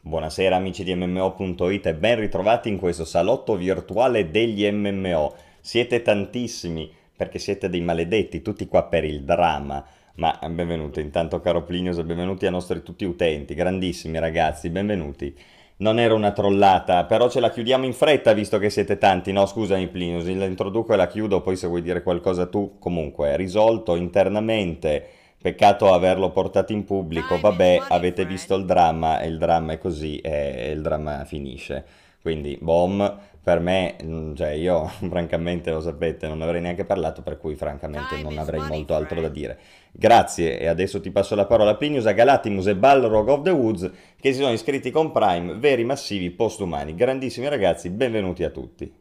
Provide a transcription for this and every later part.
Buonasera amici di MMO.it e ben ritrovati in questo salotto virtuale degli MMO. Siete tantissimi perché siete dei maledetti, tutti qua per il dramma. Ma benvenuti intanto caro Plinius e benvenuti ai nostri tutti utenti, grandissimi ragazzi, benvenuti. Non era una trollata, però ce la chiudiamo in fretta visto che siete tanti. No, scusami Plinius, la introduco e la chiudo, poi se vuoi dire qualcosa tu, comunque, è risolto internamente. Peccato averlo portato in pubblico, vabbè, avete visto il dramma e il dramma è così e il dramma finisce. Quindi, bom, per me, cioè io francamente lo sapete, non avrei neanche parlato, per cui francamente non avrei molto altro da dire. Grazie e adesso ti passo la parola a Plinius, a Galatimus e Balrog of the Woods che si sono iscritti con Prime, veri massivi postumani. Grandissimi ragazzi, benvenuti a tutti.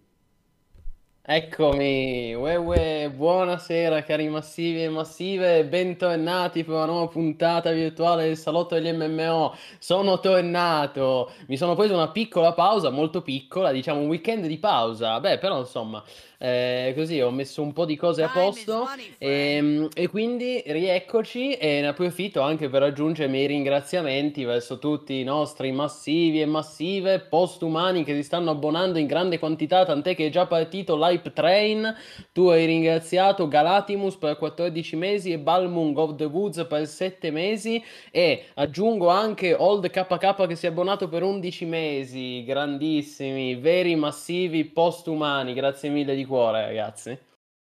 Eccomi, buonasera cari massivi e massive, bentornati per una nuova puntata virtuale del Salotto degli MMO. Sono tornato, mi sono preso una piccola pausa, molto piccola, diciamo un weekend di pausa. Beh, però insomma, così ho messo un po' di cose a posto e quindi rieccoci e ne approfitto anche per aggiungere i miei ringraziamenti verso tutti i nostri massivi e massive postumani che si stanno abbonando in grande quantità, tant'è che è già partito l'Hype Train. Tu hai ringraziato Galatimus per 14 mesi e Balmung of the Woods per 7 mesi e aggiungo anche Old KK che si è abbonato per 11 mesi. Grandissimi, veri massivi postumani, grazie mille di cuore ragazzi.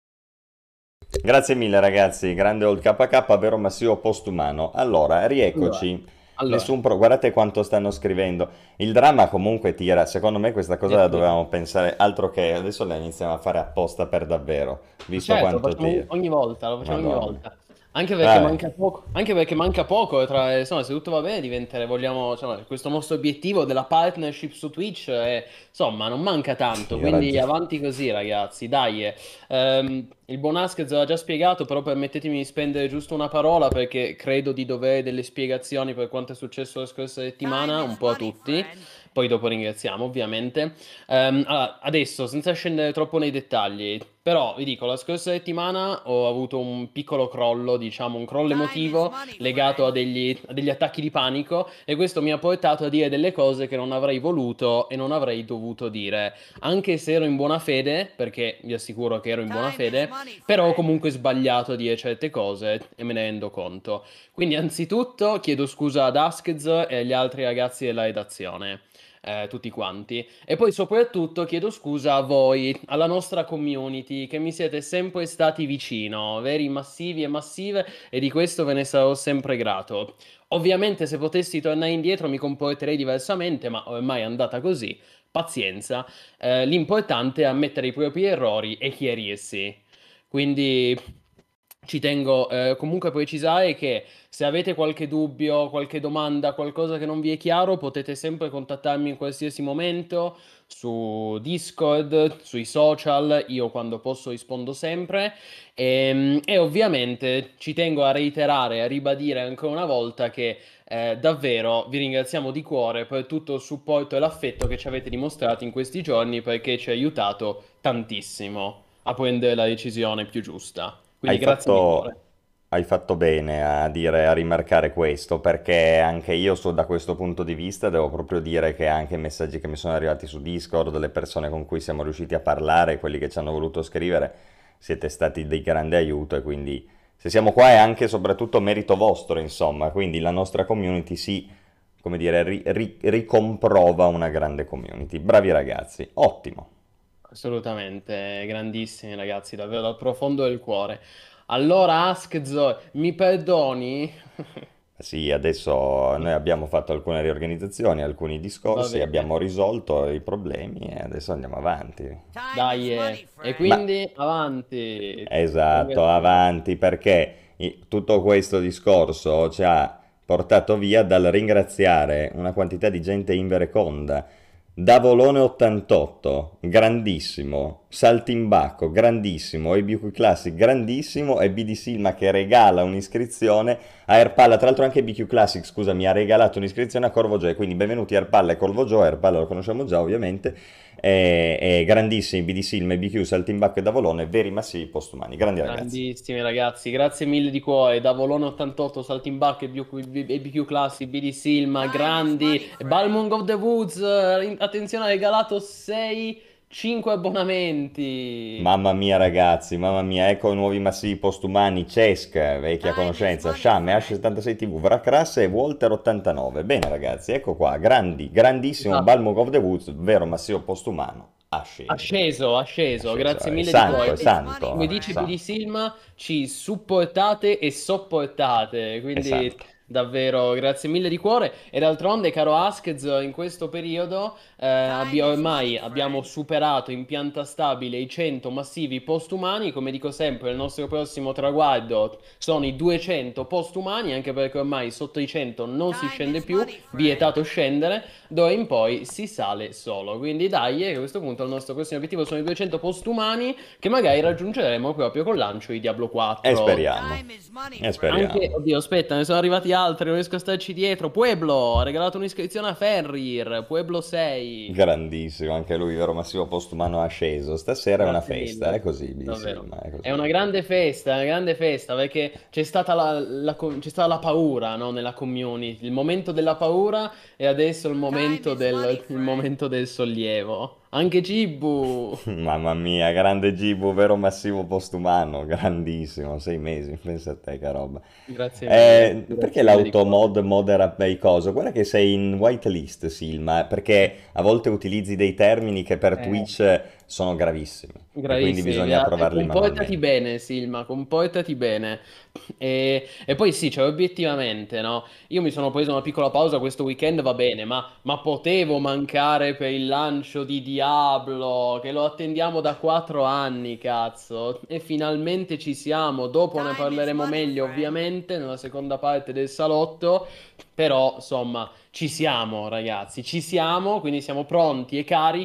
Grazie mille ragazzi, grande old KK, vero massivo postumano. Allora, Allora, rieccoci. allora, Guardate quanto stanno scrivendo. Il dramma comunque tira, secondo me questa cosa la dietro. dovevamo pensare, altro che adesso la iniziamo a fare apposta per davvero, visto Certo, lo quanto facciamo tira. ogni volta, lo facciamo ogni Madonna. volta. Vabbè, Anche perché manca poco, insomma, se tutto va bene, vogliamo, insomma, questo nostro obiettivo della partnership su Twitch, insomma, non manca tanto, hai quindi ragione. avanti così, ragazzi, dai. Il buon Askez l'ha già spiegato, però permettetemi di spendere giusto una parola perché credo di dovere delle spiegazioni per quanto è successo la scorsa settimana, un po' a tutti. Poi dopo ringraziamo, ovviamente. Allora, adesso, senza scendere troppo nei dettagli, però vi dico, la scorsa settimana ho avuto un piccolo crollo, diciamo, un crollo emotivo legato a degli attacchi di panico e questo mi ha portato a dire delle cose che non avrei voluto e non avrei dovuto dire, anche se ero in buona fede, perché vi assicuro che ero in buona fede, però ho comunque sbagliato a dire certe cose e me ne rendo conto. Quindi, anzitutto, chiedo scusa ad Askez e agli altri ragazzi della redazione. Tutti quanti. E poi soprattutto chiedo scusa a voi, alla nostra community, che mi siete sempre stati vicino, veri massivi e massive, e di questo ve ne sarò sempre grato. Ovviamente se potessi tornare indietro mi comporterei diversamente, ma ormai è andata così. Pazienza. L'importante è ammettere i propri errori e chiarirsi. Quindi ci tengo comunque a precisare che se avete qualche dubbio, qualche domanda, qualcosa che non vi è chiaro, potete sempre contattarmi in qualsiasi momento su Discord, sui social, io quando posso rispondo sempre. E ovviamente ci tengo a reiterare, a ribadire ancora una volta che davvero vi ringraziamo di cuore per tutto il supporto e l'affetto che ci avete dimostrato in questi giorni perché ci ha aiutato tantissimo a prendere la decisione più giusta. Hai Quindi grazie di fatto, cuore. hai fatto bene a dire, a rimarcare questo, perché anche io da questo punto di vista devo proprio dire che anche i messaggi che mi sono arrivati su Discord, le persone con cui siamo riusciti a parlare, quelli che ci hanno voluto scrivere, siete stati di grande aiuto e quindi se siamo qua è anche e soprattutto merito vostro, insomma, quindi la nostra community si, come dire, ricomprova una grande community. Bravi ragazzi, ottimo. Assolutamente, grandissimi ragazzi, davvero dal profondo del cuore. Allora, Askzo, mi perdoni? Sì, adesso noi abbiamo fatto alcune riorganizzazioni, alcuni Va discorsi, bene, abbiamo risolto i problemi e adesso andiamo avanti. dai, e Ma quindi avanti. esatto, Ringraziamo. avanti perché tutto questo discorso ci ha portato via dal ringraziare una quantità di gente invereconda. Davolone 88, grandissimo. Saltimbacco, grandissimo. EBQ Classic, grandissimo. E BD Silma che regala un'iscrizione Airpalla, tra l'altro anche BQ Classic, scusa, mi ha regalato un'iscrizione a Corvo Joe, quindi benvenuti Airpalla e Corvo Joe, Airpalla lo conosciamo già ovviamente, e grandissimi BD Silm e BQ Saltimbacco e Davolone, veri massivi postumani, grandi ragazzi. Grandissimi ragazzi, grazie mille di cuore. Da Volone 88, Saltimbanco e BQ Classic, BD Silma, grandi. E Balmung of the Woods, attenzione, ha regalato 6, 5 abbonamenti. Mamma mia ragazzi, mamma mia, ecco i nuovi massivi postumani, Cesk, vecchia conoscenza, Sham, Ash76 TV, Vracrass e Walter 89. Bene ragazzi, ecco qua, grandi, grandissimo Esatto. Balmung of the Woods, vero massivo postumano, asceso. Asceso, asceso, Asceso, grazie mille di santo, cuore. è santo, Come dice BD santo, Silma, ci supportate e sopportate, è quindi santo. davvero grazie mille di cuore. E d'altronde, caro Askez, in questo periodo ormai abbiamo superato in pianta stabile i 100 massivi postumani. Come dico sempre, il nostro prossimo traguardo sono i 200 postumani, anche perché ormai sotto i 100 non si scende più, vietato scendere, d'ora in poi si sale solo. Quindi dai, a questo punto il nostro prossimo obiettivo sono i 200 postumani, che magari raggiungeremo proprio col lancio di Diablo E 4. speriamo, e Anche, speriamo. oddio, aspetta, ne sono arrivati altri, non riesco a starci dietro. Pueblo ha regalato un'iscrizione a Ferrir, Pueblo 6. Grandissimo, anche lui, vero massivo postumano asceso. Stasera è una Grazie festa, è mille, così, BD davvero. Silm, è È così. una grande festa perché c'è stata c'è stata la paura, no, nella community, il momento della paura e adesso il momento del sollievo. Anche Gibbu, Mamma mia, grande Gibu, vero massivo postumano, grandissimo, 6 mesi, pensa a te che roba. Perché grazie mille di cuore. l'automod modera bei coso? Guarda che sei in whitelist, Silma, perché a volte utilizzi dei termini che per Eh, Twitch sono gravissimi e quindi Gravissimi, bisogna approvarli comportati manualmente. bene, Silma, comportati bene. E poi sì, cioè obiettivamente, no? Io mi sono preso una piccola pausa questo weekend, va bene, ma potevo mancare per il lancio di Diablo, che lo attendiamo da 4 anni, cazzo. E finalmente ci siamo. Dopo ne parleremo meglio, ovviamente, nella seconda parte del salotto. Però, insomma, ci siamo, ragazzi, ci siamo, quindi siamo pronti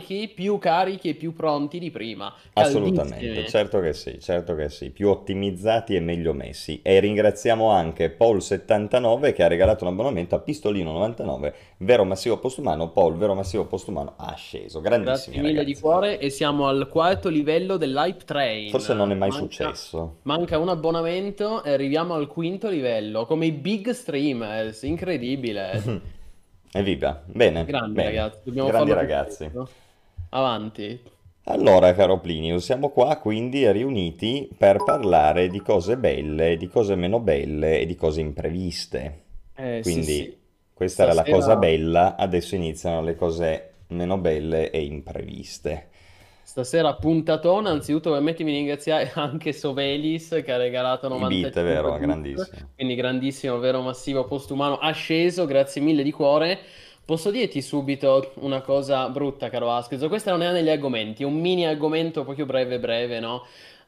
e più pronti di prima. Assolutamente, Caldissimi. certo che sì, più ottimizzati e meglio messi. E ringraziamo anche Paul79 che ha regalato un abbonamento a Pistolino99, vero massivo postumano, Paul, vero massivo postumano, ha sceso. Grandissimi Grazie mille di ragazzi. cuore e siamo al quarto livello dell'Hype Forse non Train. è mai successo. Manca un abbonamento e arriviamo al quinto livello, come i big streamers, incredibile. Evviva, bene, Grandi bene, ragazzi, dobbiamo grandi farlo più ragazzi. spesso. Avanti. Allora, caro Plinio, siamo qua quindi riuniti per parlare di cose belle, di cose meno belle e di cose impreviste. Sì, sì. Quindi questa era la cosa Stasera, bella, adesso iniziano le cose meno belle e impreviste. stasera puntatona, anzitutto permettimi di ringraziare anche Sovelis che ha regalato I beat, è 95 vero, bit, grandissimo. quindi grandissimo, vero massivo postumano, asceso, grazie mille di cuore. Posso dirti subito una cosa brutta, caro Vasquez, questo non è negli argomenti, è un mini argomento proprio breve breve, no?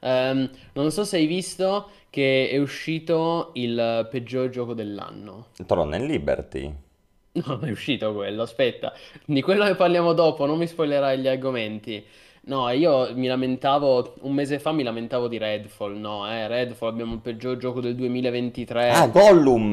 Non so se hai visto che è uscito il peggior gioco dell'anno. Tron and Liberty. No, è uscito quello, aspetta. Di quello che parliamo dopo, non mi spoilerai gli argomenti. No, io mi lamentavo, un mese fa mi lamentavo di Redfall, no, Redfall abbiamo il peggior gioco del Ah, 2023. Gollum!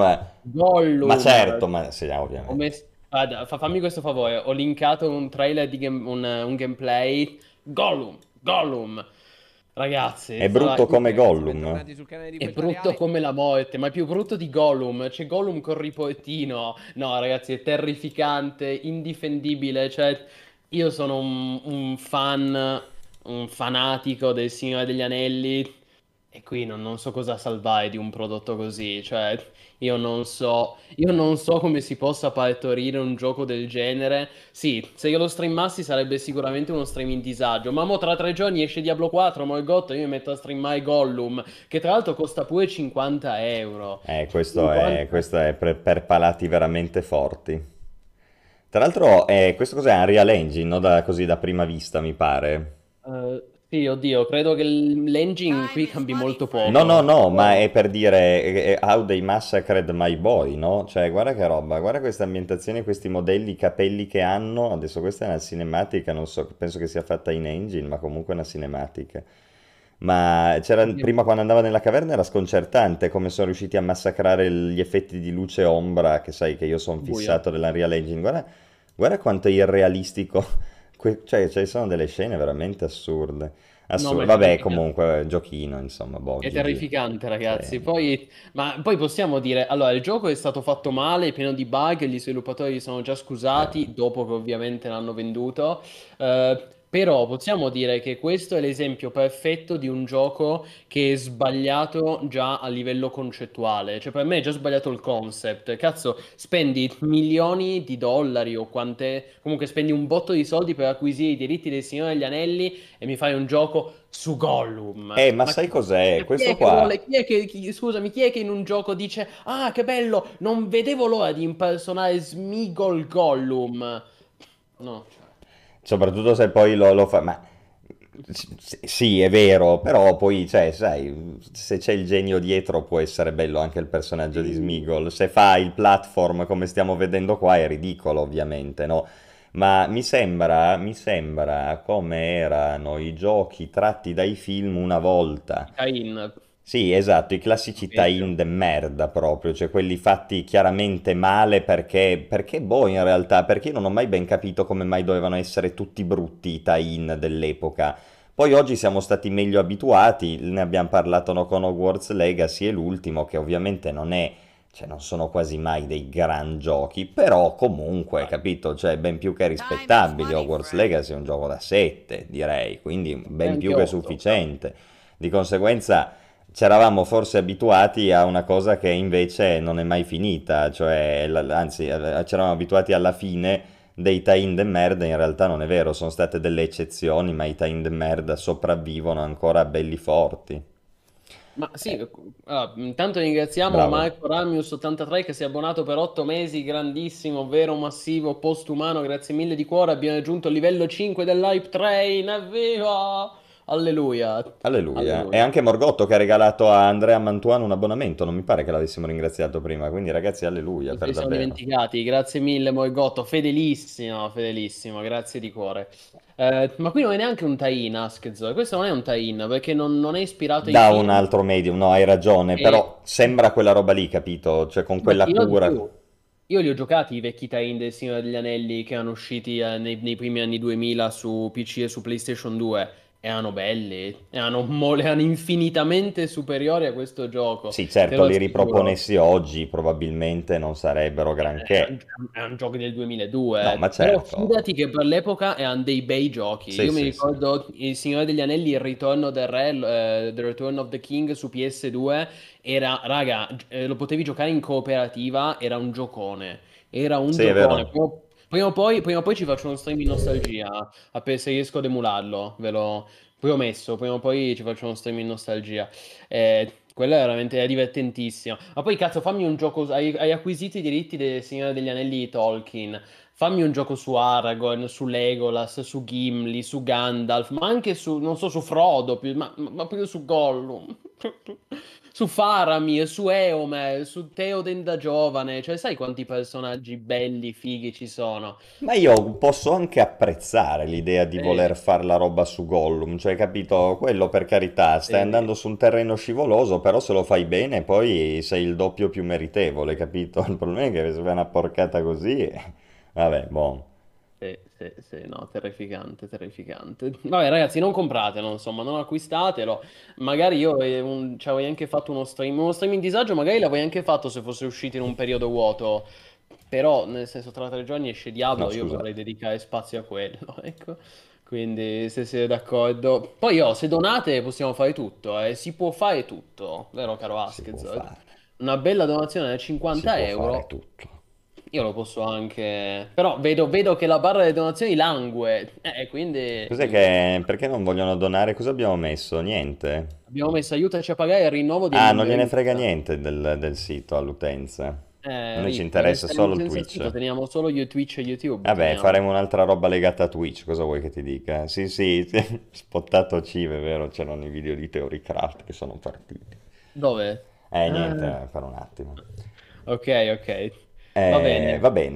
Ma Gollum. certo, ma sì, ovviamente. Guarda, fammi questo favore, ho linkato un trailer di un gameplay. Gollum, Gollum. Ragazzi, È brutto come Gollum. Bentornati sul canale di è brutto Quagliare. come la morte, ma è più brutto di Gollum. C'è Gollum col riportino. No, ragazzi, è terrificante, indifendibile. Cioè, io sono un fan, un fanatico del Signore degli Anelli. E qui non so cosa salvare di un prodotto così. Cioè, io non so come si possa partorire un gioco del genere. Sì, se io lo streamassi sarebbe sicuramente uno stream in disagio. Ma mo tra 3 giorni esce Diablo 4, Morgotto, io mi metto a streamare Gollum, che tra l'altro costa pure 50 euro. Questo è per palati veramente forti. Tra l'altro, questo cos'è? Unreal Engine, no? Così da prima vista, mi pare. Sì, oddio, credo che l'engine qui cambi molto No, no, poco. no, ma è per dire How they massacred my boy, no? Cioè, guarda che roba, guarda queste ambientazioni, questi modelli, i capelli che hanno. Adesso questa è una cinematica, non so, penso che sia fatta in engine, ma comunque è una cinematica. Ma prima quando andava nella caverna era sconcertante come sono riusciti a massacrare gli effetti di luce e ombra, che sai che io sono Buio. fissato dell'Unreal Engine. Guarda, guarda quanto è irrealistico. Cioè, ci sono delle scene veramente assurde. No, ma Assurde. è Vabbè, terrificante. comunque, giochino, insomma, boh, È GG. terrificante, ragazzi. Sì. Ma poi possiamo dire, allora, il gioco è stato fatto male, è pieno di bug, gli sviluppatori sono già scusati, dopo che ovviamente l'hanno venduto. Però possiamo dire che questo è l'esempio perfetto di un gioco che è sbagliato già a livello concettuale. Cioè, per me è già sbagliato il concept. Cazzo, spendi milioni di dollari o quante... Comunque spendi un botto di soldi per acquisire i diritti del Signore degli Anelli e mi fai un gioco su Gollum. Ma Ma sai chi, cos'è? ma chi Questo è che vuole, qua. scusami, chi è che in un gioco dice, ah, che bello, non vedevo l'ora di impersonare Smigol Gollum. No, cioè, Soprattutto se poi lo fa. Ma sì, è vero, però poi, cioè, sai, se c'è il genio dietro può essere bello anche il personaggio di sì. Smeagol. Se fa il platform come stiamo vedendo qua è ridicolo, ovviamente, no? Ma mi sembra come erano i giochi tratti dai film una volta. Cain, Sì, esatto, i classici peggio. tie-in de merda proprio, cioè quelli fatti chiaramente male perché boh in realtà, perché io non ho mai ben capito come mai dovevano essere tutti brutti i tie-in dell'epoca. Poi oggi siamo stati meglio abituati, ne abbiamo parlato no, con Hogwarts Legacy e l'ultimo che ovviamente non è, cioè non sono quasi mai dei gran giochi, però comunque, capito, cioè ben più che rispettabili, Hogwarts Legacy è un gioco da 7 direi, quindi E ben anche più che 8. sufficiente. Di conseguenza c'eravamo forse abituati a una cosa che invece non è mai finita, cioè, anzi, c'eravamo abituati alla fine dei tie-in de merda, in realtà non è vero, sono state delle eccezioni, ma i tie-in de merda sopravvivono ancora belli forti. Ma sì, Eh, intanto ringraziamo bravo. Marco Ramius83 che si è abbonato per 8 mesi, grandissimo, vero, massivo, postumano, grazie mille di cuore, abbiamo raggiunto il livello 5 dell'Hype Train, evviva! Alleluia, Alleluia. E alleluia. anche Morgotto che ha regalato a Andrea Mantuano un abbonamento, non mi pare che l'avessimo ringraziato prima, quindi ragazzi, alleluia, Ce per li siamo davvero. dimenticati, grazie mille Morgotto, fedelissimo, fedelissimo, grazie di cuore. Ma qui non è neanche un tie-in, Askzo, questo non è un tie-in perché non è ispirato ai Da un film. altro medium, no, hai ragione, E... però sembra quella roba lì, capito? Cioè con Ma quella ti dirò di cura. più. Io li ho giocati i vecchi tie-in del Signore degli Anelli che erano usciti nei primi anni 2000 su PC e su PlayStation 2. Erano belli, erano infinitamente superiori a questo gioco, Sì, te certo, lo li assicuro. riproponessi oggi probabilmente non sarebbero granché. Erano giochi del No, 2002, ma però certo. fidati che per l'epoca erano dei bei giochi. Sì, Io mi sì, sì. ricordo Il Signore degli Anelli, Il Ritorno del Re, The Return of the King su PS2, era, raga, lo potevi giocare in cooperativa, era un giocone. Era un Sì, è giocone. vero. Prima o poi ci faccio uno stream in nostalgia, se riesco ad emularlo, ve l'ho promesso. Prima o poi ci faccio uno stream in nostalgia. Quella è veramente è divertentissima. Ma poi, cazzo, fammi un gioco. Hai acquisito i diritti del Signore degli Anelli di Tolkien. Fammi un gioco su Aragorn, su Legolas, su Gimli, su Gandalf, ma anche su, non so, su Frodo, ma più su Gollum. Su Faramir, su Eomer, su Theoden da giovane. Cioè, sai quanti personaggi belli, fighi ci sono? Ma io posso anche apprezzare l'idea di Eh, voler fare la roba su Gollum, cioè, capito? Quello per carità, stai eh, andando su un terreno scivoloso, però se lo fai bene poi sei il doppio più meritevole, capito? Il problema è che se fai una porcata così, vabbè, boh. Sì, sì, sì, no, terrificante, terrificante. Vabbè, ragazzi, non compratelo, insomma, non acquistatelo. Magari io ci avrei anche fatto uno stream in disagio, magari l'avrei anche fatto se fosse uscito in un periodo vuoto. Però, nel senso, tra 3 giorni esce No, Diablo, io scusa. vorrei dedicare spazio a quello, ecco. Quindi, se siete d'accordo. Poi, se donate, possiamo fare tutto, si può fare tutto, vero, caro Si può Askez? fare. Una bella donazione da Si 50 può fare euro. tutto. Io lo posso anche... Però vedo che la barra delle donazioni langue, quindi Cos'è che... Perché non vogliono donare? Cosa abbiamo messo? Niente? abbiamo messo aiutaci a pagare il rinnovo di Ah, non gliene MMO. frega niente del sito all'utenza. A noi ci RIP, interessa solo il senza Twitch. sito teniamo solo Twitch e YouTube, Vabbè, teniamo. faremo un'altra roba legata a Twitch, cosa vuoi che ti dica? Sì, sì, sì, spottato Cive, è vero, c'erano i video di Theorycraft che sono partiti. Dove? Niente, Ah, per un attimo. ok, ok. Va bene. Va bene.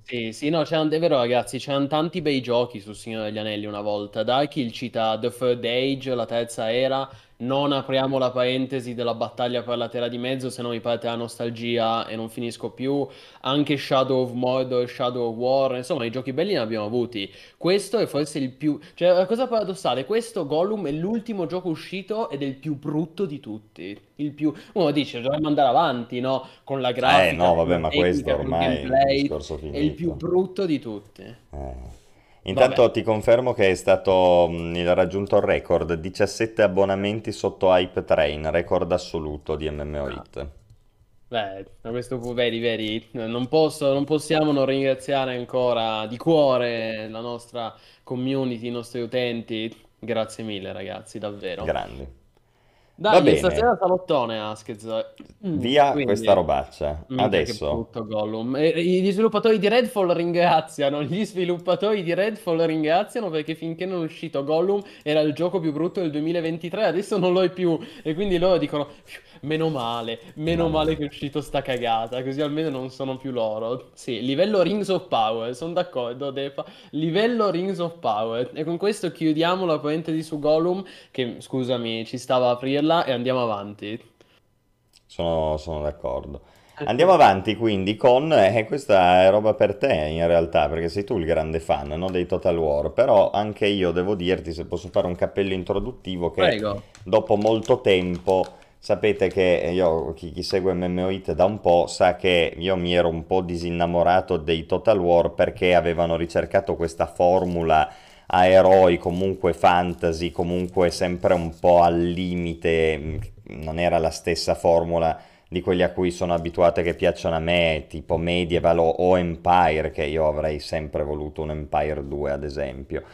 Sì, sì, no, è vero ragazzi, c'erano tanti bei giochi sul Signore degli Anelli una volta. Darkill cita The Third Age, la terza era, non apriamo la parentesi della battaglia per la Terra di Mezzo, se no mi parte la nostalgia e non finisco più. Anche Shadow of Mordor, Shadow of War, insomma i giochi belli ne abbiamo avuti. Questo è forse il più... Cioè, la cosa paradossale, questo Gollum è l'ultimo gioco uscito ed è il più brutto di tutti. Il più... Uno dice, dovremmo andare avanti, no? Con la grafica, No, con vabbè, la ma questo tecnica, col ormai è un gameplay. discorso È il più finito. brutto di tutti. Eh. Vabbè. Intanto ti confermo che è stato raggiunto il record, 17 abbonamenti sotto Hype Train, record assoluto di MMO Ah, Hit. beh, a questo punto, vedi, vedi, non possiamo non ringraziare ancora di cuore la nostra community, i nostri utenti. Grazie mille, ragazzi, davvero. Grandi. Va Dai, bene, stasera salottone, Askez. via questa Quindi, robaccia. minchia che Adesso brutto Gollum. E gli sviluppatori di Redfall ringraziano, gli sviluppatori di Redfall ringraziano perché finché non è uscito Gollum era il gioco più brutto del 2023, adesso non lo è più. E quindi loro dicono, meno Mamma male mia. che è uscito sta cagata, così almeno non sono più loro. Sì, livello Rings of Power, sono d'accordo, Defa. Livello Rings of Power. E con questo chiudiamo la parentesi su Gollum che scusami, ci stava a aprirla e andiamo avanti. Sono d'accordo. Andiamo avanti quindi con, questa è roba per te in realtà, perché sei tu il grande fan, no, dei Total War, però anche io devo dirti, se posso fare un cappello introduttivo, che Prego. dopo molto tempo, sapete che io, chi segue MMO Hit da un po', sa che io mi ero un po' disinnamorato dei Total War perché avevano ricercato questa formula a eroi comunque fantasy, comunque sempre un po' al limite, non era la stessa formula di quelli a cui sono abituato e che piacciono a me, tipo Medieval o Empire, che io avrei sempre voluto un Empire 2 ad esempio.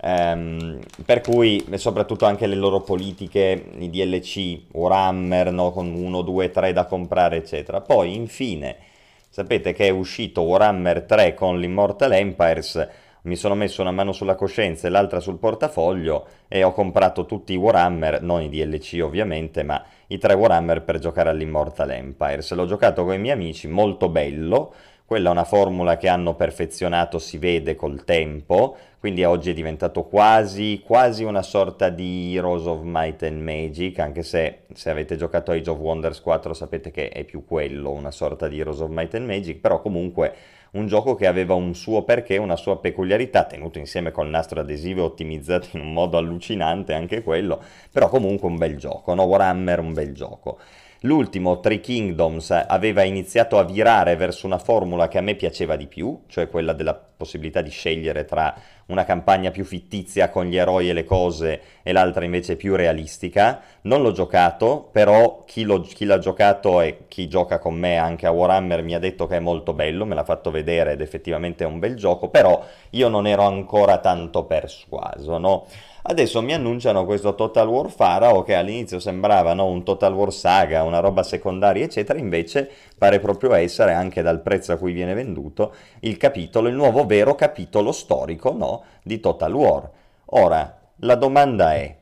Per cui, e soprattutto anche le loro politiche, i DLC, Warhammer, no? Con 1, 2, 3 da comprare, eccetera. Poi, infine, sapete che è uscito Warhammer 3 con l'Immortal Empires, mi sono messo una mano sulla coscienza e l'altra sul portafoglio e ho comprato tutti i Warhammer, non i DLC ovviamente, ma i 3 Warhammer per giocare all'Immortal Empires. L'ho giocato con i miei amici, molto bello. Quella è una formula che hanno perfezionato, si vede col tempo, quindi oggi è diventato quasi una sorta di Heroes of Might and Magic, anche se avete giocato a Age of Wonders 4 sapete che è più quello, una sorta di Heroes of Might and Magic, però comunque un gioco che aveva un suo perché, una sua peculiarità, tenuto insieme col nastro adesivo ottimizzato in un modo allucinante anche quello, però comunque un bel gioco, no? Warhammer un bel gioco. L'ultimo, Three Kingdoms, aveva iniziato a virare verso una formula che a me piaceva di più, cioè quella della possibilità di scegliere tra una campagna più fittizia con gli eroi e le cose e l'altra invece più realistica. Non l'ho giocato, però chi l'ha giocato e chi gioca con me anche a Warhammer mi ha detto che è molto bello, me l'ha fatto vedere ed effettivamente è un bel gioco, però io non ero ancora tanto persuaso, no? Adesso mi annunciano questo Total War Pharaoh che all'inizio sembrava no, un Total War Saga, una roba secondaria, eccetera, invece pare proprio essere, anche dal prezzo a cui viene venduto, il capitolo, il nuovo vero capitolo storico no, di Total War. Ora, la domanda è,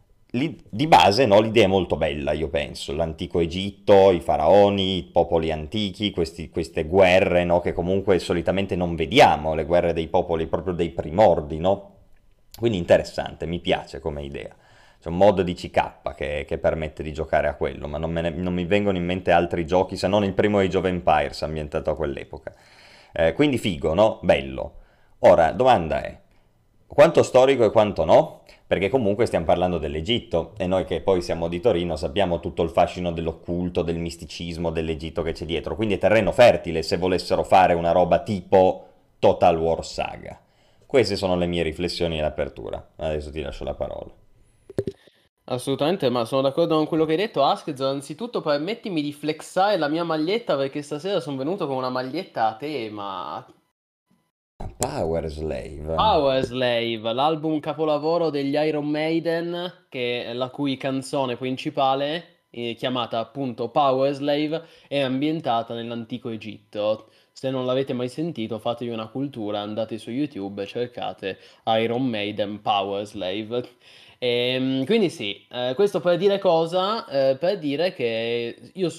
di base no, l'idea è molto bella, io penso, l'antico Egitto, i faraoni, i popoli antichi, queste guerre no, che comunque solitamente non vediamo, le guerre dei popoli proprio dei primordi, no? Quindi interessante, mi piace come idea. C'è un modo di CK che permette di giocare a quello, ma non mi vengono in mente altri giochi se non il primo Age of Empires ambientato a quell'epoca. Quindi figo, no? Bello. Ora, domanda è, quanto storico e quanto no? Perché comunque stiamo parlando dell'Egitto e noi che poi siamo di Torino sappiamo tutto il fascino dell'occulto, del misticismo dell'Egitto che c'è dietro, quindi è terreno fertile se volessero fare una roba tipo Total War Saga. Queste sono le mie riflessioni in apertura. Adesso ti lascio la parola. Assolutamente, ma sono d'accordo con quello che hai detto, Askez. Anzitutto permettimi di flexare la mia maglietta perché stasera sono venuto con una maglietta a tema. Power Slave. Power Slave, l'album capolavoro degli Iron Maiden, che è la cui canzone principale, chiamata appunto Power Slave, è ambientata nell'antico Egitto. Se non l'avete mai sentito, fatevi una cultura, andate su YouTube e cercate Iron Maiden Power Slave. Quindi sì, questo per dire cosa? Per dire che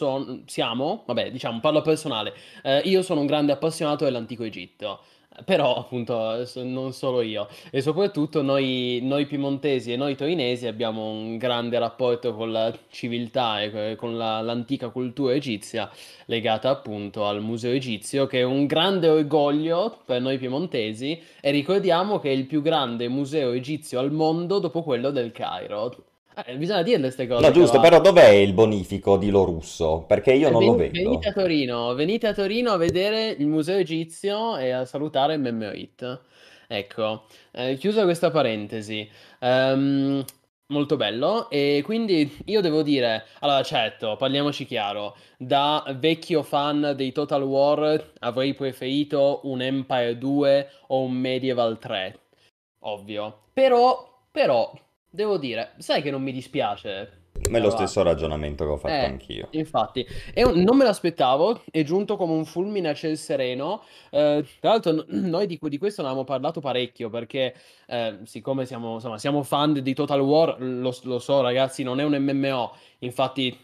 siamo, vabbè, diciamo, parlo personale, io sono un grande appassionato dell'antico Egitto. Però, appunto, non solo io. E soprattutto noi piemontesi e noi torinesi abbiamo un grande rapporto con la civiltà e con l'antica cultura egizia legata appunto al Museo Egizio, che è un grande orgoglio per noi piemontesi, e ricordiamo che è il più grande museo egizio al mondo dopo quello del Cairo. Bisogna dirle queste No, cose, giusto, Cavalo. però dov'è il bonifico di Lorusso? Perché io non lo Venite vedo. venite a Torino a vedere il Museo Egizio e a salutare Memmerit. Ecco, chiusa questa parentesi. Ehm, Molto bello. E quindi io devo dire, allora certo, parliamoci chiaro, da vecchio fan dei Total War avrei preferito un Empire 2 o un Medieval 3, ovvio. Però, devo dire, sai che non mi dispiace, Ma è lo caro. stesso ragionamento che ho fatto anch'io. Infatti, non me l'aspettavo, è giunto come un fulmine a ciel sereno. Tra l'altro, noi di questo ne avevamo parlato parecchio perché, siccome siamo, insomma, siamo fan di Total War, lo so, ragazzi, non è un MMO. Infatti,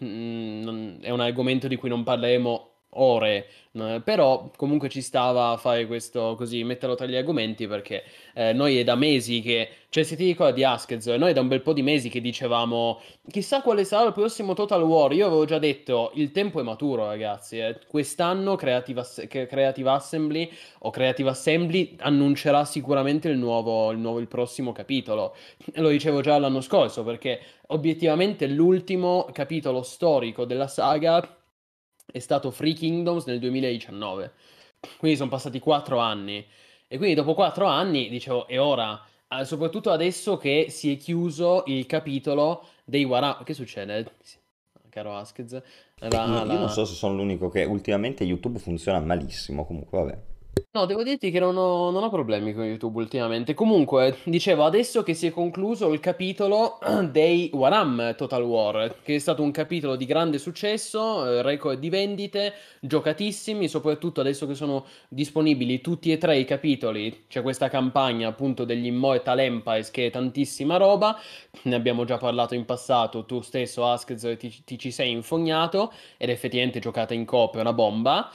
è un argomento di cui non parleremo ore. Però comunque ci stava a fare questo così, metterlo tra gli argomenti perché noi è da mesi che, cioè se ti ricordi Askez, noi è da un bel po' di mesi che dicevamo chissà quale sarà il prossimo Total War. Io avevo già detto, il tempo è maturo, ragazzi. Quest'anno Creative Assembly o Creative Assembly annuncerà sicuramente il prossimo capitolo. E lo dicevo già l'anno scorso, perché obiettivamente l'ultimo capitolo storico della saga è stato Free Kingdoms nel 2019. Quindi sono passati 4 anni. E quindi dopo 4 anni dicevo, è ora. Soprattutto adesso che si è chiuso il capitolo dei Warhammer. Che succede? Caro Askez? Io non so se sono l'unico che ultimamente YouTube funziona malissimo, comunque vabbè. No, devo dirti che non ho problemi con YouTube ultimamente. Comunque, dicevo, adesso che si è concluso il capitolo dei Warham Total War, che è stato un capitolo di grande successo, record di vendite, giocatissimi, soprattutto adesso che sono disponibili tutti e tre i capitoli, c'è questa campagna appunto degli Immortal Empires che è tantissima roba, ne abbiamo già parlato in passato, tu stesso Askez ti ci sei infognato, ed effettivamente giocata in coop è una bomba.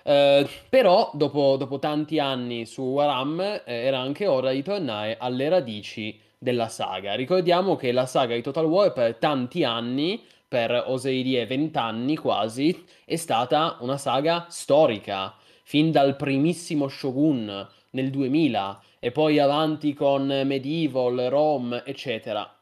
Però dopo tanti anni su Waram era anche ora di tornare alle radici della saga. Ricordiamo che la saga di Total War per tanti anni, per oserei dire 20 anni quasi, è stata una saga storica, fin dal primissimo Shogun nel 2000 e poi avanti con Medieval, Rome, eccetera.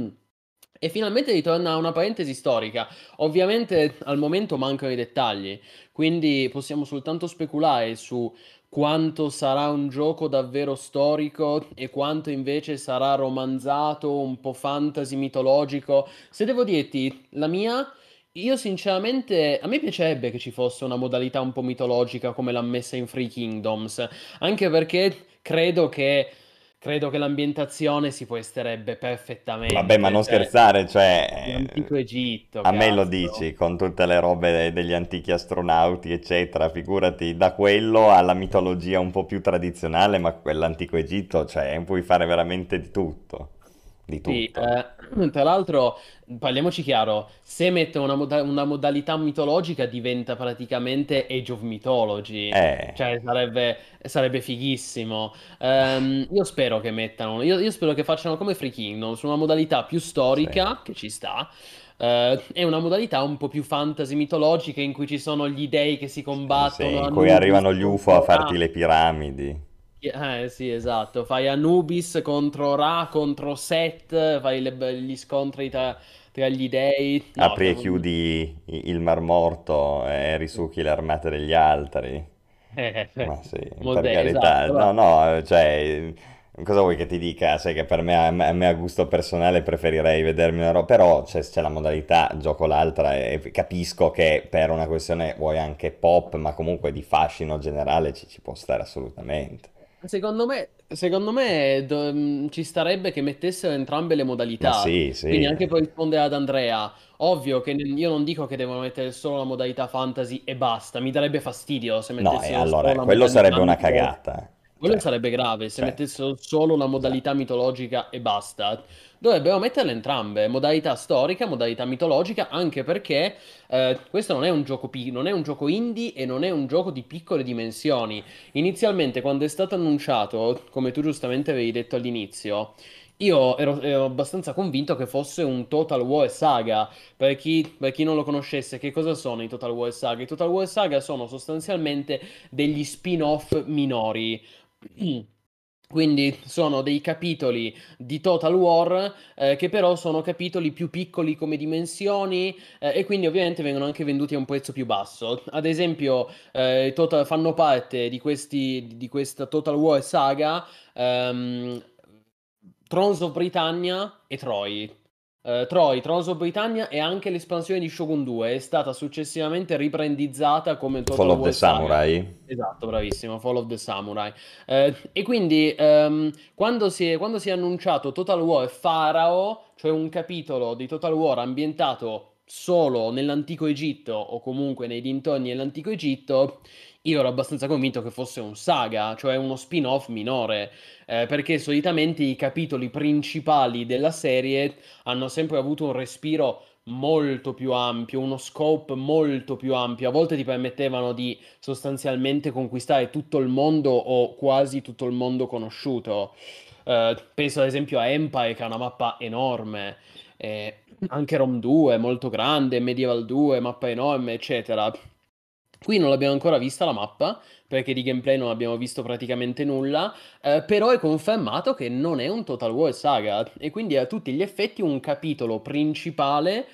E finalmente ritorna a una parentesi storica. Ovviamente al momento mancano i dettagli, quindi possiamo soltanto speculare su quanto sarà un gioco davvero storico e quanto invece sarà romanzato, un po' fantasy mitologico. Se devo dirti la mia, io sinceramente a me piacerebbe che ci fosse una modalità un po' mitologica come l'ha messa in Free Kingdoms, anche perché credo che l'ambientazione si presterebbe Vabbè, ma perfettamente, non cioè scherzare, cioè, l'antico Egitto, a me lo cazzo. dici, con tutte le robe degli antichi astronauti, eccetera, figurati, da quello alla mitologia un po' più tradizionale, ma quell'antico Egitto, cioè, puoi fare veramente di tutto, di Sì, tutto. tra l'altro, parliamoci chiaro, se mette una modalità mitologica diventa praticamente Age of Mythology, Eh, cioè sarebbe fighissimo. Io spero che mettano, io spero che facciano come Free Kingdom, su una modalità più sì, storica, che ci sta, e una modalità un po' più fantasy mitologica in cui ci sono gli dei che si sì, sì, combattono, in cui Anubis arrivano gli UFO a contro farti Ra. le piramidi, Sì, esatto. Fai Anubis contro Ra, contro Set, fai gli scontri tra gli dei. No, apri e chiudi il Mar Morto e risucchi le armate degli altri. Ma sì, per carità, esatto. no, Va. no, cioè, cosa vuoi che ti dica? Sai che per me, a me a gusto personale preferirei vedermi una roba, però c'è la modalità, gioco l'altra e capisco che per una questione vuoi anche pop, ma comunque di fascino generale ci può stare assolutamente. Secondo me ci starebbe che mettessero entrambe le Ma modalità. sì, Quindi sì. anche per rispondere ad Andrea, ovvio che io non dico che devono mettere solo la modalità fantasy e basta, mi darebbe fastidio se No, e mettessero solo allora, la quello modalità sarebbe una mitologica. cagata. Quello Cioè, sarebbe grave se certo, mettessero solo la esatto. modalità mitologica e basta. Dovrebbero metterle entrambe, modalità storica, modalità mitologica, anche perché questo non è un gioco, non è un gioco indie e non è un gioco di piccole dimensioni. Inizialmente, quando è stato annunciato, come tu giustamente avevi detto all'inizio, ero abbastanza convinto che fosse un Total War Saga. Per chi non lo conoscesse, che cosa sono i Total War Saga? I Total War Saga sono sostanzialmente degli spin-off minori. Quindi sono dei capitoli di Total War che però sono capitoli più piccoli come dimensioni e quindi ovviamente vengono anche venduti a un prezzo più basso. Ad esempio, fanno parte di questa Total War saga Thrones of Britannia e Troy. Troy, Thrones of Britannia e anche l'espansione di Shogun 2 è stata successivamente ribrandizzata come Fall Total of the War Saga. Samurai. Esatto, bravissimo, Fall of the Samurai. E quindi quando si è annunciato Total War Pharaoh, cioè un capitolo di Total War ambientato solo nell'antico Egitto o comunque nei dintorni dell'antico Egitto, io ero abbastanza convinto che fosse un saga, cioè uno spin-off minore, perché solitamente i capitoli principali della serie hanno sempre avuto un respiro molto più ampio, uno scope molto più ampio. A volte ti permettevano di sostanzialmente conquistare tutto il mondo o quasi tutto il mondo conosciuto. Penso ad esempio a Empire, che è una mappa enorme, anche Rome 2, molto grande, Medieval 2, mappa enorme, eccetera. Qui non l'abbiamo ancora vista la mappa, perché di gameplay non abbiamo visto praticamente nulla, però è confermato che non è un Total War Saga, e quindi è a tutti gli effetti un capitolo principale,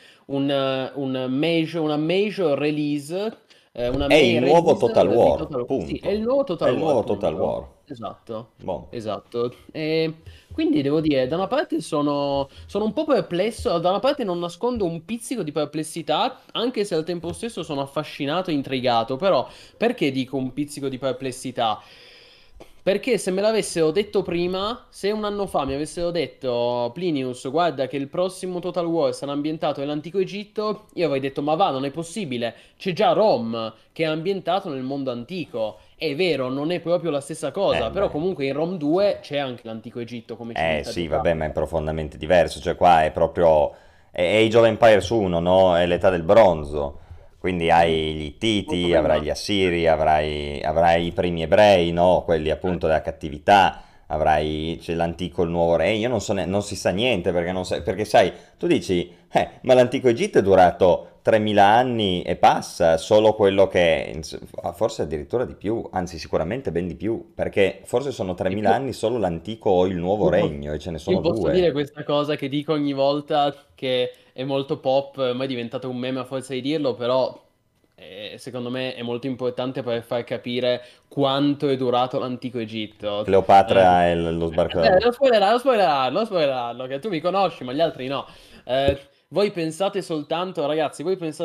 una major release, una È il main nuovo release Total di War, Total War. Sì, è il punto. nuovo È Total il War, nuovo Total punto. War. Esatto, Boh. esatto. E quindi devo dire, da una parte sono un po' perplesso, da una parte non nascondo un pizzico di perplessità, anche se al tempo stesso sono affascinato e intrigato, però perché dico un pizzico di perplessità? Perché se me l'avessero detto prima, se un anno fa mi avessero detto Plinius, guarda che il prossimo Total War sarà ambientato nell'antico Egitto, io avrei detto ma va, non è possibile, c'è già Rome che è ambientato nel mondo antico. È vero, non è proprio la stessa cosa, però Beh. comunque in Rome 2 c'è anche l'antico Egitto come civiltà Sì, vabbè, giocata. ma è profondamente diverso. Cioè, qua è proprio. È Age of Empires 1, no? È l'età del bronzo. Quindi Mm, hai gli molto Ittiti, ben avrai gli dato. Assiri, avrai i primi ebrei, no? Quelli appunto della cattività. C'è l'antico, il nuovo re. Io non so, non si sa niente perché, non sai, perché sai, tu dici, ma l'antico Egitto è durato 3000 anni e passa, solo quello che, forse addirittura di più, anzi sicuramente ben di più, perché forse sono E 3000 più, anni solo l'antico o il nuovo io po- regno e ce ne io sono posso dire due. questa cosa che dico ogni volta, che è molto pop, ormai è diventato un meme a forza di dirlo, però secondo me è molto importante per far capire quanto è durato l'antico Egitto. Cleopatra e lo sbarco. Non spoilerarlo, che tu mi conosci, ma gli altri no. Voi pensate soltanto, ragazzi,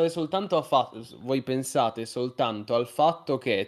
voi pensate soltanto al fatto che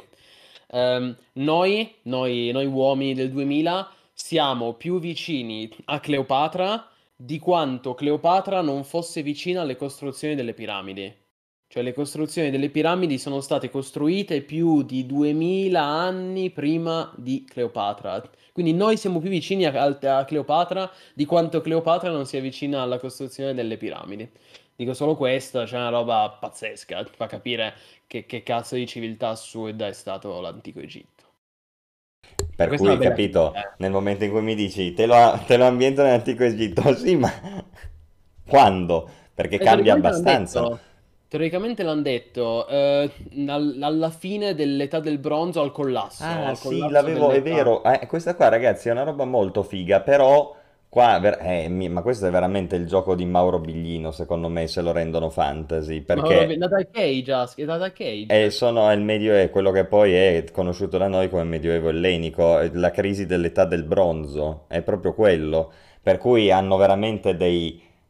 noi uomini del 2000 siamo più vicini a Cleopatra di quanto Cleopatra non fosse vicina alle costruzioni delle piramidi. Cioè, le costruzioni delle piramidi sono state costruite più di 2000 anni prima di Cleopatra. Quindi noi siamo più vicini a Cleopatra di quanto Cleopatra non sia vicina alla costruzione delle piramidi. Dico solo questo, c'è una roba pazzesca, fa capire che cazzo di civiltà assurda è stato l'antico Egitto. E Per questa è cui, una bella capito, chicca. nel momento in cui mi dici te lo ambiento nell'antico Egitto, sì, ma quando? Perché E cambia abbastanza. teoricamente l'hanno detto, alla fine dell'età del bronzo Ah, al sì, collasso l'avevo, è dell'età. vero. Questa qua, ragazzi, è una roba molto figa, però qua, ma questo è veramente il gioco di Mauro Biglino, secondo me, se lo rendono fantasy, Ma ora perché la Dark Age, è la Dark Age. sono il Medioevo, quello che poi è conosciuto da noi come Medioevo ellenico, la crisi dell'età del bronzo, è proprio quello, per cui hanno veramente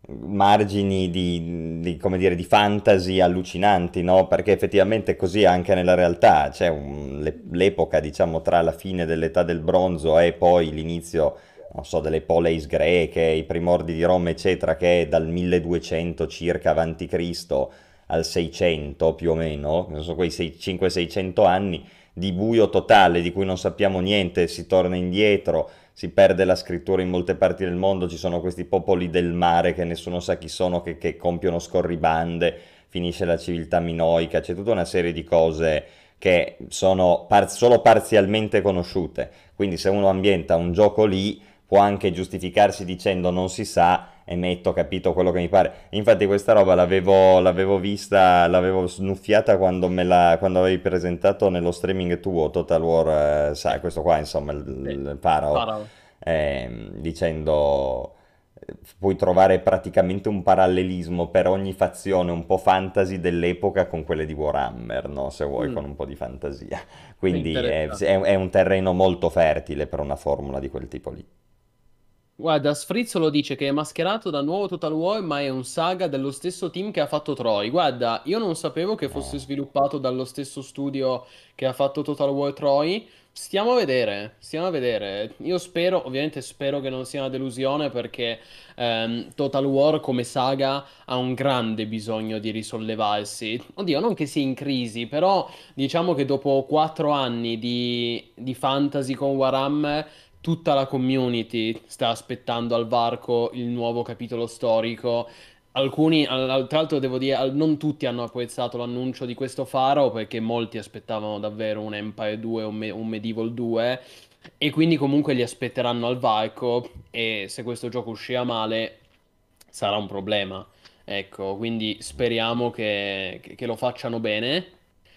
margini come dire, di fantasy allucinanti, no? Perché effettivamente così anche nella realtà c'è l'epoca, diciamo, tra la fine dell'età del bronzo e poi l'inizio, non so, delle poleis greche, i primordi di Roma, eccetera, che è dal 1200 circa avanti Cristo al 600 più o meno, non so, quei 500-600 anni di buio totale di cui non sappiamo niente, si torna indietro, si perde la scrittura in molte parti del mondo, ci sono questi popoli del mare che nessuno sa chi sono, che compiono scorribande, finisce la civiltà minoica, c'è tutta una serie di cose che sono solo parzialmente conosciute. Quindi se uno ambienta un gioco lì può anche giustificarsi dicendo non si sa e metto, capito, quello che mi pare. Infatti questa roba l'avevo vista, l'avevo snuffiata quando avevi presentato nello streaming tuo Total War, sai, questo qua, insomma, Sì. il Parao, Paralo. dicendo puoi trovare praticamente un parallelismo per ogni fazione un po' fantasy dell'epoca con quelle di Warhammer, no? Se vuoi, con Mm, un po' di fantasia. è Quindi interessante. è un terreno molto fertile per una formula di quel tipo lì. Guarda, Sfrizzolo dice che è mascherato da nuovo Total War, ma è un saga dello stesso team che ha fatto Troy. Guarda, io non sapevo che fosse No. sviluppato dallo stesso studio che ha fatto Total War Troy. Stiamo a vedere, stiamo a vedere. Io spero, ovviamente spero che non sia una delusione perché Total War come saga ha un grande bisogno di risollevarsi. Oddio, non che sia in crisi, però diciamo che dopo 4 anni di fantasy con Warhammer tutta la community sta aspettando al varco il nuovo capitolo storico. Alcuni, tra l'altro devo dire, non tutti hanno apprezzato l'annuncio di questo faro perché molti aspettavano davvero un Empire 2 o un Medieval 2 e quindi comunque li aspetteranno al varco e se questo gioco uscirà male sarà un problema. Ecco, quindi speriamo che lo facciano bene.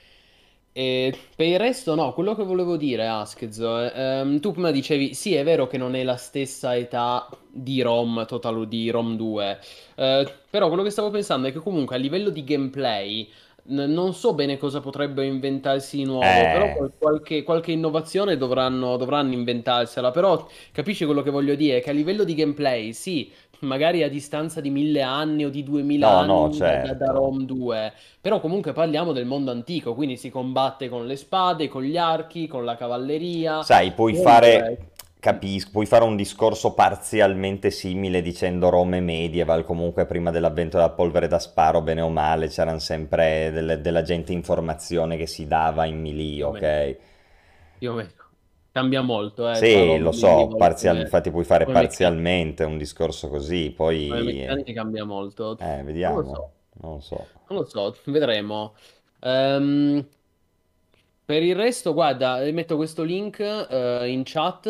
E per il resto, no, quello che volevo dire, Askez, tu prima dicevi, sì, è vero che non è la stessa età di Rom, Total di Rom 2, però quello che stavo pensando è che comunque a livello di gameplay, non so bene cosa potrebbero inventarsi di nuovo, però Eh, qualche innovazione dovranno inventarsela, però capisci quello che voglio dire? Che a livello di gameplay, sì, magari a distanza di 1000 anni o di 2000 no, no, anni da certo. Rom 2. Però comunque parliamo del mondo antico, quindi si combatte con le spade, con gli archi, con la cavalleria. Sai, Quello è... capisco, puoi fare un discorso parzialmente simile dicendo Rome medieval, comunque prima dell'avvento della polvere da sparo, bene o male, c'erano sempre della gente informazione che si dava in melee, Più o meno, ok? più o meno. Cambia molto, tra Sì, Roma lo e so, Medieval infatti puoi fare come meccanica. parzialmente un discorso così, Come poi, meccanica cambia molto. Non lo vediamo, so, non so. non lo so, vedremo. Ehm, Per il resto, guarda, metto questo link in chat.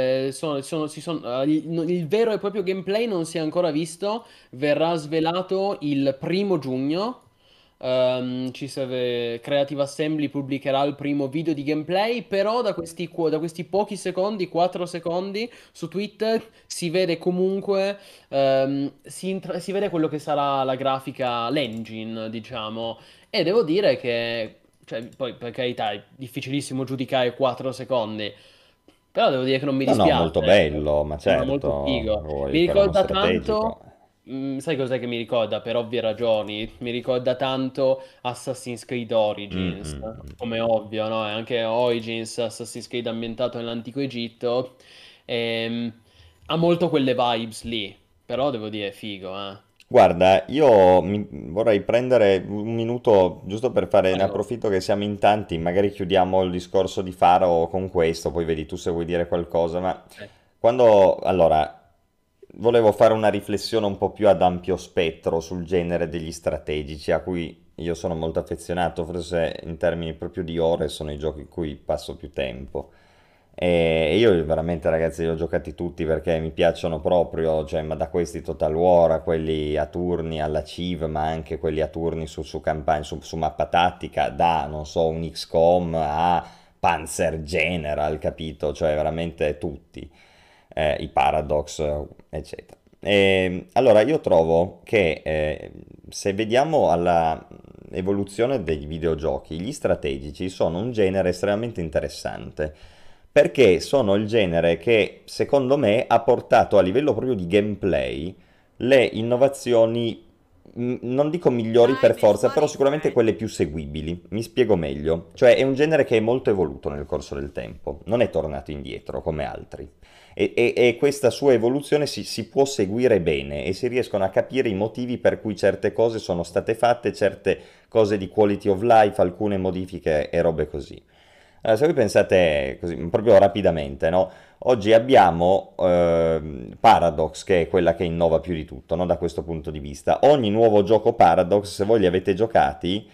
Il vero e proprio gameplay non si è ancora visto. Verrà svelato il 1° giugno. Ci serve Creative Assembly pubblicherà il primo video di gameplay. Però da questi pochi secondi, 4 secondi su Twitter, si vede comunque si vede quello che sarà la grafica, l'engine, diciamo. E devo dire che, cioè, poi per carità è difficilissimo giudicare 4 secondi, però devo dire che non mi No, no, dispiace, molto ecco. bello, ma Sembra molto certo, figo. vuoi Mi per uno ricorda strategico. tanto, sai cos'è che mi ricorda per ovvie ragioni? Mi ricorda tanto Assassin's Creed Mm, Origins, mm, mm. come ovvio, no? E anche Origins, Assassin's Creed ambientato nell'antico Egitto. Ehm, Ha molto quelle vibes lì, però devo dire è figo, eh. Guarda, io vorrei prendere un minuto giusto per fare, ne Bello. approfitto che siamo in tanti, magari chiudiamo il discorso di Faro con questo, poi vedi tu se vuoi dire qualcosa, ma allora, volevo fare una riflessione un po' più ad ampio spettro sul genere degli strategici, a cui io sono molto affezionato, forse in termini proprio di ore sono i giochi in cui passo più tempo. E io veramente ragazzi li ho giocati tutti perché mi piacciono proprio, cioè, ma da questi Total War a quelli a turni alla Civ, ma anche quelli a turni su campagna, su mappa tattica, da non so, un XCOM a Panzer General, capito? Cioè veramente tutti, i Paradox, eccetera. Allora io trovo che se vediamo alla evoluzione dei videogiochi, gli strategici sono un genere estremamente interessante perché sono il genere che secondo me ha portato a livello proprio di gameplay le innovazioni, non dico migliori per forza, però sicuramente quelle più seguibili. Mi spiego meglio. Cioè è un genere che è molto evoluto nel corso del tempo, non è tornato indietro come altri. E questa sua evoluzione si può seguire bene e si riescono a capire i motivi per cui certe cose sono state fatte, certe cose di quality of life, alcune modifiche e robe così. Allora, se voi pensate così, proprio rapidamente, no? Oggi abbiamo Paradox, che è quella che innova più di tutto, no? Da questo punto di vista. Ogni nuovo gioco Paradox, se voi li avete giocati,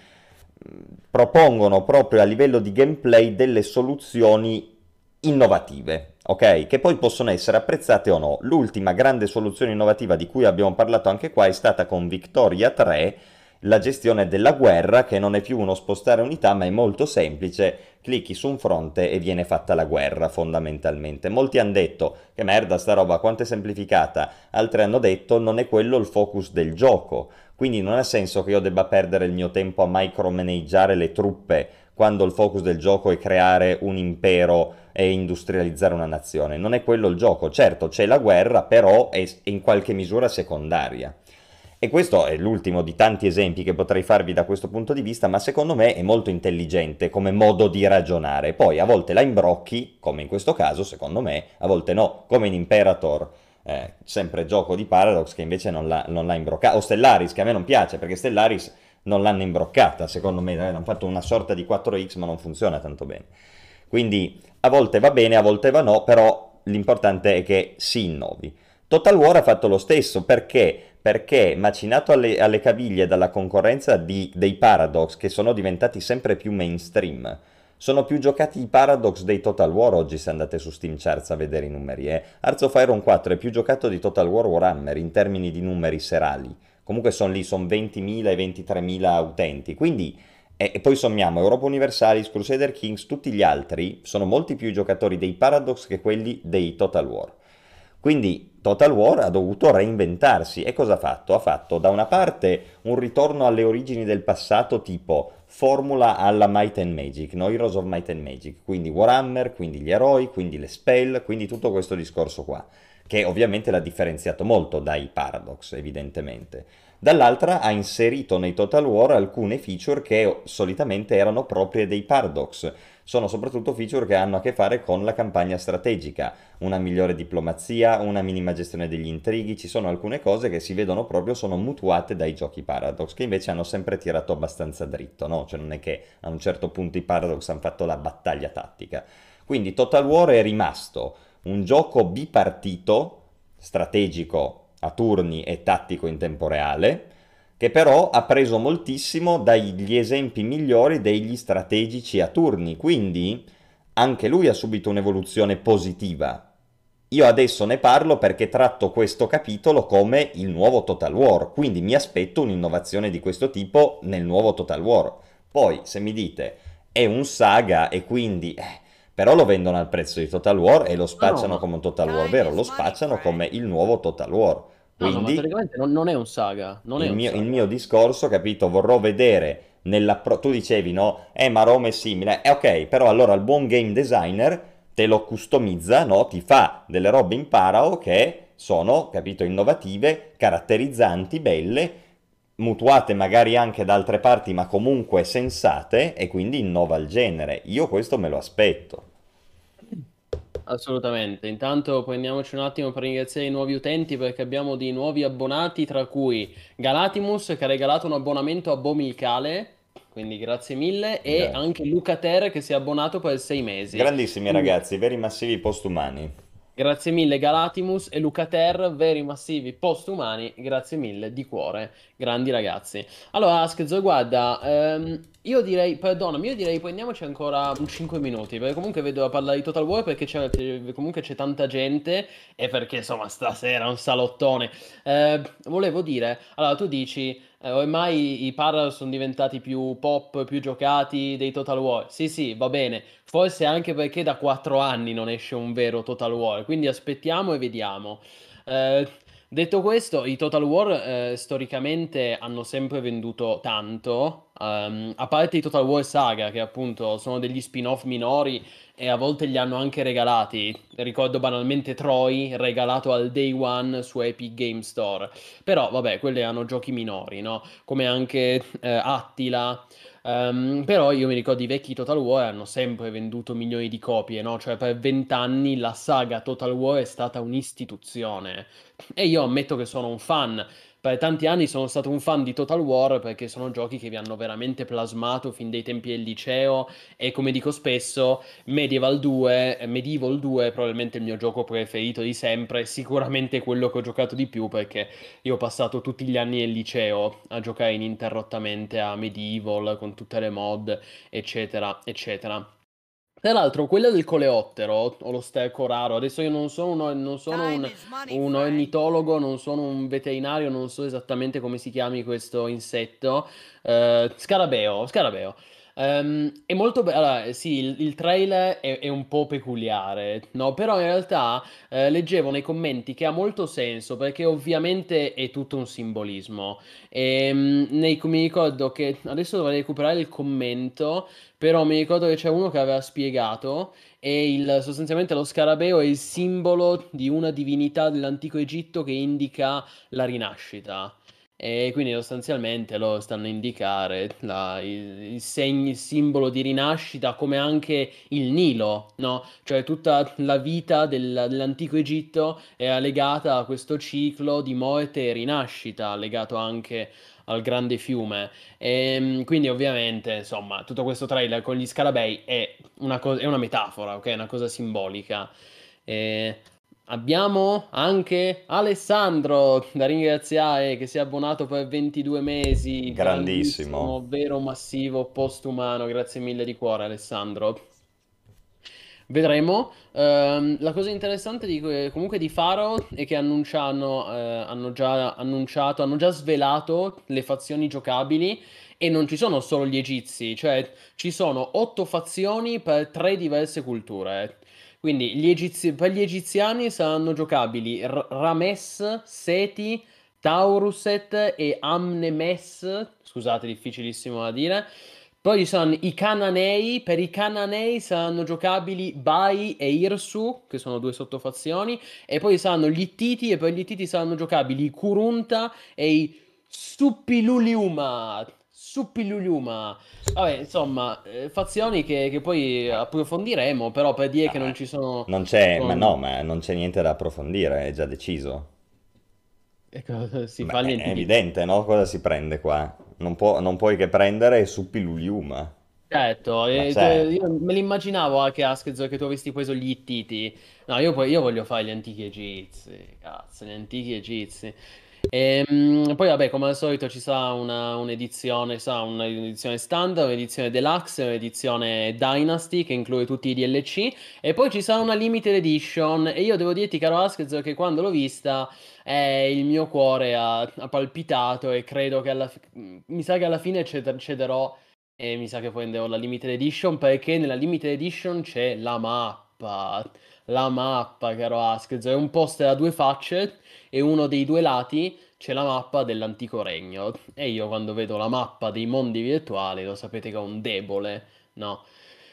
propongono proprio a livello di gameplay delle soluzioni innovative, ok? Che poi possono essere apprezzate o no. L'ultima grande soluzione innovativa di cui abbiamo parlato anche qua è stata con Victoria 3, la gestione della guerra, che non è più uno spostare unità, ma è molto semplice, clicchi su un fronte e viene fatta la guerra fondamentalmente. Molti hanno detto che merda sta roba, quanto è semplificata, altri hanno detto non è quello il focus del gioco, quindi non ha senso che io debba perdere il mio tempo a micromanaggiare le truppe quando il focus del gioco è creare un impero e industrializzare una nazione. Non è quello il gioco, certo c'è la guerra, però è in qualche misura secondaria. E questo è l'ultimo di tanti esempi che potrei farvi da questo punto di vista, ma secondo me è molto intelligente come modo di ragionare. Poi a volte la imbrocchi, come in questo caso, secondo me, a volte no, come in Imperator, sempre gioco di Paradox che invece non l'ha imbroccata, o Stellaris, che a me non piace, perché Stellaris non l'hanno imbroccata, secondo me, hanno fatto una sorta di 4X, ma non funziona tanto bene. Quindi a volte va bene, a volte va no, però l'importante è che si innovi. Total War ha fatto lo stesso, perché? Perché macinato alle caviglie dalla concorrenza dei Paradox, che sono diventati sempre più mainstream, sono più giocati i Paradox dei Total War oggi se andate su Steam Charts a vedere i numeri. Hearts of Iron 4 è più giocato di Total War Warhammer in termini di numeri serali. Comunque sono lì, sono 20.000 e 23.000 utenti. Quindi, e poi sommiamo Europa Universalis, Crusader Kings, tutti gli altri sono molti più i giocatori dei Paradox che quelli dei Total War. Quindi Total War ha dovuto reinventarsi e cosa ha fatto? Ha fatto da una parte un ritorno alle origini del passato tipo formula alla Might and Magic, no? Heroes of Might and Magic, quindi Warhammer, quindi gli eroi, quindi le spell, quindi tutto questo discorso qua, che ovviamente l'ha differenziato molto dai Paradox, evidentemente. Dall'altra ha inserito nei Total War alcune feature che solitamente erano proprie dei Paradox. Sono soprattutto feature che hanno a che fare con la campagna strategica, una migliore diplomazia, una minima gestione degli intrighi, ci sono alcune cose che si vedono proprio sono mutuate dai giochi Paradox, che invece hanno sempre tirato abbastanza dritto, no? Cioè non è che a un certo punto i Paradox hanno fatto la battaglia tattica. Quindi Total War è rimasto un gioco bipartito, strategico a turni e tattico in tempo reale, che però ha preso moltissimo dagli esempi migliori degli strategici a turni, quindi anche lui ha subito un'evoluzione positiva. Io adesso ne parlo perché tratto questo capitolo come il nuovo Total War, quindi mi aspetto un'innovazione di questo tipo nel nuovo Total War. Poi, se mi dite, è un saga e quindi però lo vendono al prezzo di Total War e lo No, no, spacciano come un Total War vero, lo spacciano come il nuovo Total War. ma Quindi teoricamente non è un saga, non è un il saga. mio discorso, capito, vorrò vedere tu dicevi no, ma Roma è simile, ok, però allora il buon game designer te lo customizza, no, ti fa delle robe in parao che sono, capito, innovative, caratterizzanti, belle, mutuate magari anche da altre parti, ma comunque sensate, e quindi innova il genere. Io questo me lo aspetto. Assolutamente. Intanto prendiamoci un attimo per ringraziare i nuovi utenti perché abbiamo dei nuovi abbonati, tra cui Galatimus che ha regalato un abbonamento a Bomilcale, quindi grazie mille, e Grazie. anche Luca Ter che si è abbonato per 6 mesi. Grandissimi Quindi ragazzi, veri massivi postumani. grazie mille Galatimus e Lucater, veri massivi postumani, grazie mille di cuore, grandi ragazzi. Allora Askzo, guarda, io direi, perdonami, io direi prendiamoci ancora un 5 minuti, perché comunque vedo a parlare di Total War perché comunque c'è tanta gente e perché insomma stasera è un salottone. Volevo dire, allora tu dici, ormai i Parallel sono diventati più pop, più giocati dei Total War. Sì, sì, va bene. Forse anche perché da 4 anni non esce un vero Total War, quindi aspettiamo e vediamo. Eh, Detto questo, i Total War storicamente hanno sempre venduto tanto, a parte i Total War Saga, che appunto sono degli spin-off minori e a volte li hanno anche regalati. Ricordo banalmente Troy regalato al Day One su Epic Game Store. Però vabbè, quelli erano giochi minori, no? Come anche Attila. Però io mi ricordo i vecchi Total War hanno sempre venduto milioni di copie, no? Cioè per 20 anni la saga Total War è stata un'istituzione. E io ammetto che sono un fan. Per tanti anni sono stato un fan di Total War perché sono giochi che vi hanno veramente plasmato fin dai tempi del liceo e come dico spesso, Medieval 2 è probabilmente il mio gioco preferito di sempre, sicuramente quello che ho giocato di più perché io ho passato tutti gli anni del liceo a giocare ininterrottamente a Medieval con tutte le mod, eccetera, eccetera. Tra l'altro, quella del coleottero o lo sterco raro, adesso io non sono un ornitologo, non sono un veterinario, non so esattamente come si chiami questo insetto. Scarabeo, scarabeo. È molto bello. Allora, sì, il trailer è un po' peculiare, no? Però in realtà leggevo nei commenti che ha molto senso perché ovviamente è tutto un simbolismo. Mi ricordo che adesso dovrei recuperare il commento. Però mi ricordo che c'è uno che aveva spiegato e sostanzialmente lo scarabeo è il simbolo di una divinità dell'antico Egitto che indica la rinascita. E quindi sostanzialmente lo stanno a indicare il simbolo di rinascita come anche il Nilo, no? Cioè tutta la vita dell'antico Egitto era legata a questo ciclo di morte e rinascita, legato anche al grande fiume. Quindi ovviamente, insomma, tutto questo trailer con gli scarabei è una metafora, ok? È una cosa simbolica. E abbiamo anche Alessandro da ringraziare che si è abbonato per 22 mesi, Grandissimo. grandissimo, vero massivo postumano, grazie mille di cuore Alessandro. Vedremo. La cosa interessante comunque di Faro è che hanno già annunciato, hanno già svelato le fazioni giocabili e non ci sono solo gli egizi, cioè ci sono 8 fazioni per 3 diverse culture. Quindi per gli egiziani saranno giocabili Rames, Seti, Tauruset e Amnemes. Scusate, difficilissimo da dire. Poi ci saranno i Cananei, per i Cananei saranno giocabili Bai e Irsu, che sono 2 sottofazioni, e poi saranno gli Ittiti, e per gli Ittiti saranno giocabili i Kurunta e i Suppiluliuma. Suppiluliuma. Vabbè, insomma, fazioni che poi approfondiremo, però per dire che non Ah, ci sono... non c'è, ma con- no, ma non c'è niente da approfondire, è già deciso. si Ma fa gli è antichi. evidente, no? Cosa si prende qua? Non puoi che prendere Suppiluliuma. Certo, Ma certo. io me l'immaginavo anche Askez che tu avessi preso gli Ittiti. No, io voglio fare gli antichi egizi, cazzo, gli antichi egizi. Poi vabbè, come al solito ci sarà un'edizione standard, un'edizione deluxe, un'edizione Dynasty che include tutti i DLC e poi ci sarà una limited edition e io devo dirti, caro Askez, che quando l'ho vista il mio cuore ha palpitato e credo che mi sa che alla fine cederò e mi sa che prenderò la limited edition perché nella limited edition c'è la mappa. La mappa, caro Askez, è un poster a 2 facce e uno dei 2 lati c'è la mappa dell'antico regno. E io quando vedo la mappa dei mondi virtuali lo sapete che ho un debole, no?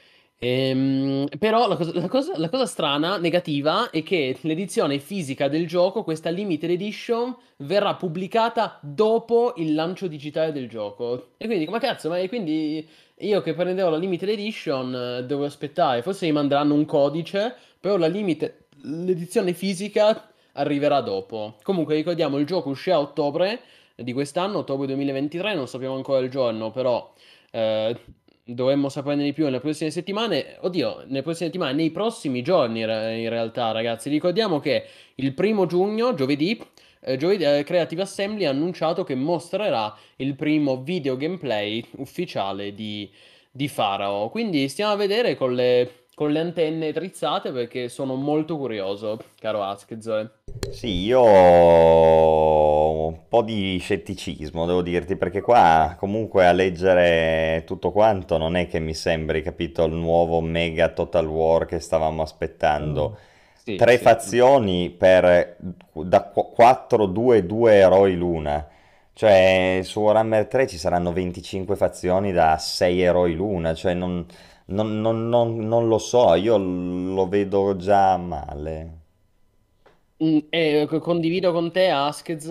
Però la cosa strana, negativa, è che l'edizione fisica del gioco, questa limited edition, verrà pubblicata dopo il lancio digitale del gioco. E quindi, ma cazzo, ma quindi io che prendevo la limited edition devo aspettare. Forse mi manderanno un codice, però l'edizione fisica arriverà dopo. Comunque ricordiamo, il gioco uscirà a ottobre di quest'anno, ottobre 2023, non sappiamo ancora il giorno, però eh, dovremmo saperne di più nelle prossime settimane. Oddio, nelle prossime settimane, nei prossimi giorni in realtà, ragazzi. Ricordiamo che il 1° giugno, giovedì, Creative Assembly ha annunciato che mostrerà il primo video gameplay ufficiale di Pharaoh. Quindi stiamo a vedere con le antenne drizzate perché sono molto curioso, caro Asked. Sì, io ho un po' di scetticismo, devo dirti, perché qua comunque a leggere tutto quanto non è che mi sembri, capito, il nuovo mega Total War che stavamo aspettando. Sì, tre sì. fazioni per da 4, 2, 2 eroi l'una. Cioè, su Warhammer 3 ci saranno 25 fazioni da 6 eroi l'una, cioè non lo so, io lo vedo già male. Condivido con te, Askez.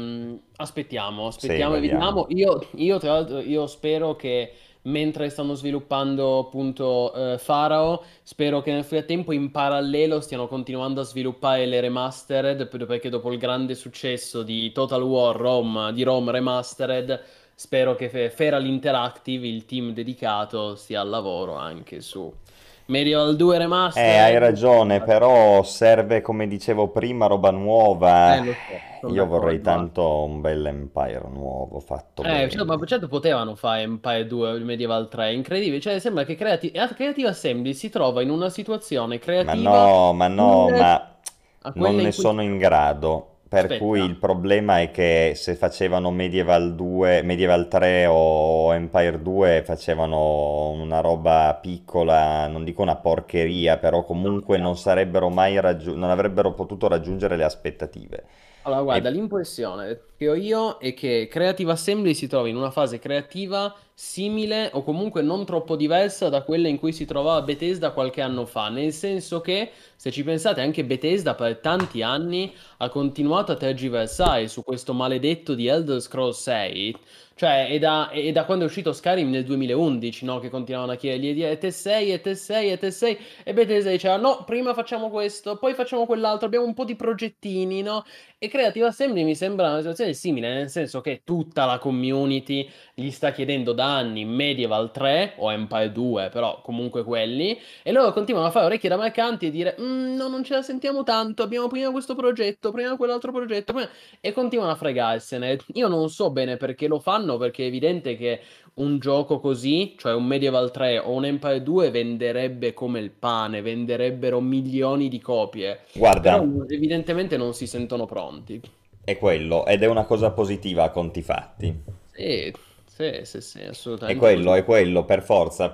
Aspettiamo, Sì, aspettiamo e vediamo. vediamo. Io, tra l'altro, io spero che mentre stanno sviluppando appunto Pharaoh, spero che nel frattempo in parallelo stiano continuando a sviluppare le remastered, perché dopo il grande successo di Total War Rome, di Rome Remastered, spero che Feral Interactive, il team dedicato, stia al lavoro anche su Medieval 2 Hai Remastered. ragione, però serve, come dicevo prima, roba nuova. Lo so, sono Io vorrei d'accordo. tanto un bel Empire nuovo, fatto Certo, ma bene. certo potevano fare Empire 2 o il Medieval 3, incredibile, cioè sembra che Creative Assembly si trova in una situazione creativa Ma no, simile ma a non quella ne in cui si sono in trova. grado. Per cui il Aspetta, problema è che se facevano Medieval 2, Medieval 3 o Empire 2 facevano una roba piccola, non dico una porcheria, però no, comunque non chiaro. sarebbero non avrebbero potuto raggiungere le aspettative. Allora, guarda, E l'impressione che ho io è che Creative Assembly si trovi in una fase creativa simile o comunque non troppo diversa da quella in cui si trovava Bethesda qualche anno fa, nel senso che, se ci pensate, anche Bethesda per tanti anni ha continuato a tergiversare su questo maledetto di Elder Scrolls 6, cioè è da quando è uscito Skyrim nel 2011, no? Che continuavano a chiedergli e te 6, e te 6, e te 6, e Bethesda diceva no, prima facciamo questo, poi facciamo quell'altro, abbiamo un po' di progettini, no? E Creative Assembly mi sembra una situazione simile, nel senso che tutta la community gli sta chiedendo da anni Medieval 3 o Empire 2, però comunque quelli, e loro continuano a fare orecchie da mercanti e dire no, non ce la sentiamo tanto, abbiamo prima questo progetto, prima quell'altro progetto, e continuano a fregarsene. Io non so bene perché lo fanno, perché è evidente che un gioco così, cioè un Medieval 3 o un Empire 2, venderebbe come il pane, venderebbero milioni di copie. Però guarda, evidentemente non si sentono pronti. è quello, ed è una cosa positiva a conti fatti. Sì, sì, sì, sì, assolutamente È positivo. quello per forza,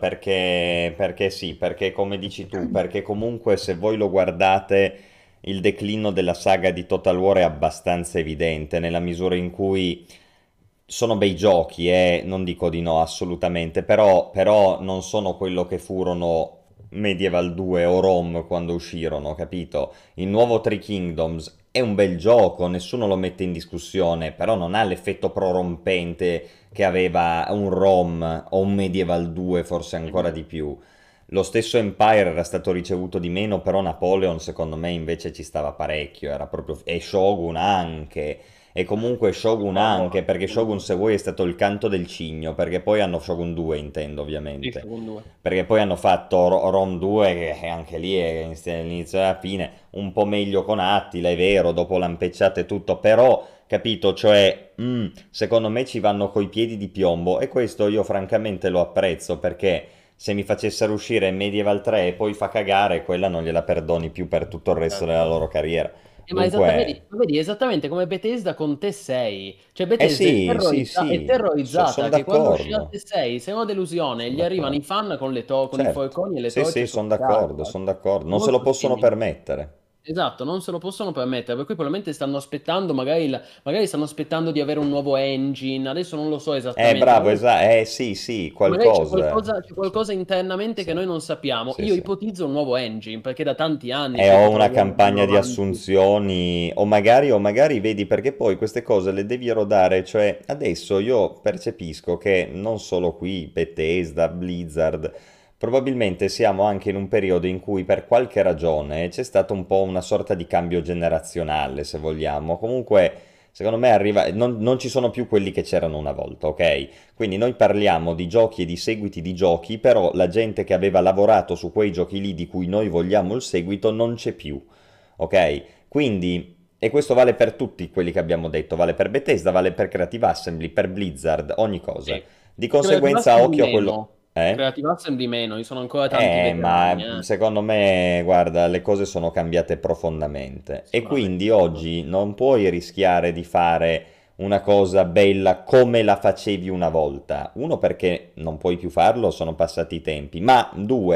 perché sì, perché come dici tu, perché comunque se voi lo guardate il declino della saga di Total War è abbastanza evidente, nella misura in cui sono bei giochi, non dico di no assolutamente, però non sono quello che furono Medieval 2 o Rome quando uscirono, capito? Il nuovo Three Kingdoms è un bel gioco, nessuno lo mette in discussione, però non ha l'effetto prorompente che aveva un Rome o un Medieval 2, forse ancora di più. Lo stesso Empire era stato ricevuto di meno, però Napoleon secondo me invece ci stava parecchio, era proprio... e Shogun anche, e comunque Shogun anche, Concordo, perché Shogun se concordo. vuoi è stato il canto del cigno, perché poi hanno Shogun 2 intendo Sì, ovviamente, secondo me. perché poi hanno fatto Rome 2 che anche lì è l'inizio e la fine, un po' meglio con Attila, è vero, dopo lampeggiate e tutto, però capito, cioè secondo me ci vanno coi piedi di piombo e questo io francamente lo apprezzo perché se mi facessero uscire Medieval 3 e poi fa cagare, quella non gliela perdoni più per tutto il resto della Certo. loro carriera. Vedi, Dunque, vedi, esattamente come Bethesda con te 6. Cioè eh Bethesda sì, sì, è sì, sono terrorizzata che quando uscirà te d'accordo, 6 sei una delusione, sono gli arrivano i d'accordo. fan con i Certo, forconi e le sì, sì, torce sotto casa. sono d'accordo, non se lo Molto possono simile. permettere. Esatto, non se lo possono permettere, per cui probabilmente stanno aspettando, magari stanno aspettando di avere un nuovo engine, adesso non lo so esattamente, Bravo, esatto, sì, sì, magari qualcosa. c'è qualcosa internamente che Sì, noi non sappiamo. sì, Io sì. ipotizzo un nuovo engine, perché da tanti anni E che ho Total una War vanno campagna di avanti. assunzioni, o magari vedi perché poi queste cose le devi rodare, cioè adesso io percepisco che non solo qui, Bethesda, Blizzard, probabilmente siamo anche in un periodo in cui per qualche ragione c'è stato un po' una sorta di cambio generazionale, se vogliamo. Comunque, secondo me arriva, non ci sono più quelli che c'erano una volta, ok? Quindi noi parliamo di giochi e di seguiti di giochi, però la gente che aveva lavorato su quei giochi lì di cui noi vogliamo il seguito non c'è più, ok? Quindi, e questo vale per tutti quelli che abbiamo detto, vale per Bethesda, vale per Creative Assembly, per Blizzard, ogni cosa. Sì. Di Creative conseguenza, Assembly occhio a quello... meno. Creative Assembly meno, ci sono ancora tanti Ma veterani, secondo me, guarda, le cose sono cambiate profondamente e sicuramente. quindi oggi non puoi rischiare di fare una cosa bella come la facevi una volta. Uno, perché non puoi più farlo, sono passati i tempi, ma due,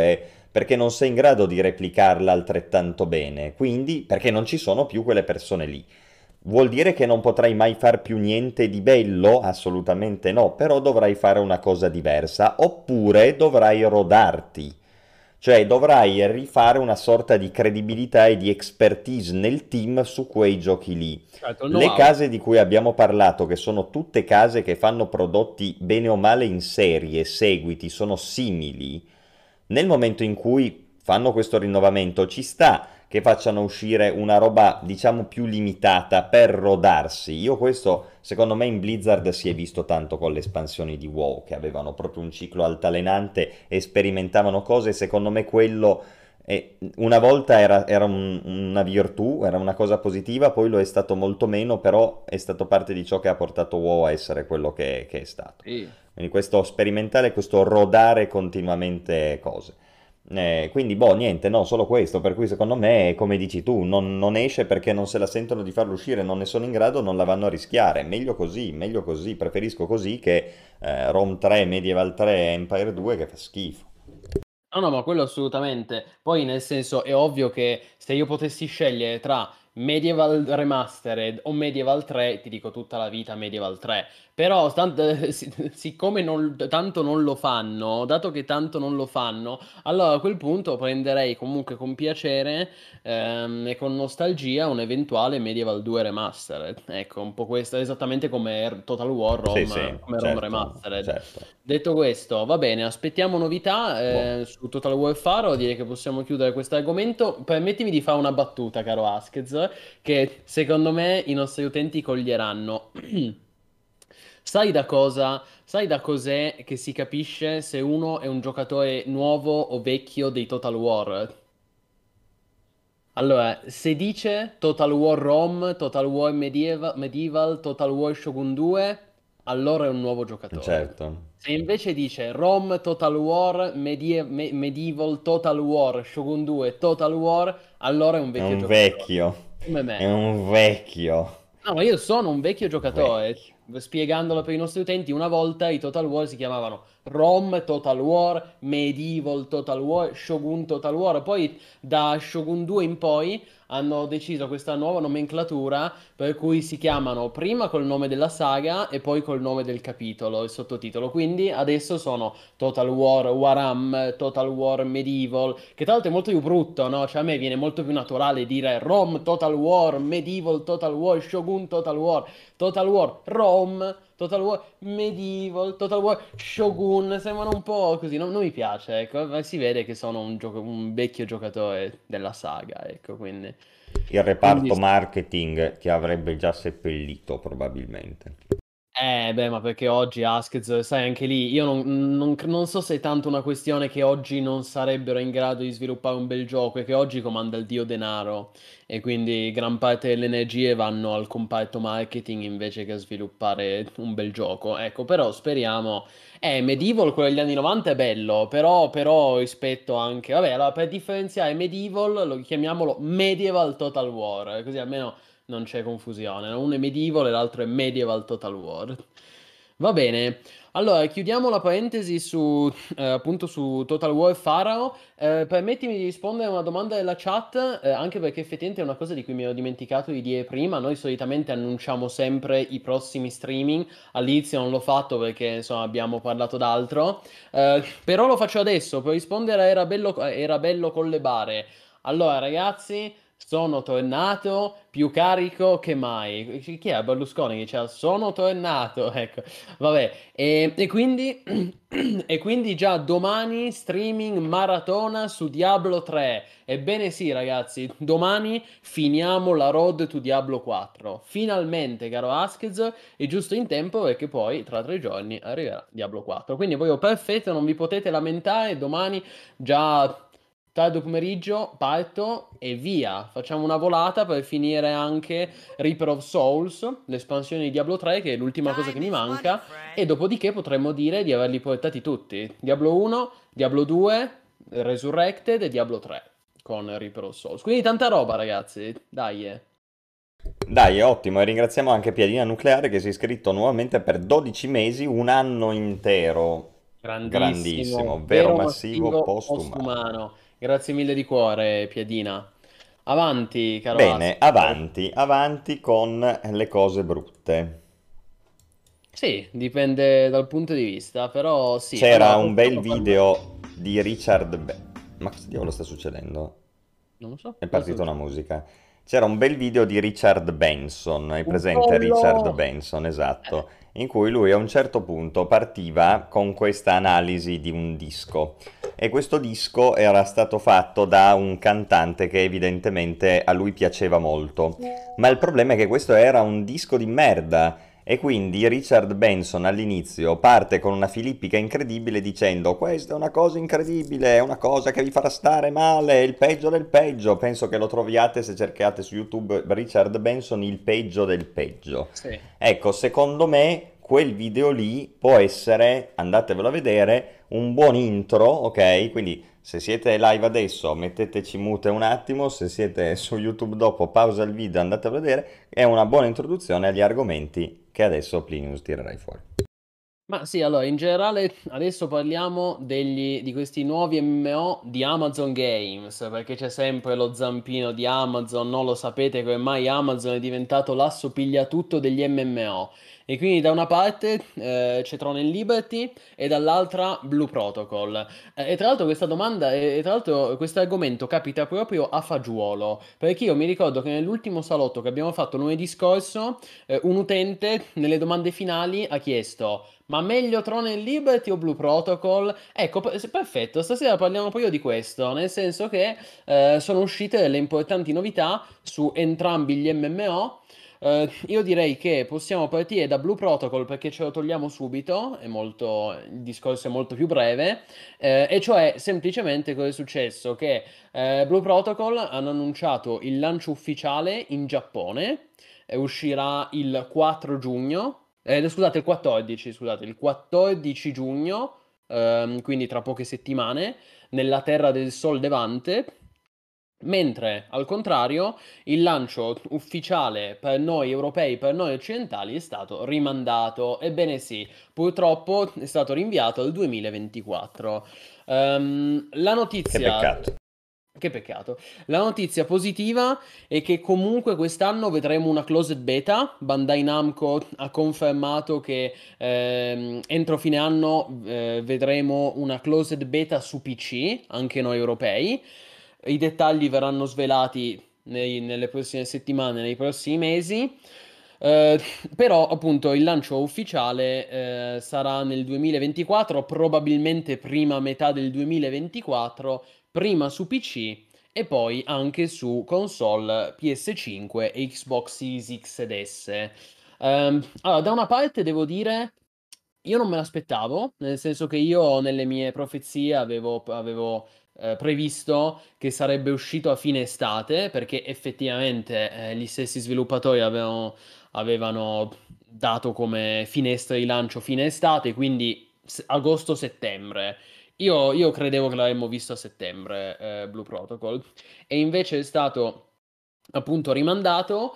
perché non sei in grado di replicarla altrettanto bene, quindi perché non ci sono più quelle persone lì. Vuol dire che non potrai mai far più niente di bello? Assolutamente no, però dovrai fare una cosa diversa, oppure dovrai rodarti. Cioè dovrai rifare una sorta di credibilità e di expertise nel team su quei giochi lì. Certo, il Le know-how. case di cui abbiamo parlato, che sono tutte case che fanno prodotti bene o male in serie, seguiti, sono simili, nel momento in cui fanno questo rinnovamento ci sta che facciano uscire una roba diciamo più limitata per rodarsi. Io questo secondo me in Blizzard si è visto tanto con le espansioni di WoW, che avevano proprio un ciclo altalenante e sperimentavano cose, secondo me quello una volta era una virtù, era una cosa positiva, poi lo è stato molto meno, però è stato parte di ciò che ha portato WoW a essere quello che è stato. Sì. Quindi questo sperimentare, questo rodare continuamente cose. Quindi, boh, niente, no, solo questo, per cui secondo me, come dici tu, non esce perché non se la sentono di farlo uscire, non ne sono in grado, non la vanno a rischiare. Meglio così, preferisco così che Rome 3, Medieval 3 Empire 2 che fa schifo. No, no, ma quello assolutamente. Poi, nel senso, è ovvio che se io potessi scegliere tra Medieval Remastered o Medieval 3, ti dico tutta la vita Medieval 3. Però, siccome tanto non lo fanno, dato che tanto non lo fanno, allora a quel punto prenderei comunque con piacere e con nostalgia un eventuale Medieval 2 Remastered. Ecco, un po' questo, esattamente come Total War Sì, Rome, sì, come Rome certo, Remastered. certo. Detto questo, va bene, aspettiamo Boh. novità su Total War Faro, direi che possiamo chiudere questo argomento. Permettimi di fare una battuta, caro Askez, che secondo me i nostri utenti coglieranno. Sai da cos'è che si capisce se uno è un giocatore nuovo o vecchio dei Total War? Allora, se dice Total War Rome, Total War Medieval, Total War Shogun 2, allora è un nuovo giocatore. Certo, Se invece dice Rome, Total War, Medieval, Total War, Shogun 2, Total War, allora è un è vecchio un giocatore. vecchio, Come è me. un vecchio, No, ma io sono un vecchio giocatore. vecchio. Spiegandolo per i nostri utenti, una volta i Total War si chiamavano Rom Total War, Medieval Total War, Shogun Total War. Poi da Shogun 2 in poi hanno deciso questa nuova nomenclatura per cui si chiamano prima col nome della saga e poi col nome del capitolo, il sottotitolo. Quindi adesso sono Total War Waram, Total War Medieval, che tra l'altro è molto più brutto, no? Cioè a me viene molto più naturale dire Rom Total War, Medieval Total War, Shogun Total War, Total War Rome, Total War Medieval, Total War Shogun, sembrano un po' così, non mi piace, ecco, ma si vede che sono un vecchio giocatore della saga, ecco, Il quindi reparto marketing che avrebbe già seppellito probabilmente. beh, ma perché oggi Askez, sai, anche lì, io non so se è tanto una questione che oggi non sarebbero in grado di sviluppare un bel gioco, è che oggi comanda il dio denaro e quindi gran parte delle energie vanno al comparto marketing invece che a sviluppare un bel gioco. Ecco, però speriamo. Medieval, quello degli anni 90 è bello, però rispetto anche... Vabbè, allora per differenziare Medieval, lo chiamiamolo Medieval Total War, così almeno non c'è confusione, no? Uno è Medieval e l'altro è Medieval Total War. Va bene, allora chiudiamo la parentesi su appunto su Total War Pharaoh. Permettimi di rispondere a una domanda della chat, anche perché effettivamente è una cosa di cui mi ero dimenticato di dire prima. Noi solitamente annunciamo sempre i prossimi streaming. All'inizio non l'ho fatto perché insomma abbiamo parlato d'altro. Però lo faccio adesso per rispondere a Era bello con le bare. Allora, ragazzi, sono tornato più carico che mai. Chi è Berlusconi che diceva sono tornato? Ecco, vabbè. E quindi, e quindi già domani streaming maratona su Diablo 3. Ebbene sì, ragazzi, domani finiamo la road to Diablo 4. Finalmente, caro Askez, è giusto in tempo perché poi tra 3 giorni arriverà Diablo 4. Quindi voi perfetto, non vi potete lamentare. Domani già tardo pomeriggio parto e via. Facciamo una volata per finire anche Reaper of Souls, l'espansione di Diablo 3, che è l'ultima cosa che mi manca. E dopodiché potremmo dire di averli portati tutti. Diablo 1, Diablo 2, Resurrected e Diablo 3 con Reaper of Souls. Quindi tanta roba, ragazzi. Dai. Dai, è ottimo, e ringraziamo anche Piadina Nucleare che si è iscritto nuovamente per 12 mesi, un anno intero. Grandissimo, grandissimo, vero vero massivo massivo postumano. postumano. Grazie mille di cuore, Piadina. Avanti, caro Bene, Asker. avanti, avanti con le cose brutte. Sì, dipende dal punto di vista, però sì. C'era Allora, un bel possiamo parlare... video di Richard Ma cosa diavolo sta succedendo? Non lo so, È cosa sta partita una succedendo? musica. C'era un bel video di Richard Benson, hai Un presente Richard pollo! Benson, esatto, in cui lui a un certo punto partiva con questa analisi di un disco. E questo disco era stato fatto da un cantante che evidentemente a lui piaceva molto. Ma il problema è che questo era un disco di merda. E quindi Richard Benson all'inizio parte con una filippica incredibile dicendo questa è una cosa incredibile, è una cosa che vi farà stare male, è il peggio del peggio. Penso che lo troviate se cercate su YouTube Richard Benson il peggio del peggio. Sì. Ecco, secondo me quel video lì può essere, andatevelo a vedere, un buon intro, ok? Quindi se siete live adesso metteteci mute un attimo, se siete su YouTube dopo pausa il video e andate a vedere, è una buona introduzione agli argomenti che adesso Plinius tirerai fuori. Ma sì, allora, in generale adesso parliamo di questi nuovi MMO di Amazon Games, perché c'è sempre lo zampino di Amazon, non lo sapete come mai Amazon è diventato l'asso pigliatutto degli MMO. E quindi da una parte c'è Tron and Liberty e dall'altra Blue Protocol. E tra l'altro questa domanda, e tra l'altro questo argomento capita proprio a fagiolo, perché io mi ricordo che nell'ultimo salotto che abbiamo fatto lunedì scorso, un utente nelle domande finali ha chiesto: ma meglio Tron e Liberty o Blue Protocol? Ecco, perfetto, stasera parliamo proprio di questo, nel senso che sono uscite delle importanti novità su entrambi gli MMO. Io direi che possiamo partire da Blue Protocol perché ce lo togliamo subito, il discorso è molto più breve, e cioè semplicemente cosa è successo? Che Blue Protocol hanno annunciato il lancio ufficiale in Giappone, uscirà il 4 giugno. Scusate, il 14 giugno, quindi tra poche settimane, nella Terra del Sol Levante, mentre al contrario il lancio ufficiale per noi europei, per noi occidentali, è stato rimandato. Ebbene sì, purtroppo è stato rinviato al 2024. La Che notizia... peccato. Che peccato. La notizia positiva è che comunque quest'anno vedremo una closed beta. Bandai Namco ha confermato che entro fine anno vedremo una closed beta su PC, anche noi europei. I dettagli verranno svelati nelle prossime settimane, nei prossimi mesi. Eh, Però appunto il lancio ufficiale sarà nel 2024, probabilmente prima metà del 2024, prima su PC e poi anche su console PS5 e Xbox Series X ed S. Allora, da una parte devo dire, io non me l'aspettavo, nel senso che io nelle mie profezie avevo previsto che sarebbe uscito a fine estate, perché effettivamente gli stessi sviluppatori avevano dato come finestra di lancio fine estate, quindi agosto-settembre. Io credevo che l'avremmo visto a settembre, Blue Protocol, e invece è stato appunto rimandato,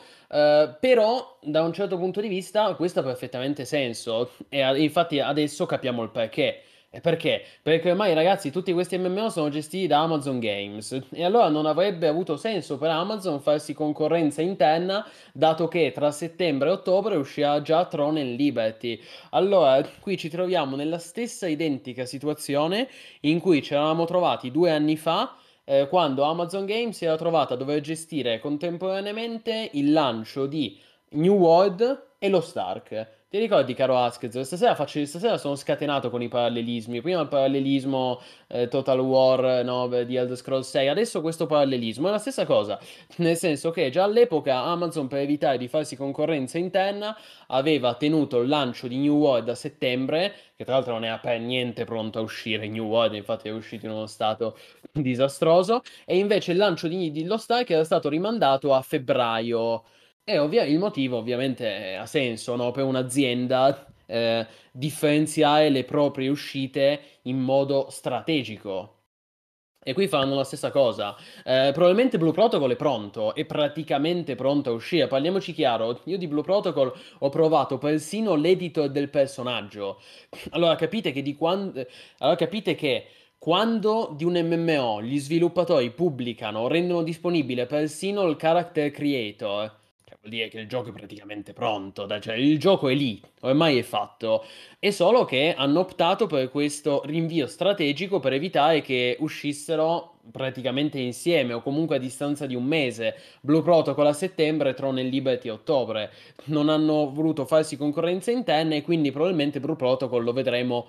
però da un certo punto di vista questo ha perfettamente senso, e infatti adesso capiamo il perché. E perché? Perché ormai ragazzi tutti questi MMO sono gestiti da Amazon Games e allora non avrebbe avuto senso per Amazon farsi concorrenza interna, dato che tra settembre e ottobre uscirà già Throne and Liberty. Allora qui ci troviamo nella stessa identica situazione in cui ci eravamo trovati 2 anni fa, quando Amazon Games si era trovata a dover gestire contemporaneamente il lancio di New World e lo Stark. Ti ricordi, caro Askez? Stasera sono scatenato con i parallelismi. Prima il parallelismo Total War, no, di Elder Scrolls 6, adesso questo parallelismo è la stessa cosa. Nel senso che già all'epoca Amazon, per evitare di farsi concorrenza interna, aveva tenuto il lancio di New World a settembre, che tra l'altro non era per niente pronto a uscire New World, infatti è uscito in uno stato disastroso, e invece il lancio di Lost Ark era stato rimandato a febbraio. E il motivo ovviamente ha senso, no? Per un'azienda differenziare le proprie uscite in modo strategico. E qui fanno la stessa cosa. Probabilmente Blue Protocol è pronto, è praticamente pronto a uscire. Parliamoci chiaro, io di Blue Protocol ho provato persino l'editor del personaggio. Allora capite che allora capite che quando di un MMO gli sviluppatori pubblicano, rendono disponibile persino il character creator, cioè vuol dire che il gioco è praticamente pronto, cioè il gioco è lì, ormai è fatto. È solo che hanno optato per questo rinvio strategico per evitare che uscissero praticamente insieme o comunque a distanza di un mese. Blue Protocol a settembre, Tron e Liberty a ottobre. Non hanno voluto farsi concorrenza interna e quindi probabilmente Blue Protocol lo vedremo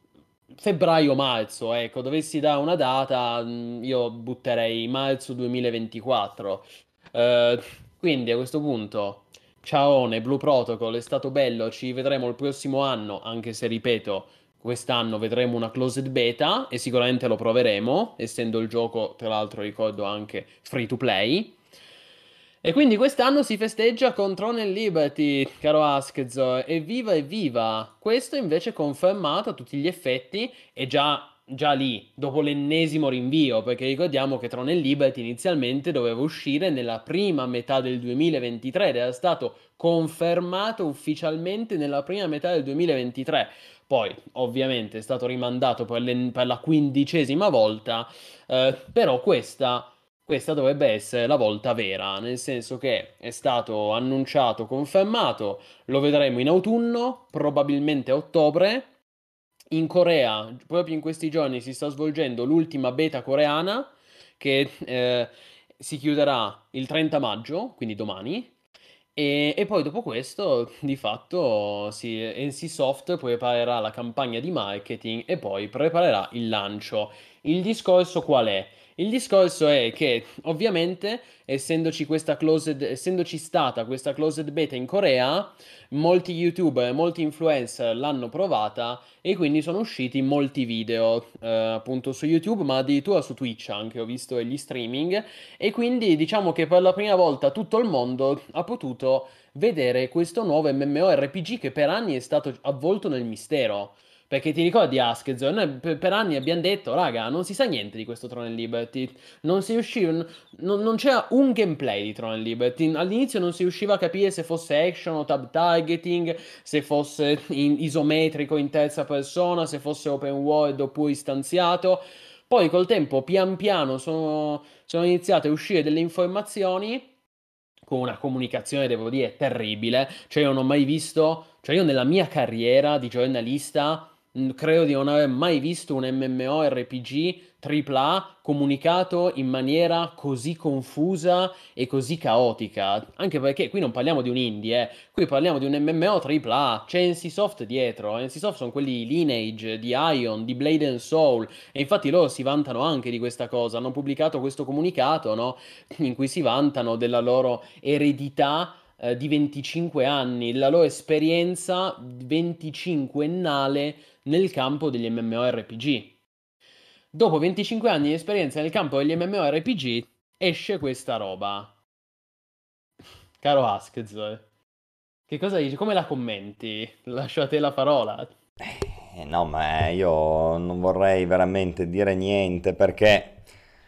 febbraio-marzo. Ecco, dovessi dare una data, io butterei marzo 2024. Eh, quindi a questo punto, ciaone, Blue Protocol, è stato bello, ci vedremo il prossimo anno, anche se ripeto, quest'anno vedremo una closed beta e sicuramente lo proveremo, essendo il gioco, tra l'altro ricordo anche free to play. E quindi quest'anno si festeggia con Tron and Liberty, caro Askezor, evviva evviva! Questo invece è confermato a tutti gli effetti, è già lì, dopo l'ennesimo rinvio, perché ricordiamo che Tron and Liberty inizialmente doveva uscire nella prima metà del 2023 ed era stato confermato ufficialmente nella prima metà del 2023. Poi, ovviamente, è stato rimandato per la 15ª volta, però questa dovrebbe essere la volta vera, nel senso che è stato annunciato, confermato, lo vedremo in autunno, probabilmente a ottobre. In Corea, proprio in questi giorni, si sta svolgendo l'ultima beta coreana che si chiuderà il 30 maggio, quindi domani. E poi dopo questo, di fatto, NCSoft preparerà la campagna di marketing e poi preparerà il lancio. Il discorso qual è? Il discorso è che, ovviamente, essendoci stata questa closed beta in Corea, molti YouTuber, molti influencer l'hanno provata e quindi sono usciti molti video, appunto su YouTube, ma addirittura su Twitch anche, ho visto gli streaming. E quindi diciamo che per la prima volta tutto il mondo ha potuto vedere questo nuovo MMORPG che per anni è stato avvolto nel mistero. Perché ti ricordi Askezon? Noi per anni abbiamo detto, raga, non si sa niente di questo Throne and Liberty. Non si riusciva, non c'era un gameplay di Throne and Liberty. All'inizio non si riusciva a capire se fosse action o tab targeting, se fosse isometrico in terza persona, se fosse open world oppure istanziato. Poi col tempo, pian piano, sono iniziate a uscire delle informazioni con una comunicazione, devo dire, terribile. Cioè, io non ho mai visto, cioè io nella mia carriera di giornalista, credo di non aver mai visto un MMORPG AAA comunicato in maniera così confusa e così caotica. Anche perché qui non parliamo di un indie, qui parliamo di un MMO AAA. C'è NCSoft dietro. NCSoft sono quelli Lineage, di Ion, di Blade and Soul. E infatti loro si vantano anche di questa cosa. Hanno pubblicato questo comunicato, no? In cui si vantano della loro eredità di 25 anni, la loro esperienza 25ennale nel campo degli MMORPG. Dopo 25 anni di esperienza nel campo degli MMORPG esce questa roba. Caro Askz, che cosa dici? Come la commenti? Lascio a te la parola. No, ma io non vorrei veramente dire niente perché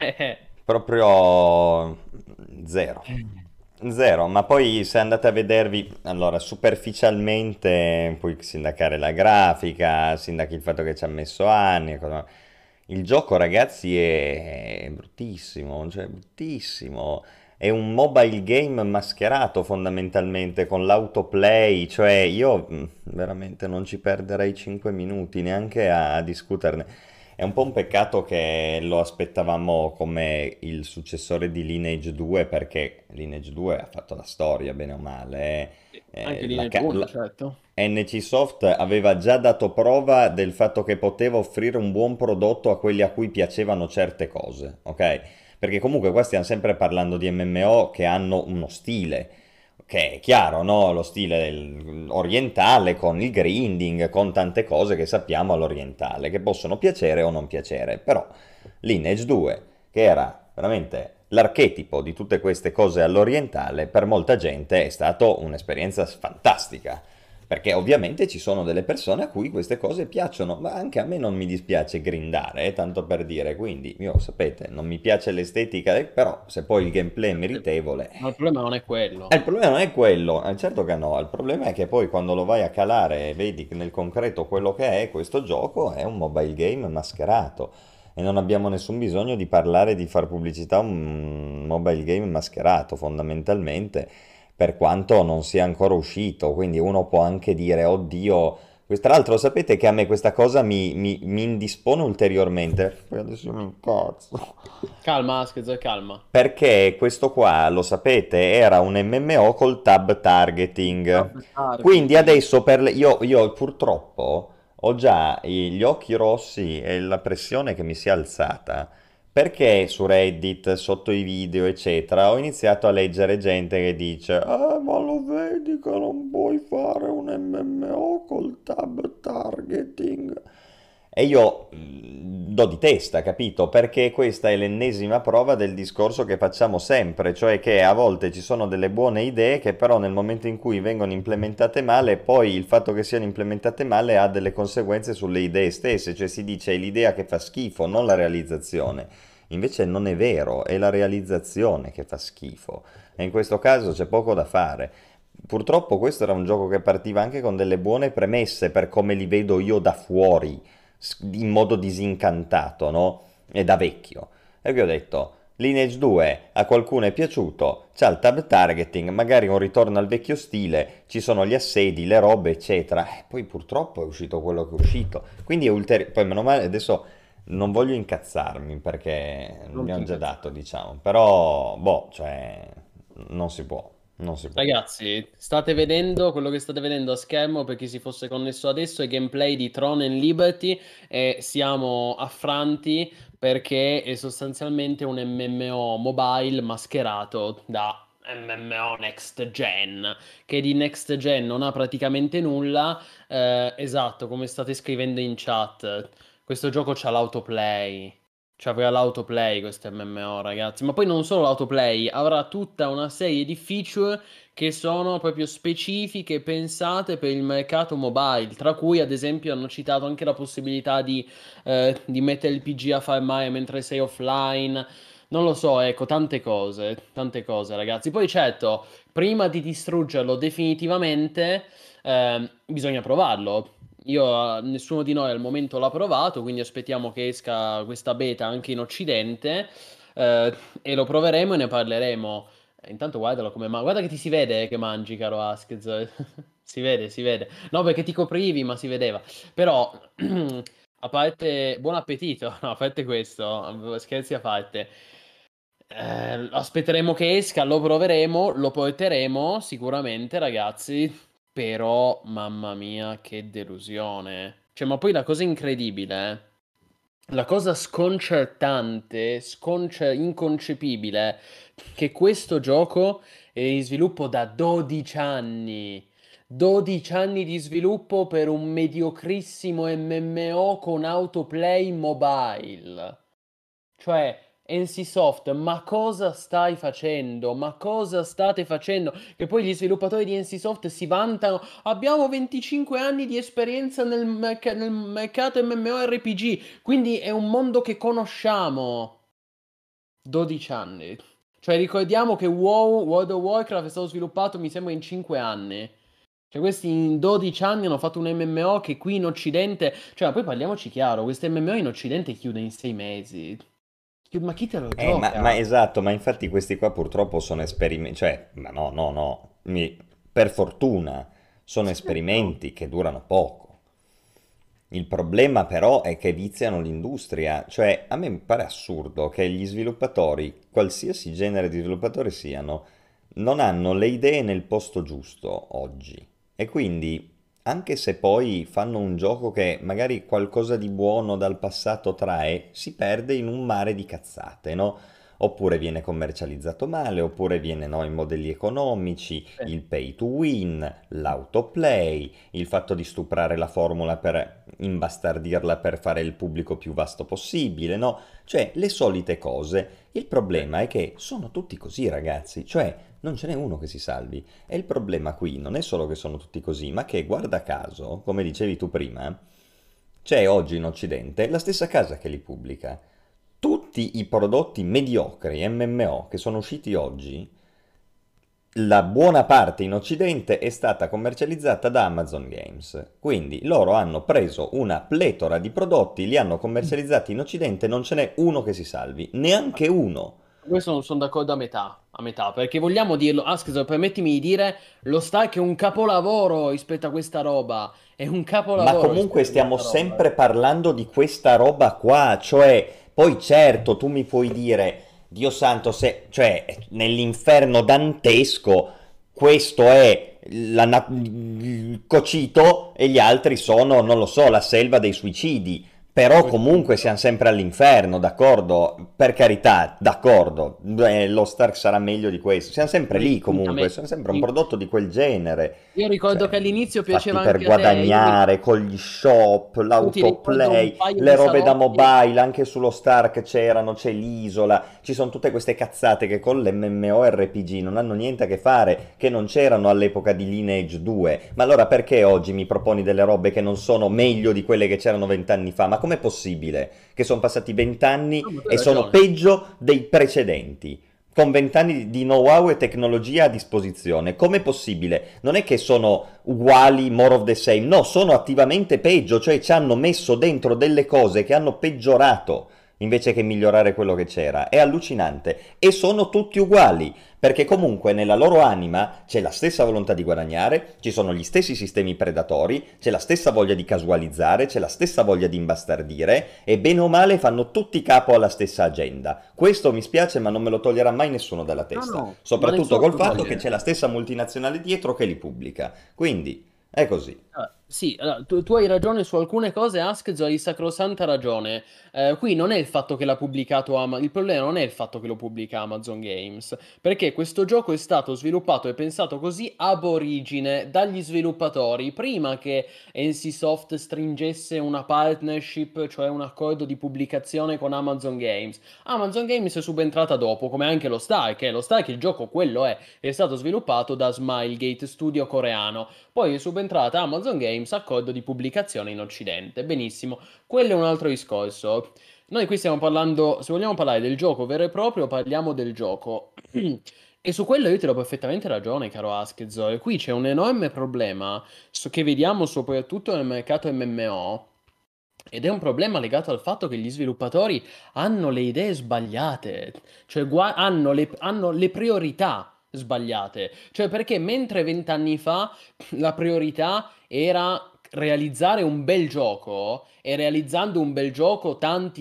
proprio zero. Zero, ma poi se andate a vedervi, allora superficialmente puoi sindacare la grafica, sindachi il fatto che ci ha messo anni, il gioco ragazzi è bruttissimo, cioè bruttissimo, è un mobile game mascherato fondamentalmente con l'autoplay, cioè io veramente non ci perderei 5 minuti neanche a discuterne. È un po' un peccato che lo aspettavamo come il successore di Lineage 2 perché Lineage 2 ha fatto la storia bene o male. Anche lì nel uno, certo. NCSoft aveva già dato prova del fatto che poteva offrire un buon prodotto a quelli a cui piacevano certe cose, ok? Perché comunque qua stiamo sempre parlando di MMO che hanno uno stile, che è chiaro, no? Lo stile orientale con il grinding, con tante cose che sappiamo all'orientale, che possono piacere o non piacere, però Lineage 2, che era veramente l'archetipo di tutte queste cose all'orientale, per molta gente è stata un'esperienza fantastica. Perché ovviamente ci sono delle persone a cui queste cose piacciono, ma anche a me non mi dispiace grindare, tanto per dire, quindi io sapete, non mi piace l'estetica, però se poi il gameplay è meritevole. Ma il problema non è quello. Il problema non è quello, certo che no, il problema è che poi quando lo vai a calare e vedi nel concreto quello che è questo gioco, è un mobile game mascherato. E non abbiamo nessun bisogno di parlare di far pubblicità a un mobile game mascherato, fondamentalmente, per quanto non sia ancora uscito. Quindi uno può anche dire, oddio, tra l'altro sapete che a me questa cosa mi indispone ulteriormente. Poi adesso mi incazzo. Calma, Askez, calma. Perché questo qua, lo sapete, era un MMO col tab targeting. Quindi Targeting. adesso io purtroppo ho già gli occhi rossi e la pressione che mi si è alzata. Perché su Reddit, sotto i video, eccetera, ho iniziato a leggere gente che dice: ma lo vedi che non puoi fare un MMO col tab targeting? E io do di testa, capito? Perché questa è l'ennesima prova del discorso che facciamo sempre, cioè che a volte ci sono delle buone idee che però nel momento in cui vengono implementate male, poi il fatto che siano implementate male ha delle conseguenze sulle idee stesse, cioè si dice è l'idea che fa schifo, non la realizzazione. Invece non è vero, è la realizzazione che fa schifo. E in questo caso c'è poco da fare. Purtroppo questo era un gioco che partiva anche con delle buone premesse per come li vedo io da fuori, in modo disincantato, no? E da vecchio. E vi ho detto, Lineage 2 a qualcuno è piaciuto, c'ha il tab targeting, magari un ritorno al vecchio stile, ci sono gli assedi, le robe, eccetera. E poi purtroppo è uscito quello che è uscito. Quindi è ulteriore. Poi meno male, adesso non voglio incazzarmi perché Non mi ti hanno già incazzare. dato, diciamo. Però, boh, cioè, non si può, non si può. Ragazzi, state vedendo quello che state vedendo a schermo per chi si fosse connesso adesso è gameplay di Throne and Liberty e siamo affranti perché è sostanzialmente un MMO mobile mascherato da MMO Next Gen, che di Next Gen non ha praticamente nulla. Esatto, come state scrivendo in chat. Questo gioco c'ha l'autoplay. Cioè, avrà l'autoplay questo MMO, ragazzi. Ma poi non solo l'autoplay, avrà tutta una serie di feature che sono proprio specifiche, pensate per il mercato mobile. Tra cui, ad esempio, hanno citato anche la possibilità di mettere il PG a farmare mentre sei offline. Non lo so, ecco, tante cose, ragazzi. Poi, certo, prima di distruggerlo definitivamente, bisogna provarlo. Nessuno di noi al momento l'ha provato, quindi aspettiamo che esca questa beta anche in Occidente, e lo proveremo e ne parleremo. Intanto guardalo guarda che ti si vede che mangi, caro Askez. Si vede, si vede. No, perché ti coprivi, ma si vedeva. Però, a parte... Buon appetito, no, a parte questo, scherzi a parte. Aspetteremo che esca, lo proveremo, lo porteremo sicuramente, ragazzi. Però, mamma mia, che delusione. Cioè, ma poi la cosa incredibile, la cosa sconcertante, inconcepibile, che questo gioco è in sviluppo da 12 anni. 12 anni di sviluppo per un mediocrissimo MMO con autoplay mobile. Cioè, NCSoft, ma cosa stai facendo? Ma cosa state facendo? Che poi gli sviluppatori di NCSoft si vantano. Abbiamo 25 anni di esperienza nel mercato MMORPG, quindi è un mondo che conosciamo. 12 anni. Cioè, ricordiamo che World of Warcraft è stato sviluppato, mi sembra, in 5 anni. Cioè, questi in 12 anni hanno fatto un MMO che qui in Occidente... Cioè, ma poi parliamoci chiaro, questo MMO in Occidente chiude in 6 mesi. Ma chi te lo Ma gioca? esatto, ma infatti questi qua purtroppo sono esperimenti, cioè, ma no, no, no, per fortuna sono Certo. esperimenti che durano poco. Il problema però è che viziano l'industria, cioè a me pare assurdo che gli sviluppatori, qualsiasi genere di sviluppatori siano, non hanno le idee nel posto giusto oggi. E quindi, anche se poi fanno un gioco che magari qualcosa di buono dal passato trae, si perde in un mare di cazzate, no? Oppure viene commercializzato male, oppure viene no, in modelli economici, Sì. il pay to win, l'autoplay, il fatto di stuprare la formula per imbastardirla per fare il pubblico più vasto possibile, no? Cioè, le solite cose. Il Sì. problema è che sono tutti così, ragazzi. Cioè, non ce n'è uno che si salvi. E il problema qui non è solo che sono tutti così, ma che, guarda caso, come dicevi tu prima, c'è oggi in Occidente la stessa casa che li pubblica. Tutti i prodotti mediocri MMO che sono usciti oggi, la buona parte in Occidente è stata commercializzata da Amazon Games. Quindi loro hanno preso una pletora di prodotti, li hanno commercializzati in Occidente, non ce n'è uno che si salvi, neanche uno. Questo non sono d'accordo a metà, perché vogliamo dirlo, scusa, permettimi di dire, lo Stack è un capolavoro rispetto a questa roba, è un Ma capolavoro comunque rispetto a stiamo questa roba. sempre parlando di questa roba qua, cioè, poi certo tu mi puoi dire, Dio santo, se, cioè, nell'inferno dantesco questo è il cocito e gli altri sono, non lo so, la selva dei suicidi. Però comunque siamo sempre all'inferno, d'accordo? Per carità, d'accordo, lo Stark sarà meglio di questo. Siamo sempre lì comunque, Infinitamente. siamo sempre un prodotto di quel genere. Io ricordo Cioè, che all'inizio fatti piaceva per anche a te, guadagnare con gli shop, io ti ricordo un l'autoplay, paio le di robe da salotti. mobile, anche sullo Stark c'erano, c'è l'isola, ci sono tutte queste cazzate che con l'MMORPG non hanno niente a che fare, che non c'erano all'epoca di Lineage 2. Ma allora perché oggi mi proponi delle robe che non sono meglio di quelle che c'erano 20 anni fa? Ma com'è possibile che sono passati 20 anni No, ma tu hai e sono ragione. peggio dei precedenti? Con 20 anni di know-how e tecnologia a disposizione. Com'è possibile? Non è che sono uguali, more of the same, no, sono attivamente peggio, cioè ci hanno messo dentro delle cose che hanno peggiorato invece che migliorare quello che c'era. È allucinante. E sono tutti uguali, perché comunque nella loro anima c'è la stessa volontà di guadagnare, ci sono gli stessi sistemi predatori, c'è la stessa voglia di casualizzare, c'è la stessa voglia di imbastardire e bene o male fanno tutti capo alla stessa agenda. Questo mi spiace, ma non me lo toglierà mai nessuno dalla No, testa, no, ma soprattutto nessuno te col lo fatto che toglie. c'è la stessa multinazionale dietro che li pubblica. Quindi è così. Sì, allora, tu hai ragione su alcune cose, Askez hai sacrosanta ragione. Qui non è il fatto che l'ha pubblicato Amazon, il problema non è il fatto che lo pubblica Amazon Games, perché questo gioco è stato sviluppato e pensato così ab origine dagli sviluppatori, prima che NCSoft stringesse una partnership, cioè un accordo di pubblicazione con Amazon Games. Amazon Games è subentrata dopo, come anche lo Stark, lo Stark il gioco quello è stato sviluppato da Smilegate, studio coreano. Poi è subentrata Amazon Games, accordo di pubblicazione in Occidente. Benissimo, quello è un altro discorso. Noi qui stiamo parlando, se vogliamo parlare del gioco vero e proprio, parliamo del gioco. E su quello io ti do perfettamente ragione, caro Askezzo. E qui c'è un enorme problema che vediamo soprattutto nel mercato MMO. Ed è un problema legato al fatto che gli sviluppatori hanno le idee sbagliate, cioè hanno le priorità sbagliate. Cioè perché mentre 20 anni fa la priorità era realizzare un bel gioco e realizzando un bel gioco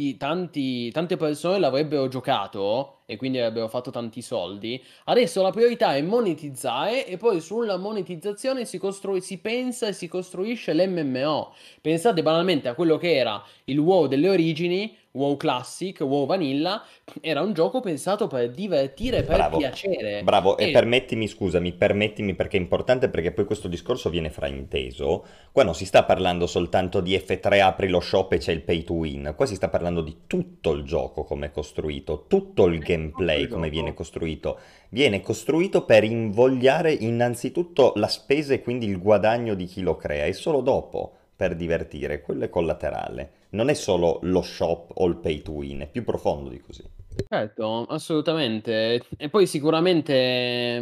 tante persone l'avrebbero giocato e quindi avrebbero fatto tanti soldi, adesso la priorità è monetizzare e poi sulla monetizzazione si pensa e si costruisce l'MMO. Pensate banalmente a quello che era il WoW delle origini, WoW Classic, WoW Vanilla, era un gioco pensato per divertire, per Bravo, piacere. bravo, e E permettimi, scusami, permettimi perché è importante perché poi questo discorso viene frainteso. Qua non si sta parlando soltanto di F3, apri lo shop e c'è il pay to win, qua si sta parlando di tutto il gioco come è costruito, tutto il è tutto gameplay il come viene gioco. costruito. Viene costruito per invogliare innanzitutto la spesa e quindi il guadagno di chi lo crea e solo dopo per divertire, quello è collaterale. Non è solo lo shop o il pay to win, è più profondo di così. Certo, assolutamente. E poi sicuramente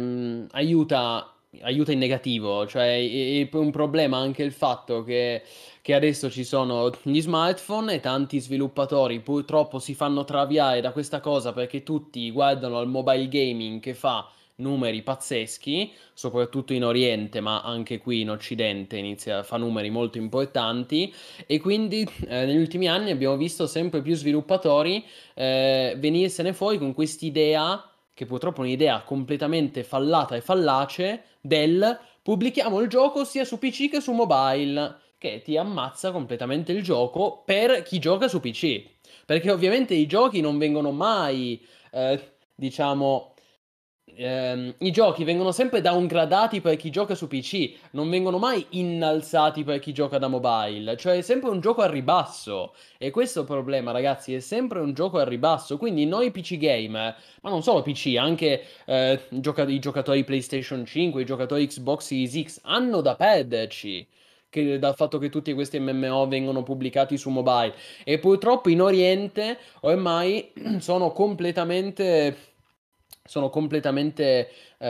aiuta in negativo, cioè è un problema anche il fatto che adesso ci sono gli smartphone e tanti sviluppatori purtroppo si fanno traviare da questa cosa perché tutti guardano al mobile gaming che fa numeri pazzeschi, soprattutto in Oriente, ma anche qui in Occidente fa numeri molto importanti e quindi negli ultimi anni abbiamo visto sempre più sviluppatori venirsene fuori con quest'idea, che purtroppo è un'idea completamente fallata e fallace, del pubblichiamo il gioco sia su PC che su mobile, che ti ammazza completamente il gioco per chi gioca su PC. Perché ovviamente i giochi non vengono mai, diciamo, i giochi vengono sempre downgradati per chi gioca su PC, non vengono mai innalzati per chi gioca da mobile, cioè è sempre un gioco a ribasso. E questo è il problema, ragazzi, è sempre un gioco a ribasso. Quindi noi PC gamer, ma non solo PC, anche i giocatori PlayStation 5, i giocatori Xbox Series X, hanno da perderci. Dal fatto che tutti questi MMO vengono pubblicati su mobile. E purtroppo in Oriente ormai sono completamente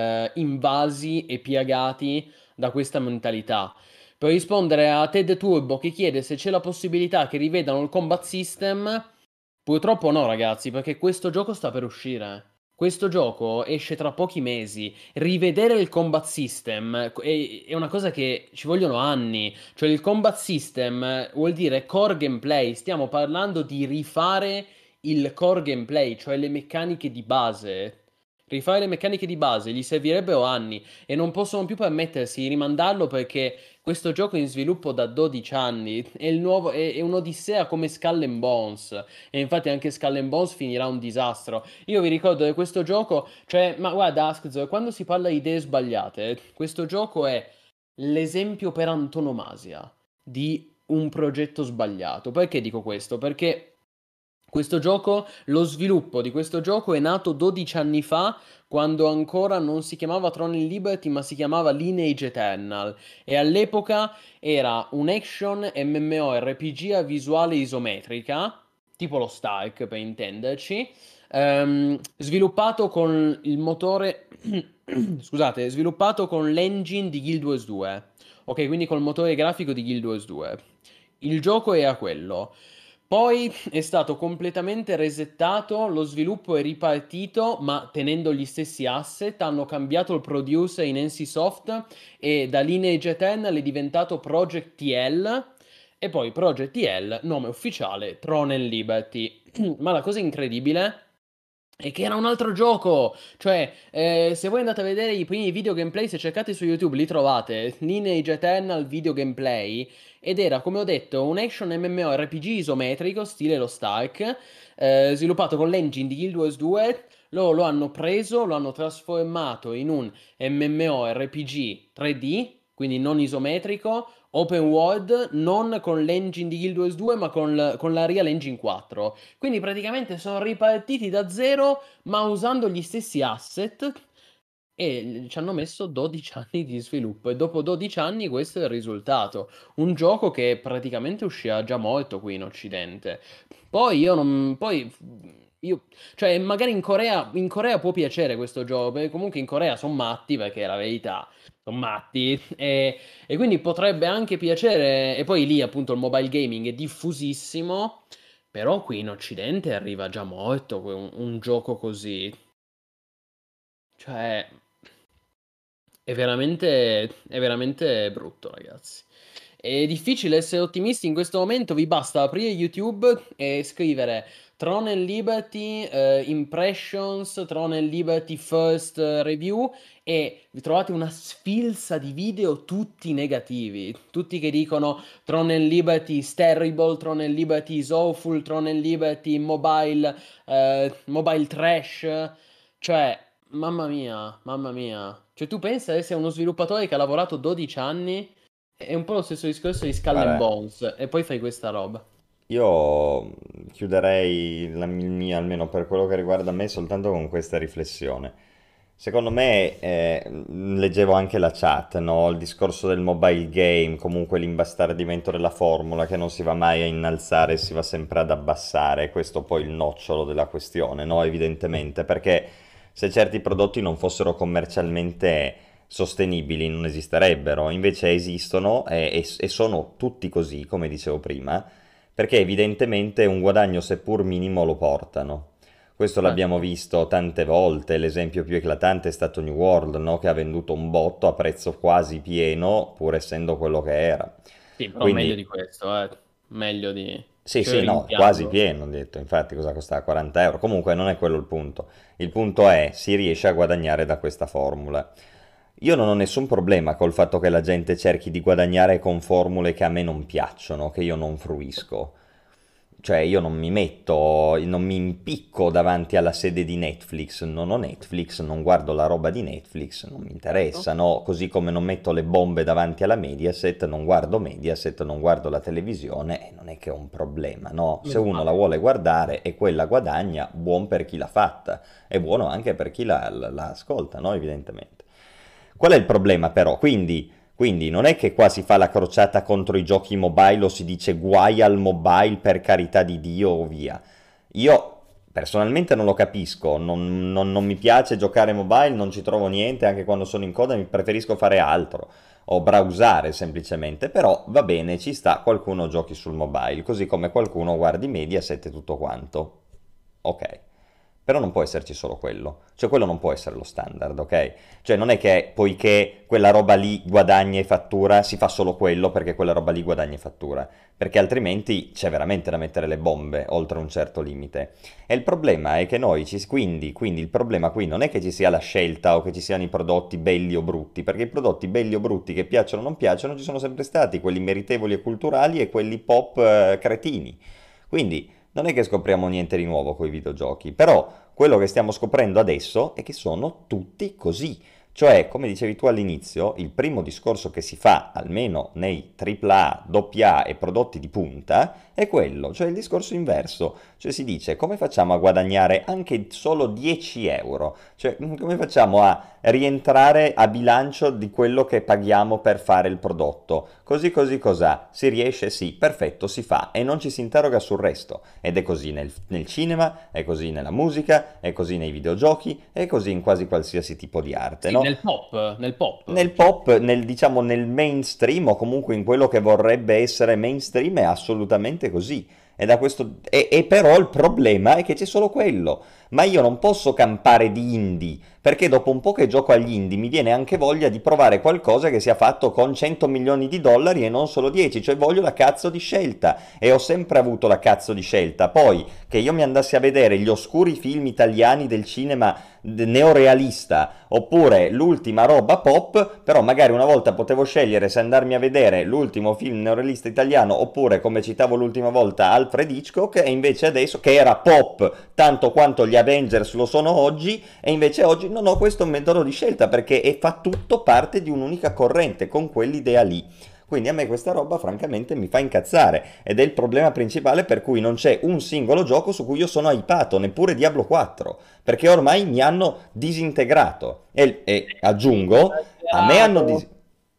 invasi e piagati da questa mentalità. Per rispondere a Ted Turbo che chiede se c'è la possibilità che rivedano il combat system, purtroppo no, ragazzi, perché questo gioco sta per uscire. Questo gioco esce tra pochi mesi. Rivedere il combat system è una cosa che ci vogliono anni. Cioè, il combat system vuol dire core gameplay. Stiamo parlando di rifare il core gameplay, cioè le meccaniche di base. Rifare le meccaniche di base gli servirebbero anni e non possono più permettersi di rimandarlo perché questo gioco è in sviluppo da 12 anni. È un'odissea come Skull and Bones. E infatti anche Skull and Bones finirà un disastro. Io vi ricordo che questo gioco, cioè, ma guarda, Askzo, quando si parla di idee sbagliate, questo gioco è l'esempio per antonomasia di un progetto sbagliato. Perché dico questo? Perché questo gioco, lo sviluppo di questo gioco è nato 12 anni fa, quando ancora non si chiamava Throne and Liberty, ma si chiamava Lineage Eternal. E all'epoca era un action MMORPG a visuale isometrica, tipo lo Stark per intenderci, sviluppato con il motore, scusate, sviluppato con l'engine di Guild Wars 2. Ok, quindi col motore grafico di Guild Wars 2. Il gioco era quello. Poi è stato completamente resettato, lo sviluppo è ripartito, ma tenendo gli stessi asset, hanno cambiato il producer in NCSoft e da Lineage Eternal è diventato Project TL e poi Project TL, nome ufficiale, Throne and Liberty. Ma la cosa incredibile è che era un altro gioco, cioè se voi andate a vedere i primi video gameplay, se cercate su YouTube li trovate, Lineage Eternal video gameplay, ed era come ho detto un action MMORPG isometrico stile lo Stark, sviluppato con l'engine di Guild Wars 2, loro lo hanno preso, lo hanno trasformato in un MMORPG 3D, quindi non isometrico, open world, non con l'engine di Guild Wars 2 ma con la Real Engine 4. Quindi praticamente sono ripartiti da zero, ma usando gli stessi asset e ci hanno messo 12 anni di sviluppo e dopo 12 anni questo è il risultato. Un gioco che praticamente uscirà già molto qui in Occidente. Poi io non... Poi... Io, cioè, magari in Corea può piacere questo gioco, perché comunque in Corea sono matti, perché è la verità, sono matti, e quindi potrebbe anche piacere, e poi lì appunto il mobile gaming è diffusissimo, però qui in Occidente arriva già molto un gioco così. Cioè, è veramente brutto, ragazzi. È difficile essere ottimisti in questo momento, vi basta aprire YouTube e scrivere Throne and Liberty Impressions, Throne and Liberty First Review e vi trovate una sfilza di video tutti negativi, tutti che dicono Throne and Liberty is terrible, Throne and Liberty is awful, Throne and Liberty mobile trash, cioè mamma mia, mamma mia. Cioè tu pensa di essere uno sviluppatore che ha lavorato 12 anni, è un po' lo stesso discorso di Skull and Guarda, Bones, e poi fai questa roba. io chiuderei il mio, almeno per quello che riguarda me, soltanto con questa riflessione. Secondo me, leggevo anche la chat, no? Il discorso del mobile game, comunque l'imbastardimento della formula che non si va mai a innalzare, si va sempre ad abbassare. Questo poi è il nocciolo della questione, no? Evidentemente, perché se certi prodotti non fossero commercialmente sostenibili non esisterebbero, invece esistono e sono tutti così, come dicevo prima, perché evidentemente un guadagno seppur minimo lo portano. Questo l'abbiamo Certo. visto tante volte, l'esempio più eclatante è stato New World, no? Che ha venduto un botto a prezzo quasi pieno, pur essendo quello che era. Sì, però meglio di Quindi, questo, meglio di... sì, Ce lo sì, no, quasi rimpiango. pieno, ho detto, infatti cosa costava 40 euro. Comunque non è quello il punto. Il punto è, si riesce a guadagnare da questa formula. Io non ho nessun problema col fatto che la gente cerchi di guadagnare con formule che a me non piacciono, che io non fruisco. Cioè, io non mi metto, non mi impicco davanti alla sede di Netflix, non ho Netflix, non guardo la roba di Netflix, non mi Certo. interessa, no? Così come non metto le bombe davanti alla Mediaset, non guardo Mediaset, non guardo la televisione, e non è che è un problema, no? Se Meno uno la male. vuole guardare e quella guadagna, buon per chi l'ha fatta, è buono anche per chi la ascolta, no? Evidentemente. Qual è il problema però? Quindi non è che qua si fa la crociata contro i giochi mobile o si dice guai al mobile per carità di Dio o via. Io personalmente non lo capisco, non mi piace giocare mobile, non ci trovo niente, anche quando sono in coda mi preferisco fare altro o browsare semplicemente, però va bene, ci sta, qualcuno giochi sul mobile, così come qualcuno guardi Mediaset e tutto quanto. Ok. Però non può esserci solo quello, cioè quello non può essere lo standard, ok? Cioè non è che poiché quella roba lì guadagna e fattura, si fa solo quello perché quella roba lì guadagna e fattura, perché altrimenti c'è veramente da mettere le bombe oltre un certo limite. E il problema è che quindi il problema qui non è che ci sia la scelta o che ci siano i prodotti belli o brutti, perché i prodotti belli o brutti che piacciono o non piacciono ci sono sempre stati, quelli meritevoli e culturali e quelli pop cretini. Quindi non è che scopriamo niente di nuovo con i videogiochi, però quello che stiamo scoprendo adesso è che sono tutti così. Cioè, come dicevi tu all'inizio, il primo discorso che si fa, almeno nei AAA, AA e prodotti di punta, è quello, cioè il discorso inverso. Cioè si dice come facciamo a guadagnare anche solo 10 euro? Cioè come facciamo a rientrare a bilancio di quello che paghiamo per fare il prodotto? Così così cos'ha? Si riesce? Sì, perfetto, si fa e non ci si interroga sul resto. Ed è così nel cinema, è così nella musica, è così nei videogiochi, è così in quasi qualsiasi tipo di arte, Sì, no? nel pop, nel pop. Nel pop, diciamo nel mainstream o comunque in quello che vorrebbe essere mainstream è assolutamente così. E però il problema è che c'è solo quello. Ma io non posso campare di indie, perché dopo un po' che gioco agli indie mi viene anche voglia di provare qualcosa che sia fatto con 100 milioni di dollari e non solo 10, cioè voglio la cazzo di scelta. E ho sempre avuto la cazzo di scelta. Poi, che io mi andassi a vedere gli oscuri film italiani del cinema neorealista oppure l'ultima roba pop, però magari una volta potevo scegliere se andarmi a vedere l'ultimo film neorealista italiano oppure, come citavo l'ultima volta, Alfred Hitchcock, e invece adesso, che era pop tanto quanto gli Avengers lo sono oggi, e invece oggi non ho questo metodo di scelta perché fa tutto parte di un'unica corrente con quell'idea lì. Quindi a me questa roba francamente mi fa incazzare ed è il problema principale per cui non c'è un singolo gioco su cui io sono hypato, neppure Diablo 4, perché ormai mi hanno disintegrato. E aggiungo, Esagerato.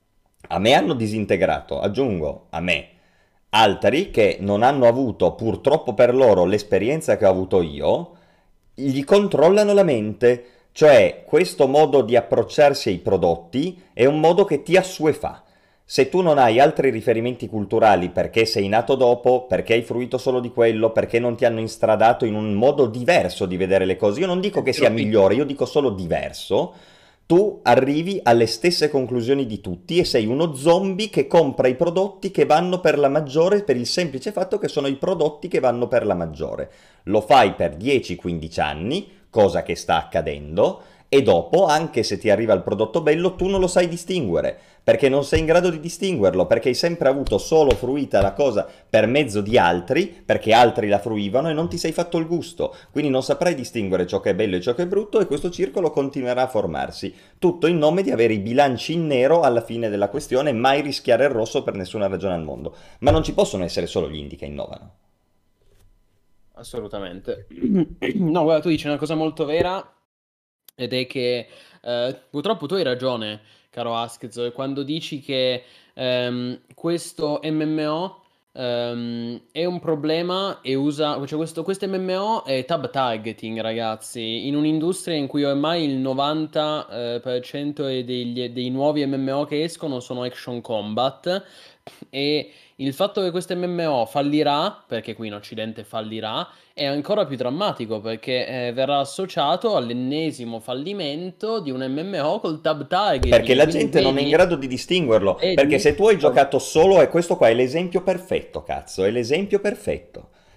a me hanno disintegrato, aggiungo a me altri che non hanno avuto purtroppo per loro l'esperienza che ho avuto io, gli controllano la mente. Cioè, questo modo di approcciarsi ai prodotti è un modo che ti assuefa. Se tu non hai altri riferimenti culturali perché sei nato dopo, perché hai fruito solo di quello, perché non ti hanno instradato in un modo diverso di vedere le cose, io non dico che sia migliore, io dico solo diverso, tu arrivi alle stesse conclusioni di tutti e sei uno zombie che compra i prodotti che vanno per la maggiore per il semplice fatto che sono i prodotti che vanno per la maggiore. Lo fai per 10-15 anni, cosa che sta accadendo, e dopo, anche se ti arriva il prodotto bello, tu non lo sai distinguere, perché non sei in grado di distinguerlo, perché hai sempre avuto solo fruita la cosa per mezzo di altri, perché altri la fruivano e non ti sei fatto il gusto, quindi non saprai distinguere ciò che è bello e ciò che è brutto e questo circolo continuerà a formarsi, tutto in nome di avere i bilanci in nero alla fine della questione e mai rischiare il rosso per nessuna ragione al mondo. Ma non ci possono essere solo gli indie che innovano. Assolutamente. No, guarda, tu dici una cosa molto vera ed è che purtroppo tu hai ragione, caro Askez, quando dici che questo MMO è un problema e usa, cioè questo MMO è tab targeting, ragazzi, in un'industria in cui ormai il 90% dei nuovi MMO che escono sono action combat e il fatto che questo MMO fallirà, perché qui in Occidente fallirà, è ancora più drammatico perché verrà associato all'ennesimo fallimento di un MMO col tab Perché targeting. la Quindi gente non è in vedi, grado di distinguerlo. Perché vedi, se tu hai giocato solo, e questo qua è l'esempio perfetto, cazzo, è l'esempio perfetto.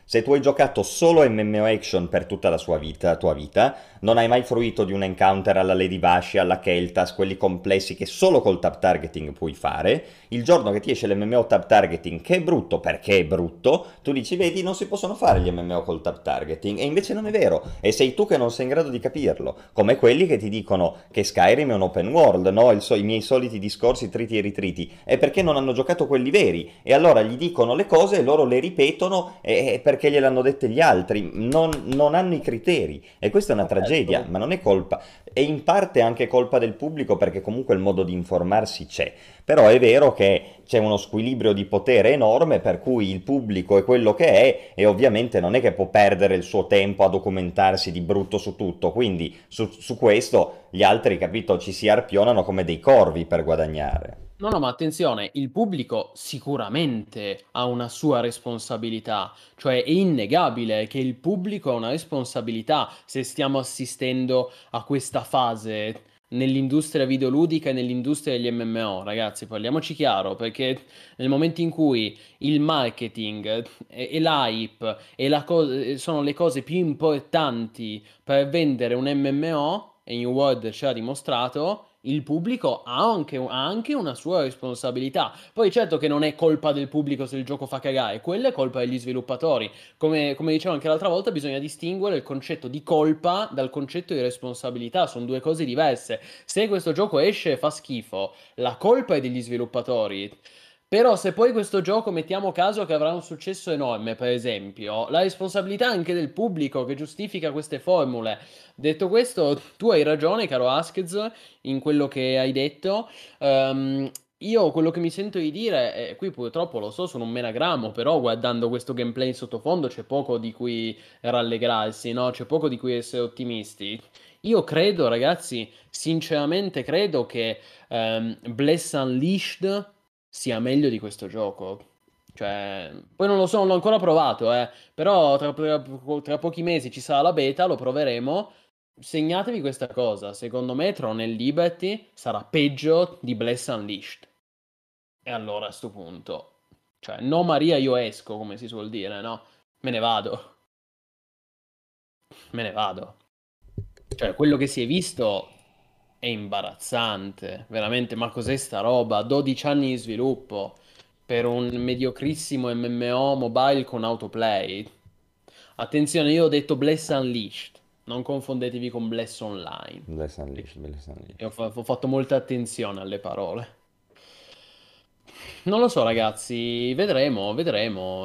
Se tu hai giocato solo MMO Action per tutta la tua vita, non hai mai fruito di un encounter alla Lady Vashi, alla Keltas, quelli complessi che solo col tap targeting puoi fare, il giorno che ti esce l'MMO tap targeting, che è brutto perché è brutto, tu dici, vedi, non si possono fare gli MMO col tap targeting, e invece non è vero, e sei tu che non sei in grado di capirlo, come quelli che ti dicono che Skyrim è un open world, no? I miei soliti discorsi triti e ritriti, è perché non hanno giocato quelli veri, e allora gli dicono le cose e loro le ripetono perché gliel'hanno dette gli altri, non hanno i criteri, e questa è una tragedia, Certo. ma non è colpa, e in parte anche colpa del pubblico perché comunque il modo di informarsi c'è, però è vero che c'è uno squilibrio di potere enorme per cui il pubblico è quello che è e ovviamente non è che può perdere il suo tempo a documentarsi di brutto su tutto, quindi su questo gli altri, capito, ci si arpionano come dei corvi per guadagnare. No, no, ma attenzione, il pubblico sicuramente ha una sua responsabilità, cioè è innegabile che il pubblico ha una responsabilità se stiamo assistendo a questa fase nell'industria videoludica e nell'industria degli MMO, ragazzi, parliamoci chiaro, perché nel momento in cui il marketing e l'hype sono le cose più importanti per vendere un MMO, e New World ci ha dimostrato, il pubblico ha anche una sua responsabilità. Poi certo che non è colpa del pubblico se il gioco fa cagare, quella è colpa degli sviluppatori. Come dicevo anche l'altra volta, bisogna distinguere il concetto di colpa dal concetto di responsabilità, sono due cose diverse. Se questo gioco esce e fa schifo, la colpa è degli sviluppatori. Però se poi questo gioco mettiamo caso che avrà un successo enorme, per esempio, la responsabilità è anche del pubblico che giustifica queste formule. Detto questo, tu hai ragione, caro Askez, in quello che hai detto. Io quello che mi sento di dire, e qui purtroppo lo so, sono un menagramo, però guardando questo gameplay in sottofondo c'è poco di cui rallegrarsi, no? C'è poco di cui essere ottimisti. Io credo, ragazzi, sinceramente credo che Bless Unleashed sia meglio di questo gioco. Cioè, poi non lo so, non l'ho ancora provato, però tra pochi mesi ci sarà la beta, lo proveremo. Segnatevi questa cosa, secondo me Tron e Liberty sarà peggio di Bless Unleashed. E allora a sto punto, cioè, no Maria io esco, come si suol dire, no? Me ne vado, me ne vado. Cioè, quello che si è visto è imbarazzante, veramente, ma cos'è sta roba? 12 anni di sviluppo per un mediocrissimo MMO mobile con autoplay. Attenzione, io ho detto Bless Unleashed, non confondetevi con Bless Online. Bless Unleashed, Bless E Unleashed. ho fatto molta attenzione alle parole. Non lo so, ragazzi, vedremo, vedremo.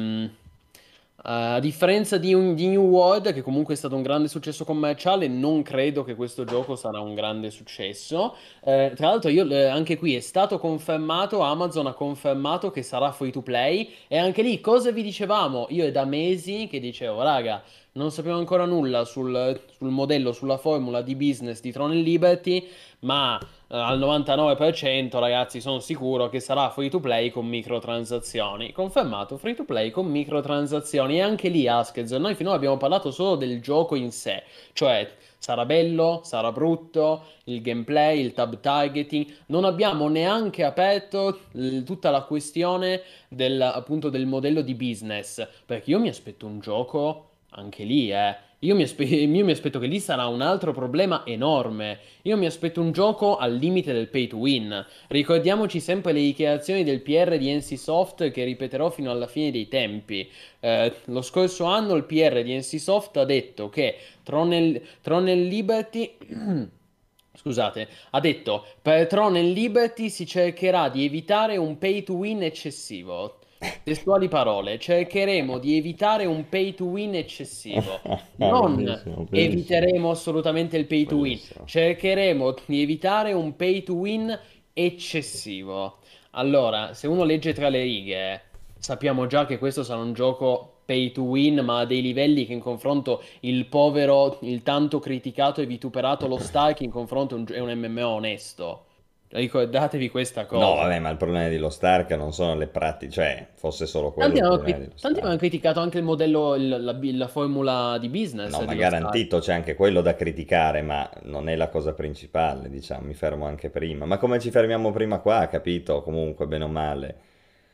A differenza di New World, che comunque è stato un grande successo commerciale, non credo che questo gioco sarà un grande successo. Tra l'altro, anche qui è stato confermato, Amazon ha confermato che sarà free to play. E anche lì, cosa vi dicevamo? Io è da mesi che dicevo, raga, non sappiamo ancora nulla sul modello, sulla formula di business di Tron e Liberty, ma al 99%, ragazzi, sono sicuro che sarà free to play con microtransazioni. Confermato, free to play con microtransazioni. E anche lì, Askez, noi finora abbiamo parlato solo del gioco in sé, cioè sarà bello, sarà brutto, il gameplay, il tab targeting. Non abbiamo neanche aperto tutta la questione appunto del modello di business, perché io mi aspetto un gioco anche lì, eh. Io mi aspetto che lì sarà un altro problema enorme. Io mi aspetto un gioco al limite del pay to win. Ricordiamoci sempre le dichiarazioni del PR di NCSoft che ripeterò fino alla fine dei tempi. Lo scorso anno il PR di NCSoft ha detto che Tron and Liberty... Scusate, ha detto per Tron and Liberty si cercherà di evitare un pay to win eccessivo. Testuali parole, cercheremo di evitare un pay to win eccessivo. Non Bellissimo, bellissimo, eviteremo assolutamente il pay to win, bellissimo. cercheremo di evitare un pay to win eccessivo. Allora, se uno legge tra le righe, sappiamo già che questo sarà un gioco pay to win, ma a dei livelli che in confronto il povero, il tanto criticato e vituperato lo Stark in confronto è un MMO onesto. Ricordatevi questa No, cosa. vabbè, ma il problema di Lost Ark non sono le pratiche, cioè, fosse solo quello il problema di Lost Tanti avevano Ark. criticato anche il modello, la formula di business No, ma dello Stark. garantito c'è anche quello da criticare, ma non è la cosa principale, diciamo, mi fermo anche prima. Ma come ci fermiamo prima qua, capito? Comunque, bene o male.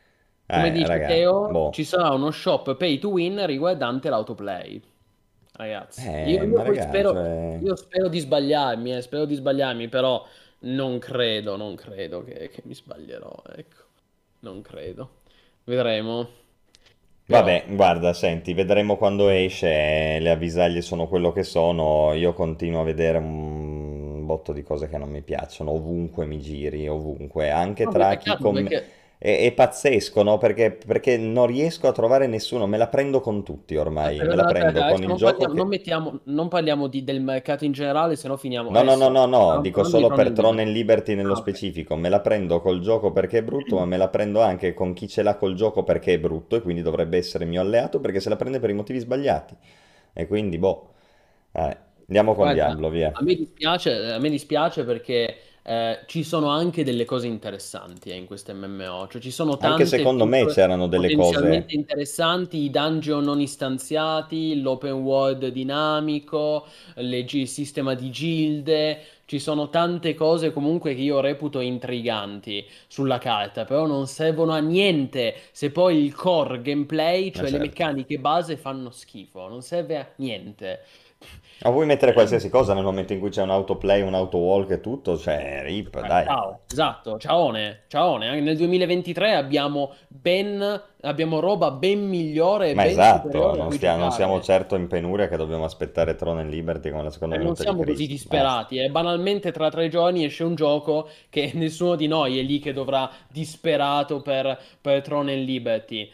Come dice Raga, Teo, ci boh. sarà uno shop pay to win riguardante l'autoplay. Ragazzi, io Ma poi raga, spero, cioè... io spero di sbagliarmi, però non credo che mi sbaglierò, ecco, non credo. Vedremo, però, Vabbè, guarda, senti, vedremo quando esce, le avvisaglie sono quello che sono, io continuo a vedere un botto di cose che non mi piacciono, ovunque mi giri, ovunque, anche no, che tra chi peccato commenta... perché È pazzesco, no? Perché non riesco a trovare nessuno, me la prendo con tutti ormai, me aspetta, la aspetta, prendo con adesso il gioco che... non parliamo del mercato in generale, se no finiamo No, no, no, adesso. no, no, Stiamo dico parlando di solo Tron per and Tron Liberty. and Liberty nello Ah, ok. specifico, me la prendo col gioco perché è brutto, ma me la prendo anche con chi ce l'ha col gioco perché è brutto e quindi dovrebbe essere mio alleato perché se la prende per i motivi sbagliati. E quindi, boh, andiamo con Guarda, Diablo, via. a me dispiace perché ci sono anche delle cose interessanti in questo MMO, cioè ci sono Anche tante secondo me feature c'erano delle cose... potenzialmente interessanti, i dungeon non istanziati, l'open world dinamico, il sistema di gilde, ci sono tante cose comunque che io reputo intriganti sulla carta, però non servono a niente se poi il core gameplay, Ma cioè le certo. meccaniche base fanno schifo, non serve a niente. Ma vuoi mettere qualsiasi cosa nel momento in cui c'è un autoplay, un autowalk e tutto? Cioè, rip, dai. Ciao, esatto, ciaone, ciaone. Anche nel 2023 abbiamo roba ben migliore e Ma ben esatto, superiore a cui non siamo giocare. certo in penuria che dobbiamo aspettare Throne and Liberty come la seconda Non venuta di siamo così Cristo. Basta. disperati. Banalmente tra 3 giorni esce un gioco che nessuno di noi è lì che dovrà disperato per Throne and Liberty.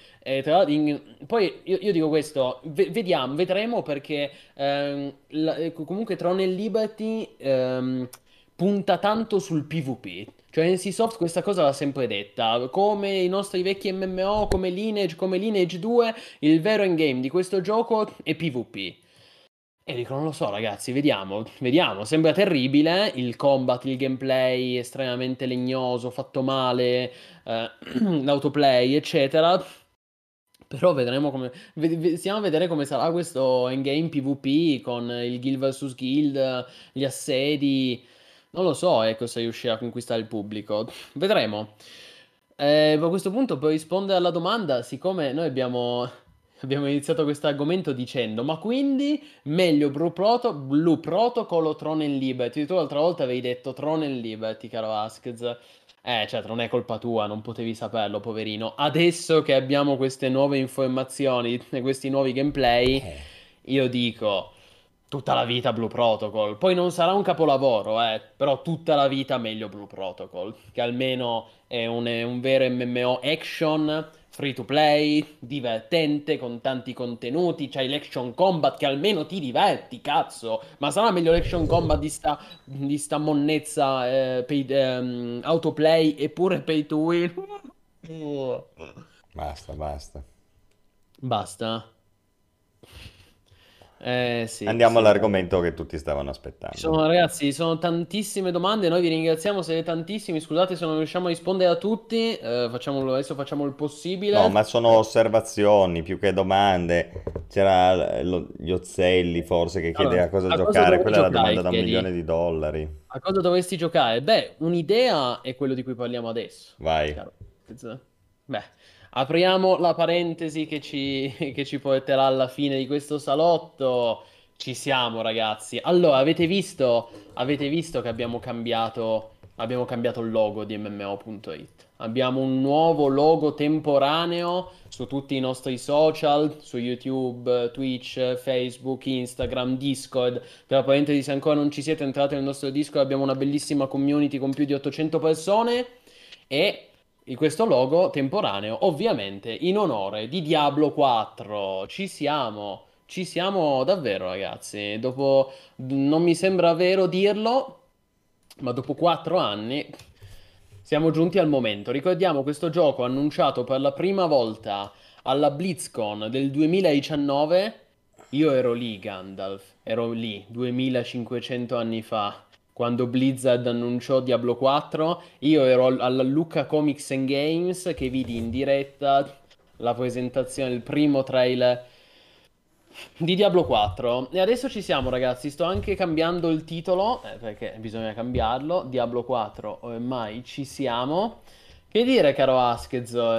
Poi io dico questo, vedremo perché comunque Throne and Liberty punta tanto sul PvP. Cioè NCSoft questa cosa l'ha sempre detta, come i nostri vecchi MMO, come Lineage 2, il vero endgame di questo gioco è PvP. E dico, non lo so, ragazzi, vediamo. Sembra terribile il combat, il gameplay estremamente legnoso, fatto male, l'autoplay, eccetera. Però vedremo come. Stiamo a vedere come sarà questo endgame PvP con il guild vs guild, gli assedi. Non lo so, ecco, se riuscirà a conquistare il pubblico. Vedremo. A questo punto, per rispondere alla domanda, siccome noi abbiamo iniziato questo argomento dicendo, ma quindi meglio Blue Protocol o Throne and Liberty? Tu l'altra volta avevi detto Throne and Liberty, caro Askez. Certo, non è colpa tua, non potevi saperlo, poverino. Adesso che abbiamo queste nuove informazioni e questi nuovi gameplay, Eh, io dico tutta la vita Blue Protocol. Poi non sarà un capolavoro, però tutta la vita meglio Blue Protocol, che almeno è un vero MMO action, free to play, divertente, con tanti contenuti. C'hai l'action combat che almeno ti diverti, cazzo. Ma sarà meglio l'action combat di sta monnezza autoplay eppure pay to win? basta, basta. Basta. Sì, Andiamo sì. all'argomento che tutti stavano aspettando. Ragazzi, sono tantissime domande. Noi vi ringraziamo, siete tantissimi. Scusate se non riusciamo a rispondere a tutti. Adesso facciamo il No, possibile. ma sono osservazioni più che domande. C'era gli Ozzelli forse che Allora, chiedeva cosa a cosa giocare. dovrei Quella è la domanda giocare, da chiedi? $1 milione. A cosa dovresti giocare? Beh, un'idea è quello di cui parliamo adesso. Vai. Chiaro. Beh, apriamo la parentesi che ci porterà alla fine di questo salotto. Ci siamo, ragazzi. Allora, avete visto che abbiamo cambiato il logo di MMO.it. Abbiamo un nuovo logo temporaneo su tutti i nostri social, su YouTube, Twitch, Facebook, Instagram, Discord. Tra parentesi, se ancora non ci siete entrati nel nostro Discord, abbiamo una bellissima community con più di 800 persone e di questo logo temporaneo, ovviamente in onore di Diablo 4. Ci siamo davvero, ragazzi. Non mi sembra vero dirlo, ma dopo 4 anni siamo giunti al momento. Ricordiamo questo gioco annunciato per la prima volta alla BlizzCon del 2019. Io ero lì, Gandalf, ero lì 2500 anni fa, quando Blizzard annunciò Diablo 4. Io ero alla Lucca Comics and Games che vidi in diretta la presentazione, il primo trailer di Diablo 4. E adesso ci siamo, ragazzi. Sto anche cambiando il titolo, perché bisogna cambiarlo. Diablo 4, ormai ci siamo. Che dire, caro Askez?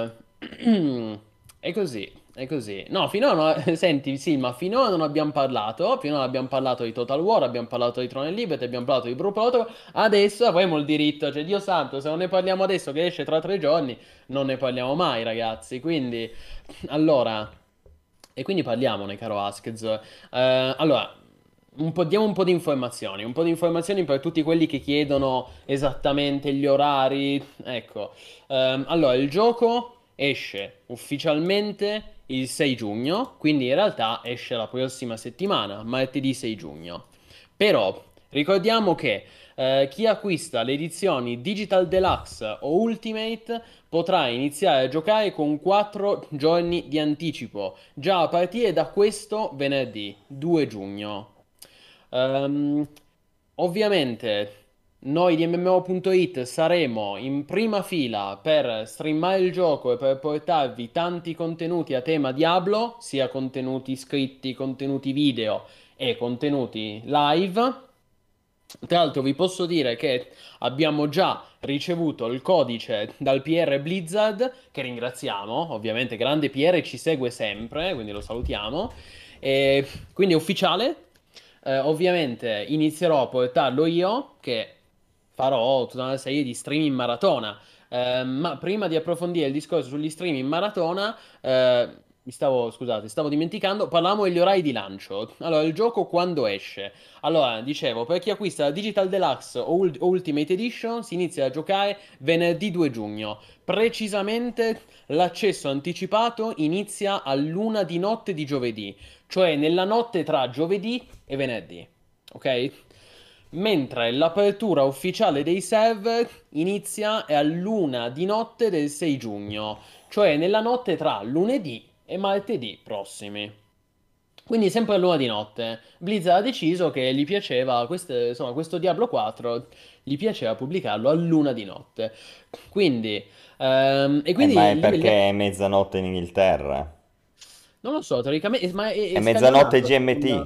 È così, è così. No, finora, senti, sì, ma finora non abbiamo parlato. Finora abbiamo parlato di Total War, abbiamo parlato di Throne and Liberty, abbiamo parlato di Blue Protocol. Adesso avremo il diritto, cioè, Dio santo, se non ne parliamo adesso che esce tra 3 giorni, non ne parliamo mai, ragazzi. Quindi, allora, e quindi parliamone, caro Askez. Allora, diamo un po' di informazioni per tutti quelli che chiedono esattamente gli orari. Ecco. Allora, il gioco esce ufficialmente il 6 giugno, quindi in realtà esce la prossima settimana, martedì 6 giugno. Però ricordiamo che chi acquista le edizioni Digital Deluxe o Ultimate potrà iniziare a giocare con 4 giorni di anticipo, già a partire da questo venerdì 2 giugno. Ehm, Ovviamente noi di MMO.it saremo in prima fila per streamare il gioco e per portarvi tanti contenuti a tema Diablo, sia contenuti scritti, contenuti video e contenuti live. Tra l'altro vi posso dire che abbiamo già ricevuto il codice dal PR Blizzard, che ringraziamo, ovviamente grande PR ci segue sempre, quindi lo salutiamo. E quindi è ufficiale. Ovviamente inizierò a portarlo io, che farò tutta una serie di stream in maratona. Ma prima di approfondire il discorso sugli stream in maratona, scusate, stavo dimenticando, parlavamo degli orari di lancio. Allora, il gioco quando esce? Allora, dicevo, per chi acquista la Digital Deluxe o Ultimate Edition si inizia a giocare venerdì 2 giugno. Precisamente l'accesso anticipato inizia all'una di notte di giovedì, cioè nella notte tra giovedì e venerdì, ok? Mentre l'apertura ufficiale dei server inizia all'una di notte del 6 giugno, cioè nella notte tra lunedì e martedì prossimi. Quindi sempre all'una di notte. Blizzard ha deciso che gli piaceva, insomma, questo Diablo 4 gli piaceva pubblicarlo all'una di notte. Quindi, e Ma è quindi perché è mezzanotte in Inghilterra. non lo so, teoricamente, ma È è mezzanotte scaglionato a seconda. GMT,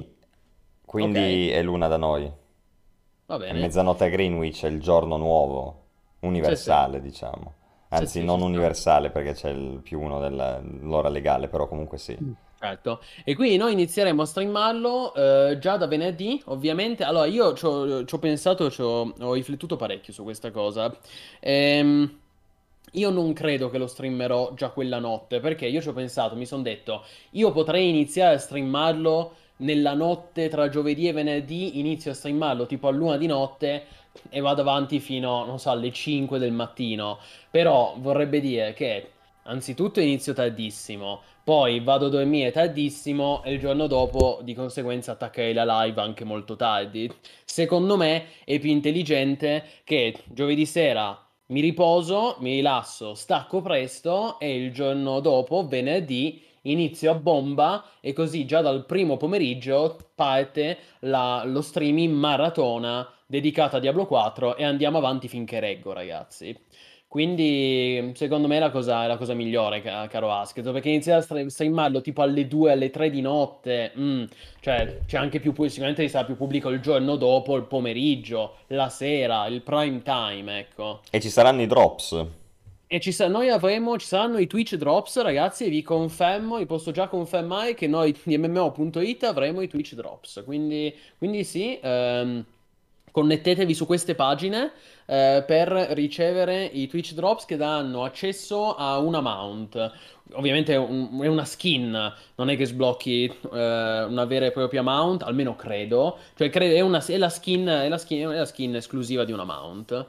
Ok, quindi è l'una da noi. va È bene. mezzanotte a Greenwich, è il giorno nuovo, Sì, sì, universale, diciamo. sì, Anzi, sì, ci non sta. universale perché c'è il più uno dell'ora legale, però comunque sì. Certo, e quindi noi inizieremo a streamarlo già da venerdì, ovviamente. Allora, io ci ho pensato, ho riflettuto parecchio su questa cosa. Ehm, io non credo che lo streamerò già quella notte, perché io ci ho pensato, mi sono detto, io potrei iniziare a streamarlo nella notte tra giovedì e venerdì, inizio a streamarlo tipo all'una di notte e vado avanti fino, non so, alle 5 del mattino. Però vorrebbe dire che anzitutto inizio tardissimo. Poi vado a dormire tardissimo e il giorno dopo di conseguenza attaccherei la live anche molto tardi. Secondo me è più intelligente che giovedì sera mi riposo, mi rilasso, stacco presto e il giorno dopo, venerdì, inizio a bomba e così già dal primo pomeriggio parte lo streaming maratona dedicato a Diablo 4 e andiamo avanti finché reggo, ragazzi. Quindi, secondo me è la cosa migliore, caro Asked, perché iniziare a streamarlo tipo alle 2, alle 3 di notte, cioè c'è anche sicuramente sarà più pubblico il giorno dopo, il pomeriggio, la sera, il prime time, ecco. E ci saranno i drops. E ci saranno i Twitch Drops, ragazzi, e vi confermo, vi posso già confermare che noi di MMO.it avremo i Twitch Drops. Quindi sì, connettetevi su queste pagine per ricevere i Twitch Drops che danno accesso a una mount. Ovviamente è una skin, non è che sblocchi una vera e propria mount, almeno credo. Cioè, è la skin esclusiva di una mount.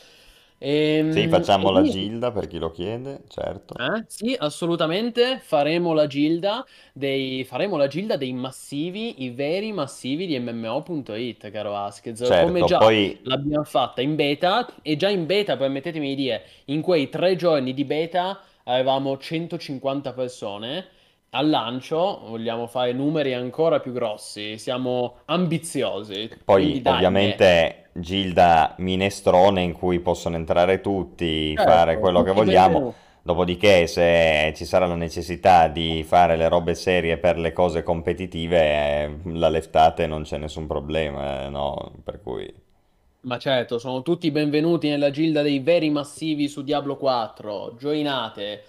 Sì, E facciamo la quindi gilda per chi lo chiede, certo. sì, assolutamente. Faremo la gilda dei massivi, i veri massivi di MMO.it, caro Askez. Come Certo, già poi l'abbiamo fatta in beta. E già in beta, permettetemi di dire, in quei 3 giorni di beta avevamo 150 persone. Al lancio vogliamo fare numeri ancora più grossi. Siamo ambiziosi. Poi Quindi dai, ovviamente Gilda minestrone in cui possono entrare tutti, fare certo, quello che tutti vogliamo. benvenuti. Dopodiché, se ci sarà la necessità di fare le robe serie per le cose competitive, la leftate non c'è nessun problema, no? Per cui Ma certo, sono tutti benvenuti nella gilda dei veri massivi su Diablo 4. Joinate.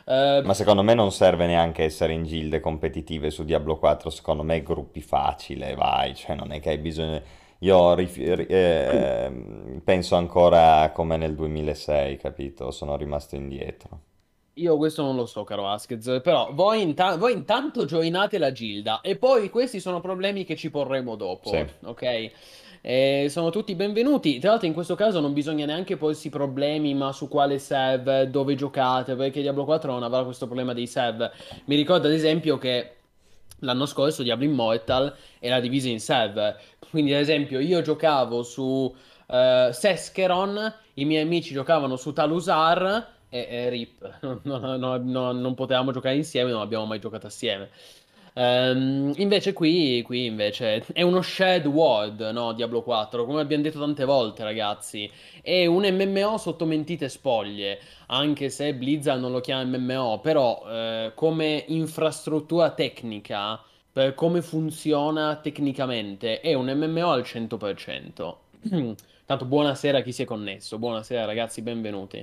Ma secondo me non serve neanche essere in gilde competitive su Diablo 4, secondo me gruppi facile, vai, cioè non è che hai bisogno. Io penso ancora come nel 2006, capito? Sono rimasto indietro. Io questo non lo so, caro Askez, però voi intanto joinate la Gilda e poi questi sono problemi che ci porremo Sì. dopo, ok? Sono tutti benvenuti. Tra l'altro in questo caso non bisogna neanche porsi problemi, ma su quale save, dove giocate, perché Diablo 4 non avrà questo problema dei save. Mi ricordo ad esempio che l'anno scorso Diablo Immortal era diviso in save. Quindi ad esempio io giocavo su Seskeron, i miei amici giocavano su Talusar e RIP, non potevamo giocare insieme, non abbiamo mai giocato assieme. Invece qui invece è uno shared world, no? Diablo 4, come abbiamo detto tante volte, ragazzi. È un MMO sotto mentite spoglie, anche se Blizzard non lo chiama MMO, però come infrastruttura tecnica, per come funziona tecnicamente, è un MMO al 100%. Tanto buonasera a chi si è connesso, buonasera ragazzi, benvenuti.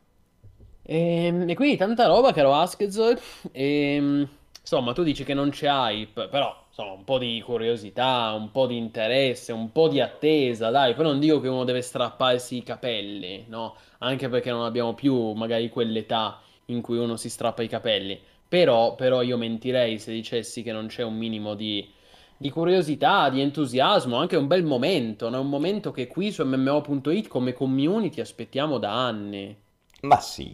E quindi tanta roba, caro Askez. Insomma, tu dici che non c'è hype, però insomma, un po' di curiosità, un po' di interesse, un po' di attesa, dai. Poi non dico che uno deve strapparsi i capelli, no? Anche perché non abbiamo più magari quell'età in cui uno si strappa i capelli. Però io mentirei se dicessi che non c'è un minimo di curiosità, di entusiasmo, anche un bel momento, no? Un momento che qui su MMO.it come community aspettiamo da anni. Ma sì.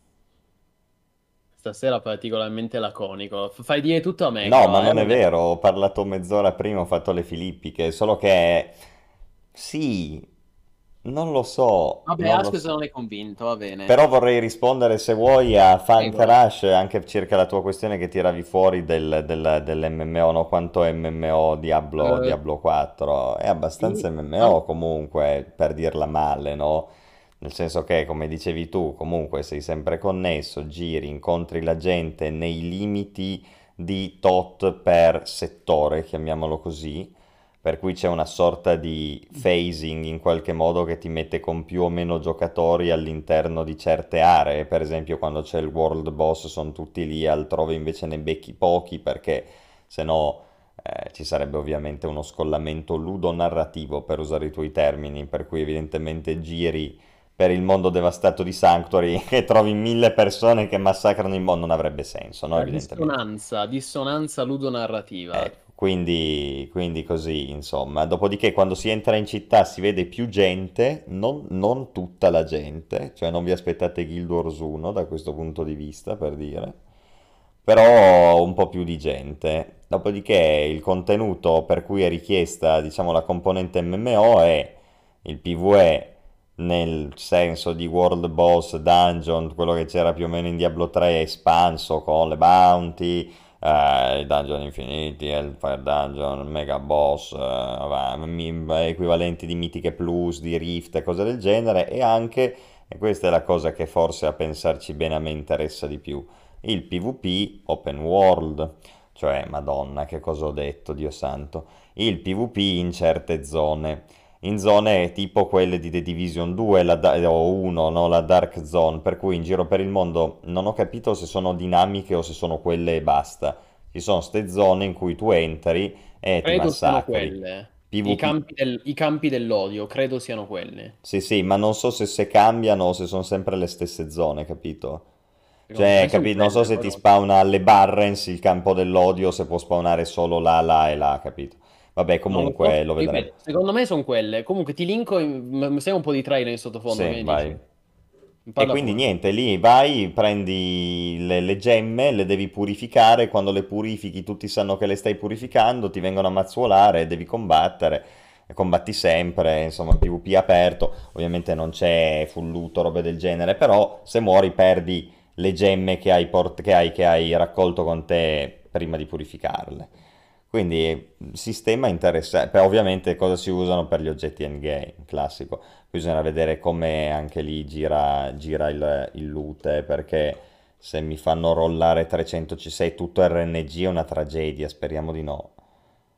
Stasera particolarmente laconico. Fai dire tutto a me, No, però, ma non è vabbè. vero, ho parlato mezz'ora prima, ho fatto le filippiche, solo che sì, non lo so, Vabbè, non lo Ascus so. non è convinto, va bene. Però vorrei rispondere, se vuoi, a Fan Prego. Crash, anche circa la tua questione che tiravi fuori dell'MMO, no? Quanto è MMO Eh, Diablo 4? È abbastanza sì, MMO comunque, per dirla male, no? Nel senso che, come dicevi tu, comunque sei sempre connesso, giri, incontri la gente nei limiti di tot per settore, chiamiamolo così, per cui c'è una sorta di phasing in qualche modo che ti mette con più o meno giocatori all'interno di certe aree. Per esempio, quando c'è il World Boss sono tutti lì, altrove invece ne becchi pochi perché se no ci sarebbe ovviamente uno scollamento ludonarrativo, per usare i tuoi termini, per cui evidentemente giri per il mondo devastato di Sanctuary e trovi 1000 persone che massacrano il mondo, non avrebbe senso, no? la Evidentemente. dissonanza ludonarrativa. Ecco, quindi così, insomma. Dopodiché, quando si entra in città si vede più gente, non tutta la gente, cioè non vi aspettate Guild Wars 1 da questo punto di vista, per dire, però un po' più di gente. Dopodiché il contenuto per cui è richiesta, diciamo, la componente MMO è il PvE nel senso di World Boss, Dungeon, quello che c'era più o meno in Diablo 3 espanso con le bounty, i dungeon infiniti, Hellfire Dungeon, Mega Boss, equivalenti di Mythic Plus, di Rift e cose del genere, e anche, e questa è la cosa che forse a pensarci bene a me interessa di più, il PvP Open World, cioè, Madonna, che cosa ho detto, Dio santo, il PvP in certe zone. In zone tipo quelle di The Division 2 o 1, no? La Dark Zone, per cui in giro per il mondo non ho capito se sono dinamiche o se sono quelle e basta. Ci sono ste zone in cui tu entri e ti Credo siano massacri. quelle. PvP. I campi dell'odio, credo siano quelle. Sì, sì, ma non so se cambiano o se sono sempre le stesse zone, capito? Secondo Cioè, me sono capito? Non so quelle, se poi ti non so. spawna alle Barrens il campo dell'odio, se può spawnare solo là, là e là, capito? Vabbè, Non lo so, comunque lo vedremo. ripeto, secondo me sono quelle. Comunque ti linko, sei un po' di trailer in sottofondo, che Sì, ne vai. dici? E Parla quindi pure. niente, lì vai, prendi le gemme, le devi purificare, quando le purifichi tutti sanno che le stai purificando, ti vengono a mazzuolare, devi combattere, e combatti sempre, insomma, PvP aperto, ovviamente non c'è full loot o robe del genere, però se muori perdi le gemme che hai raccolto con te prima di purificarle. Quindi sistema interessante, poi ovviamente cosa si usano per gli oggetti endgame, classico. Bisogna vedere come anche lì gira il loot, perché se mi fanno rollare 300 C6 tutto RNG è una tragedia, speriamo di no.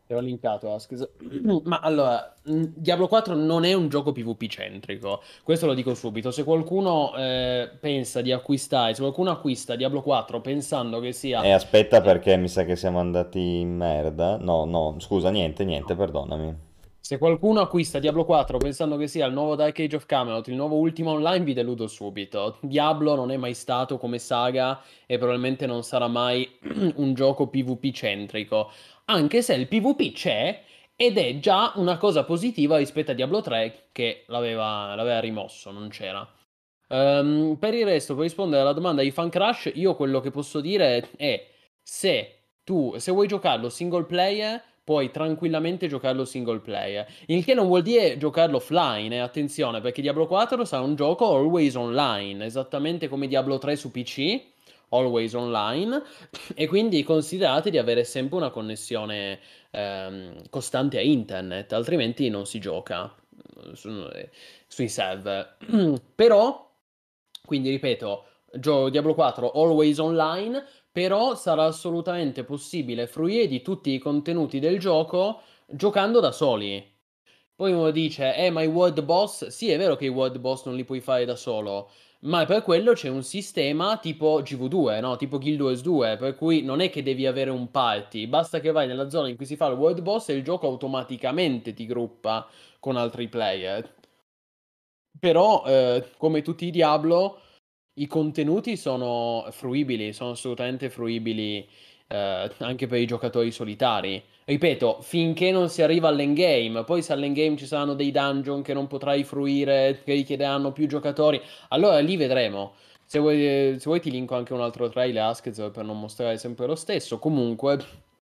Te l'ho linkato, Askes. Ma allora, Diablo 4 non è un gioco PvP centrico, questo lo dico subito. Se qualcuno pensa di acquistare, se qualcuno acquista Diablo 4 pensando che sia... Aspetta perché mi sa che siamo andati in merda. No, no, scusa, niente, niente, perdonami. Se qualcuno acquista Diablo 4 pensando che sia il nuovo Dark Age of Camelot, il nuovo Ultima Online, vi deludo subito. Diablo non è mai stato come saga e probabilmente non sarà mai un gioco PvP centrico, anche se il PvP c'è ed è già una cosa positiva rispetto a Diablo 3 che l'aveva rimosso, non c'era. Per il resto, per rispondere alla domanda di Fan Crash, io quello che posso dire è se vuoi giocarlo single player, puoi tranquillamente giocarlo single player. Il che non vuol dire giocarlo offline, attenzione, perché Diablo 4 sarà un gioco always online, esattamente come Diablo 3 su PC, always online, e quindi considerate di avere sempre una connessione costante a internet, altrimenti non si gioca su- sui server. Però, quindi ripeto, Diablo 4 always online, però sarà assolutamente possibile fruire di tutti i contenuti del gioco giocando da soli. Poi uno dice, ma i world boss, sì, è vero che i world boss non li puoi fare da solo, ma per quello c'è un sistema tipo GV2, no? Tipo Guild Wars 2, per cui non è che devi avere un party, basta che vai nella zona in cui si fa il world boss e il gioco automaticamente ti gruppa con altri player. Però, come tutti i Diablo, i contenuti sono fruibili, sono assolutamente fruibili, anche per i giocatori solitari. Ripeto, finché non si arriva all'endgame, poi se all'endgame ci saranno dei dungeon che non potrai fruire, che richiederanno più giocatori, allora lì vedremo. Se vuoi ti linko anche un altro trailer, Askez, per non mostrare sempre lo stesso. Comunque,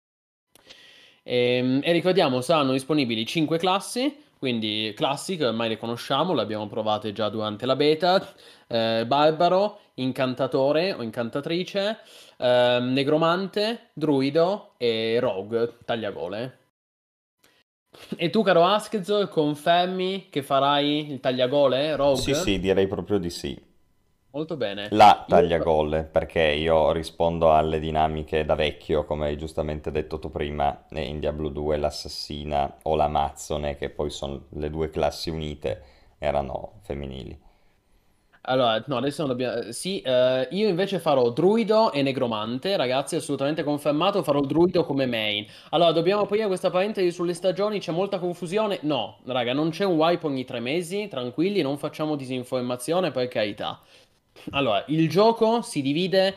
e ricordiamo, saranno disponibili 5 classi, quindi classiche, ormai le conosciamo, le abbiamo provate già durante la beta. Barbaro, incantatore o incantatrice, negromante, druido e rogue, tagliagole. E tu, caro Askez, confermi che farai il tagliagole, Sì, rogue? sì, direi proprio di sì. Molto bene. La Io... tagliagole, perché io rispondo alle dinamiche da vecchio, come hai giustamente detto tu prima, in Diablo 2 l'assassina o l'amazzone, che poi sono le due classi unite, erano femminili. Allora, no, adesso non dobbiamo... Sì, io invece farò druido e negromante, ragazzi, assolutamente confermato, farò il druido come main. Allora, dobbiamo aprire questa parentesi sulle stagioni, c'è molta confusione? No, raga, non c'è un wipe ogni 3 mesi, tranquilli, non facciamo disinformazione, per carità. Allora, il gioco si divide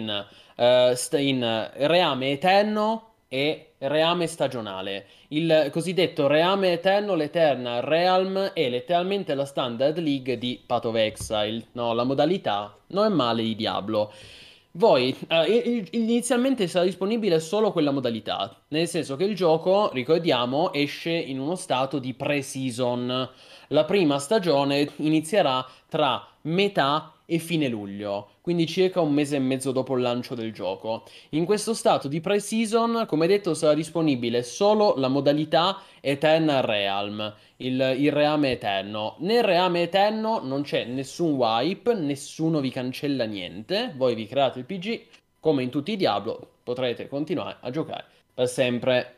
in reame eterno e reame stagionale. Il cosiddetto reame eterno, l'Eternal Realm, è letteralmente la standard league di Path of Exile, no, la modalità normale di Diablo. Voi, inizialmente sarà disponibile solo quella modalità, nel senso che il gioco, ricordiamo, esce in uno stato di pre-season. La prima stagione inizierà tra metà e fine luglio, quindi circa un mese e mezzo dopo il lancio del gioco. In questo stato di pre-season, come detto, sarà disponibile solo la modalità Eternal Realm, il reame eterno. Nel reame eterno non c'è nessun wipe, nessuno vi cancella niente, voi vi create il PG, come in tutti i Diablo, potrete continuare a giocare per sempre.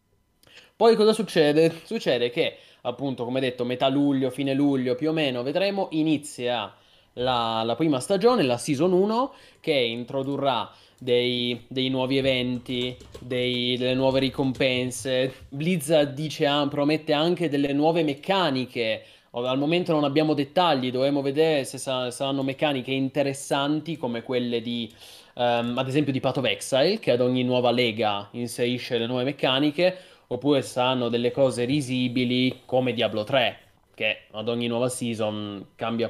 Poi cosa succede? Succede che, appunto, come detto, metà luglio, fine luglio, più o meno, vedremo, inizia la prima stagione, la Season 1, che introdurrà dei nuovi eventi, delle nuove ricompense. Blizzard dice, promette anche delle nuove meccaniche. Al momento non abbiamo dettagli, dovremo vedere se saranno meccaniche interessanti come quelle ad esempio di Path of Exile, che ad ogni nuova lega inserisce le nuove meccaniche, oppure saranno delle cose risibili come Diablo 3, che ad ogni nuova season cambia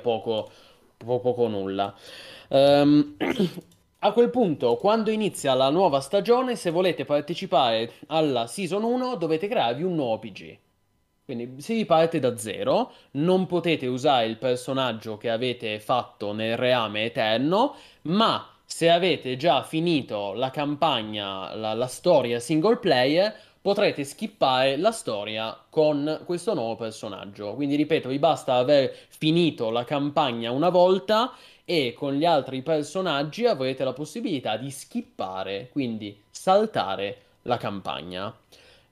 poco o nulla. Ehm, A quel punto, quando inizia la nuova stagione, se volete partecipare alla Season 1, dovete crearvi un nuovo PG. Quindi si riparte da zero, non potete usare il personaggio che avete fatto nel reame eterno, ma se avete già finito la campagna, la storia single player, potrete skippare la storia con questo nuovo personaggio. Quindi ripeto, vi basta aver finito la campagna una volta e con gli altri personaggi avrete la possibilità di skippare, quindi saltare la campagna.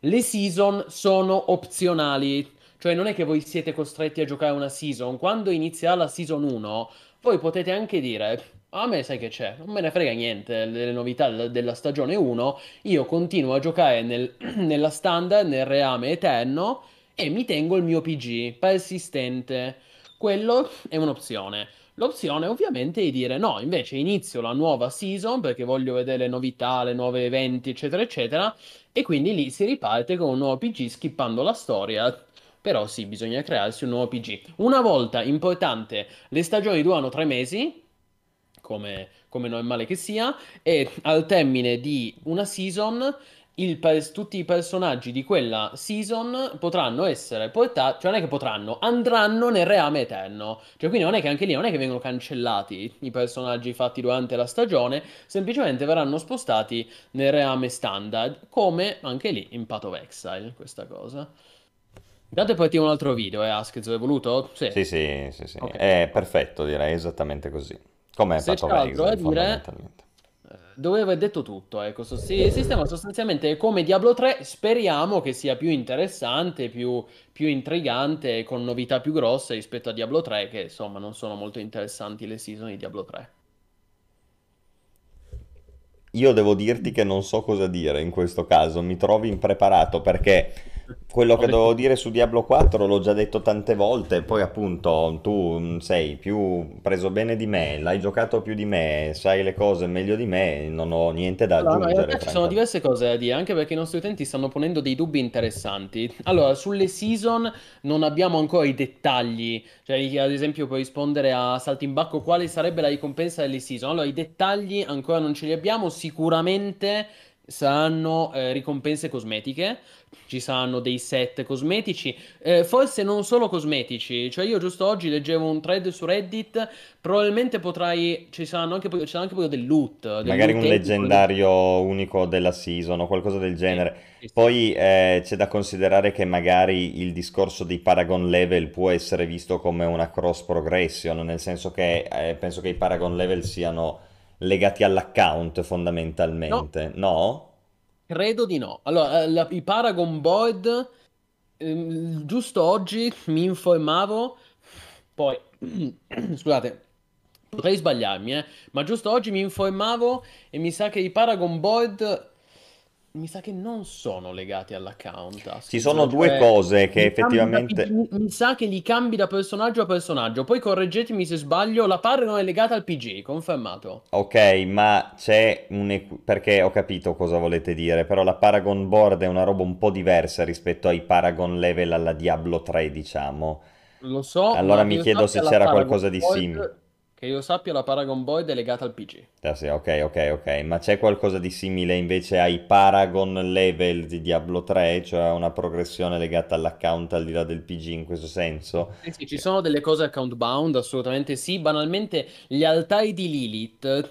Le season sono opzionali, cioè non è che voi siete costretti a giocare una season. Quando inizia la season 1, voi potete anche dire, a me sai che c'è, non me ne frega niente delle novità della stagione 1, io continuo a giocare nella standard, nel reame eterno e mi tengo il mio PG persistente. Quello è un'opzione. L'opzione ovviamente è di dire no, invece inizio la nuova season perché voglio vedere le novità, le nuove eventi, eccetera, eccetera, e quindi lì si riparte con un nuovo PG skippando la storia. Però sì, bisogna crearsi un nuovo PG. Una volta, importante, le stagioni durano 3 mesi, come normale che sia, e al termine di una season tutti i personaggi di quella season potranno essere portati, cioè non è che potranno, andranno nel reame eterno. Cioè quindi non è che anche lì non è che vengono cancellati i personaggi fatti durante la stagione, semplicemente verranno spostati nel reame standard, come anche lì in Path of Exile, questa cosa. Intanto poi ti un altro video, Askez, hai voluto? Sì. Sì, sì, sì, sì, Ok. è perfetto, direi esattamente così. Come Se Path c'è of altro da Exile, dire, fondamentalmente. dovevo aver detto tutto, ecco. Il sistema sostanzialmente è come Diablo 3, speriamo che sia più interessante, più intrigante, con novità più grosse rispetto a Diablo 3, che insomma non sono molto interessanti le season di Diablo 3. Io devo dirti che non so cosa dire in questo caso, mi trovi impreparato perché quello Ho che detto dovevo tutto. dire su Diablo 4 l'ho già detto tante volte, poi appunto tu sei più preso bene di me, l'hai giocato più di me, sai le cose meglio di me, non ho niente da Allora, no, in aggiungere, realtà ci sono francamente. diverse cose da dire, anche perché i nostri utenti stanno ponendo dei dubbi interessanti. Allora, sulle season non abbiamo ancora i dettagli, cioè ad esempio per rispondere a Saltimbacco quale sarebbe la ricompensa delle season. Allora, i dettagli ancora non ce li abbiamo, sicuramente saranno ricompense cosmetiche, ci saranno dei set cosmetici, forse non solo cosmetici, cioè io giusto oggi leggevo un thread su Reddit. Probabilmente potrai. Ci sarà anche proprio del Magari loot un epico. leggendario unico della season o qualcosa del Sì, genere. sì, sì. Poi c'è da considerare che magari il discorso di Paragon Level può essere visto come una cross progression, nel senso che penso che i Paragon Level siano legati all'account No, fondamentalmente, no? credo di no. Allora, i Paragon Board, giusto oggi mi informavo, poi, scusate, potrei sbagliarmi, ma giusto oggi mi informavo e mi sa che i Paragon Board, mi sa che non sono legati all'account, Ci sono Askez, due cioè cose che li cambi effettivamente. mi sa che li cambi da personaggio a personaggio, poi correggetemi se sbaglio, la Paragon è legata al PG, confermato. Ok, ma c'è perché ho capito cosa volete dire, però la Paragon Board è una roba un po' diversa rispetto ai Paragon Level alla Diablo 3, diciamo. Lo so, Allora ma che mi io chiedo se sappia la c'era Paragon qualcosa di simile. Void, che io sappia la Paragon Void è legata al PG. Ah, sì, ok, ok, ok. Ma c'è qualcosa di simile invece ai Paragon Level di Diablo 3, cioè una progressione legata all'account al di là del PG in questo senso? Sì, sì, ci sono delle cose account bound, assolutamente sì. Banalmente, gli altari di Lilith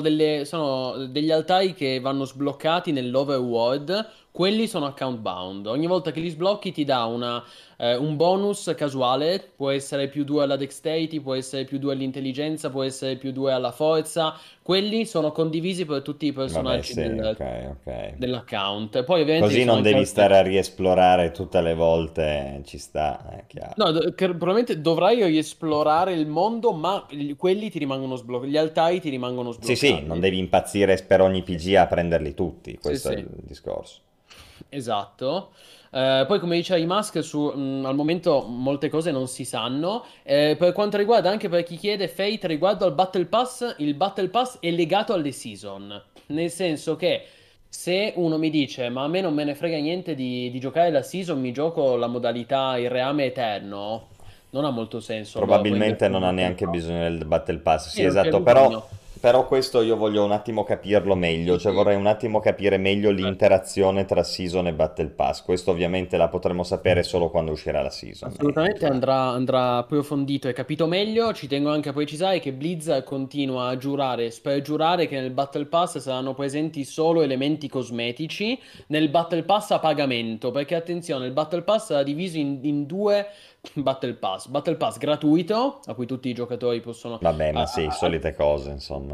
sono degli altari che vanno sbloccati nell'overworld. Quelli sono account bound. Ogni volta che li sblocchi ti dà un bonus casuale. Può essere più 2 alla dexterity, può essere più 2 all'intelligenza, può essere più 2 alla forza. Quelli sono condivisi per tutti i Vabbè, personaggi sì, ok, ok. dell'account. Poi ovviamente ci Così sono non anche devi altre. stare a riesplorare tutte le volte, ci sta, è chiaro. No, probabilmente dovrai esplorare il mondo, ma quelli ti rimangono sbloccati, gli altari ti rimangono Sì, sì, non sbloccati. devi impazzire per ogni Sì, PG a prenderli tutti, sì, questo è il sì, discorso. esatto. Poi, come diceva Musk, al momento molte cose non si sanno. Per quanto riguarda, anche per chi chiede, Fate riguardo al Battle Pass, il Battle Pass è legato alle season. Nel senso che se uno mi dice, ma a me non me ne frega niente di giocare la season, mi gioco la modalità il reame eterno, non ha molto senso. Allora, poi Probabilmente investire non ha in quel neanche pass. bisogno del Battle Pass, Sì, sì, non c'è esatto, bisogno. però questo io voglio un attimo capirlo meglio, Sì, cioè sì, vorrei un attimo capire meglio certo. l'interazione tra Season e Battle Pass. Questo ovviamente la potremo sapere solo quando uscirà la Season, è Assolutamente chiaro. andrà approfondito e capito meglio. Ci tengo anche a precisare che Blizzard continua a giurare, spergiurare che nel Battle Pass saranno presenti solo elementi cosmetici nel Battle Pass a pagamento. Perché attenzione, il Battle Pass sarà diviso in due Battle Pass. Battle Pass gratuito, a cui tutti i giocatori possono. Vabbè, ma sì, solite cose, insomma.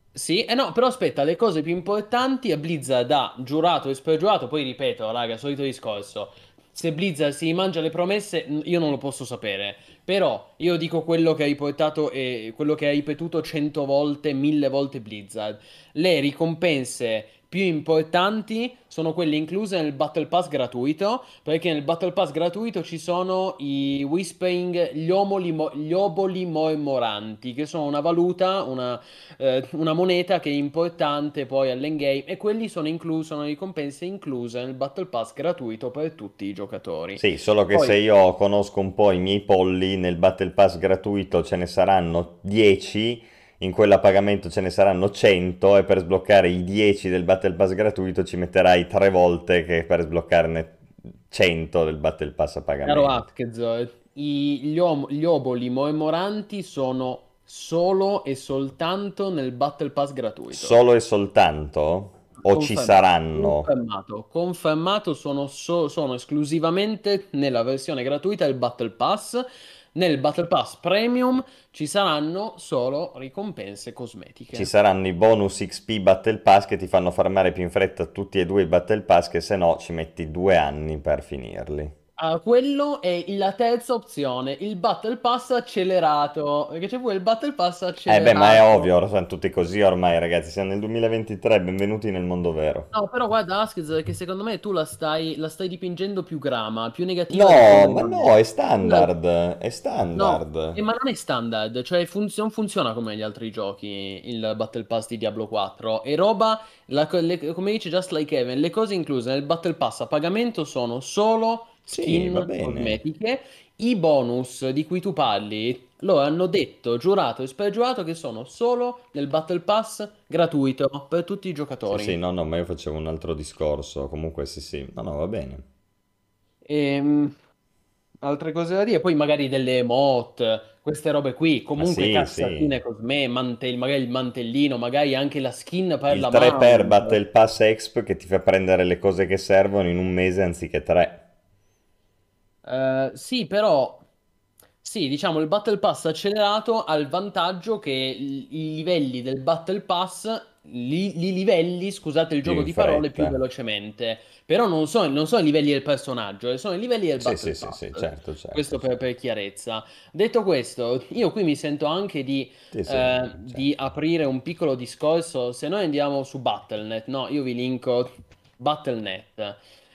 Sì, no, però aspetta, le cose più importanti a Blizzard ha giurato e spergiurato, poi ripeto, raga, solito discorso. Se Blizzard si mangia le promesse, io non lo posso sapere. Però io dico quello che hai portato e quello che hai ripetuto 100 volte, 1000 volte Blizzard. Le ricompense più importanti sono quelle incluse nel Battle Pass gratuito, perché nel Battle Pass gratuito ci sono i Whispering, gli oboli mormoranti, che sono una valuta, una moneta che è importante poi all'endgame e quelli sono ricompense incluse nel Battle Pass gratuito per tutti i giocatori. Sì, solo che se Poi, io conosco un po' i miei polli, nel Battle Pass gratuito ce ne saranno 10, in quello a pagamento ce ne saranno 100 e per sbloccare i 10 del Battle Pass gratuito ci metterai 3 volte che per sbloccarne 100 del Battle Pass a caro pagamento. Atkez, gli oboli mormoranti sono solo e soltanto nel Battle Pass gratuito. Solo e soltanto? O ci Confermato, saranno? confermato sono esclusivamente nella versione gratuita del Battle Pass. Nel Battle Pass Premium ci saranno solo ricompense Ci cosmetiche. saranno i bonus XP Battle Pass che ti fanno farmare più in fretta tutti e due i Battle Pass che se no ci metti 2 anni per finirli. Ah, quello è la terza opzione, il Battle Pass accelerato. Perché c'è pure il Battle Pass Beh, ma è accelerato. ovvio, ora sono tutti così ormai, ragazzi. Siamo nel 2023, benvenuti nel mondo vero. No, però guarda, Askez, che secondo me tu la stai dipingendo più grama, più negativa di No, come ma non no, è. è La- standard, è No, standard. ma non è standard, cioè non funziona come negli altri giochi il Battle Pass di Diablo 4. E roba, come dice Just Like Heaven, le cose incluse nel Battle Pass a pagamento sono solo Sì, va skin bene. cosmetiche. I bonus di cui tu parli lo hanno detto, giurato e spergiurato che sono solo nel Battle Pass gratuito per tutti i Sì, sì, giocatori. no, no, ma io facevo un altro discorso. Comunque, sì, sì. No, no, va bene. Ehm, Altre cose da dire, poi magari delle emote, queste robe qui, Ma comunque sì, sì. cazzatine cosme, magari il mantellino, magari anche la skin per Il la 3x mount. Battle Pass Exp che ti fa prendere le cose che servono in un mese anziché 3. Sì, però, sì, diciamo, il Battle Pass accelerato ha il vantaggio che i livelli del Battle Pass li livelli, scusate il Più gioco in di parole, più fretta. velocemente. Però non sono i livelli del personaggio, sono i livelli del Sì, Battle sì, sì, Pass. sì, certo, certo, Questo per certo. chiarezza. Detto questo, io qui mi sento anche Sì, sì, di certo. aprire un piccolo discorso. Se noi andiamo su Battle.net, no, io vi linko Battle.net.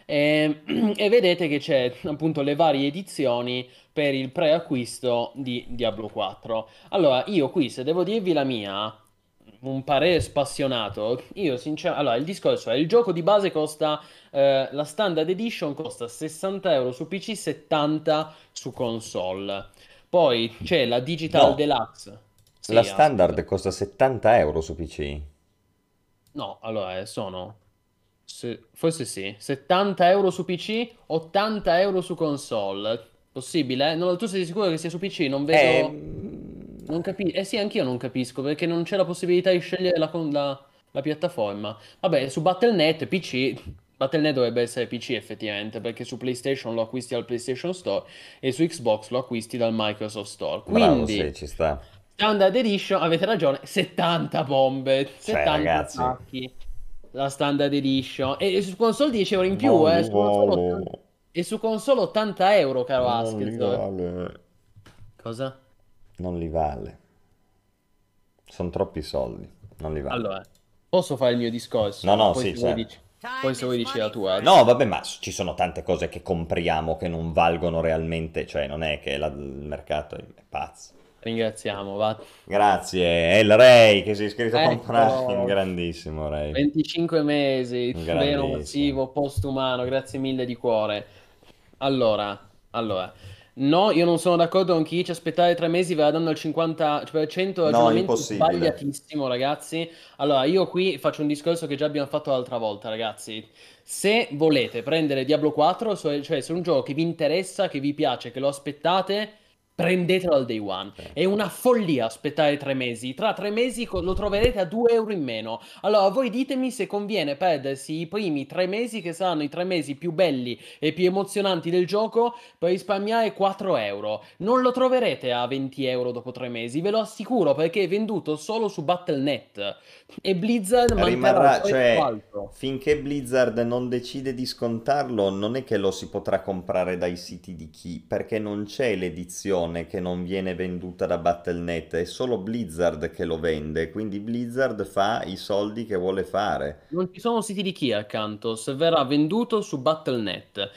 E vedete che c'è appunto le varie edizioni per il preacquisto di Diablo 4. Allora, io qui, se devo dirvi la mia, un parere spassionato, io sinceramente... Allora, il discorso è, il gioco di base costa, la Standard Edition costa 60 euro su PC, 70 su console. Poi c'è la Digital No, Deluxe. la Sì, standard aspetta. costa 70 euro su PC. No, allora, forse sì, 70 euro su PC, 80 euro su console. Possibile? No, tu sei sicuro che sia su PC? Non vedo... Non capisco. Eh sì, anch'io non capisco perché non c'è la possibilità di scegliere la piattaforma. Vabbè, su Battle.net PC, Battle.net dovrebbe essere PC effettivamente perché su PlayStation lo acquisti dal PlayStation Store e su Xbox lo acquisti dal Microsoft Store. Bravo, Quindi, sì, ci sta. Standard Edition, avete ragione, 70 bombe, Cioè, 70 ragazzi, attacchi. La Standard Edition. E su console 10 euro in più, non li vale. E su console 80 euro, caro Non li Askez. vale. Cosa? Non li vale. Sono troppi soldi. Non li vale. Allora, posso fare il mio No, discorso, no, sì, certo. poi se vuoi dici la tua. No, vabbè, ma ci sono tante cose che compriamo che non valgono realmente, cioè non è che il mercato è pazzo. Ringraziamo, va. Grazie, è il Ray che si è iscritto con Prime, Eccolo, grandissimo Ray, 25 mesi, vero grandissimo. massivo, postumano, grazie mille di cuore. Allora, no, io non sono d'accordo con chi dice aspettare 3 mesi va dando il 50% No, ragionamento impossibile. sbagliatissimo, ragazzi. Allora, io qui faccio un discorso che già abbiamo fatto l'altra volta, ragazzi. Se volete prendere Diablo 4, cioè se è un gioco che vi interessa, che vi piace, che lo aspettate, prendetelo al day one. Sì. È una follia aspettare 3 mesi. Tra 3 mesi lo troverete a 2 euro in meno. Allora, voi ditemi se conviene perdersi i primi 3 mesi, che saranno i 3 mesi più belli e più emozionanti del gioco, per risparmiare 4 euro. Non lo troverete a 20 euro dopo 3 mesi, ve lo assicuro, perché è venduto solo su Battle.net. E Blizzard manterrà il Rimarrà, prezzo cioè, alto. finché Blizzard non decide di scontarlo, non è che lo si potrà comprare dai siti di chi, perché non c'è l'edizione che non viene venduta da Battle.net, è solo Blizzard che lo vende, quindi Blizzard fa i soldi che vuole fare. Non ci sono siti di chi accanto, se verrà venduto su Battle.net.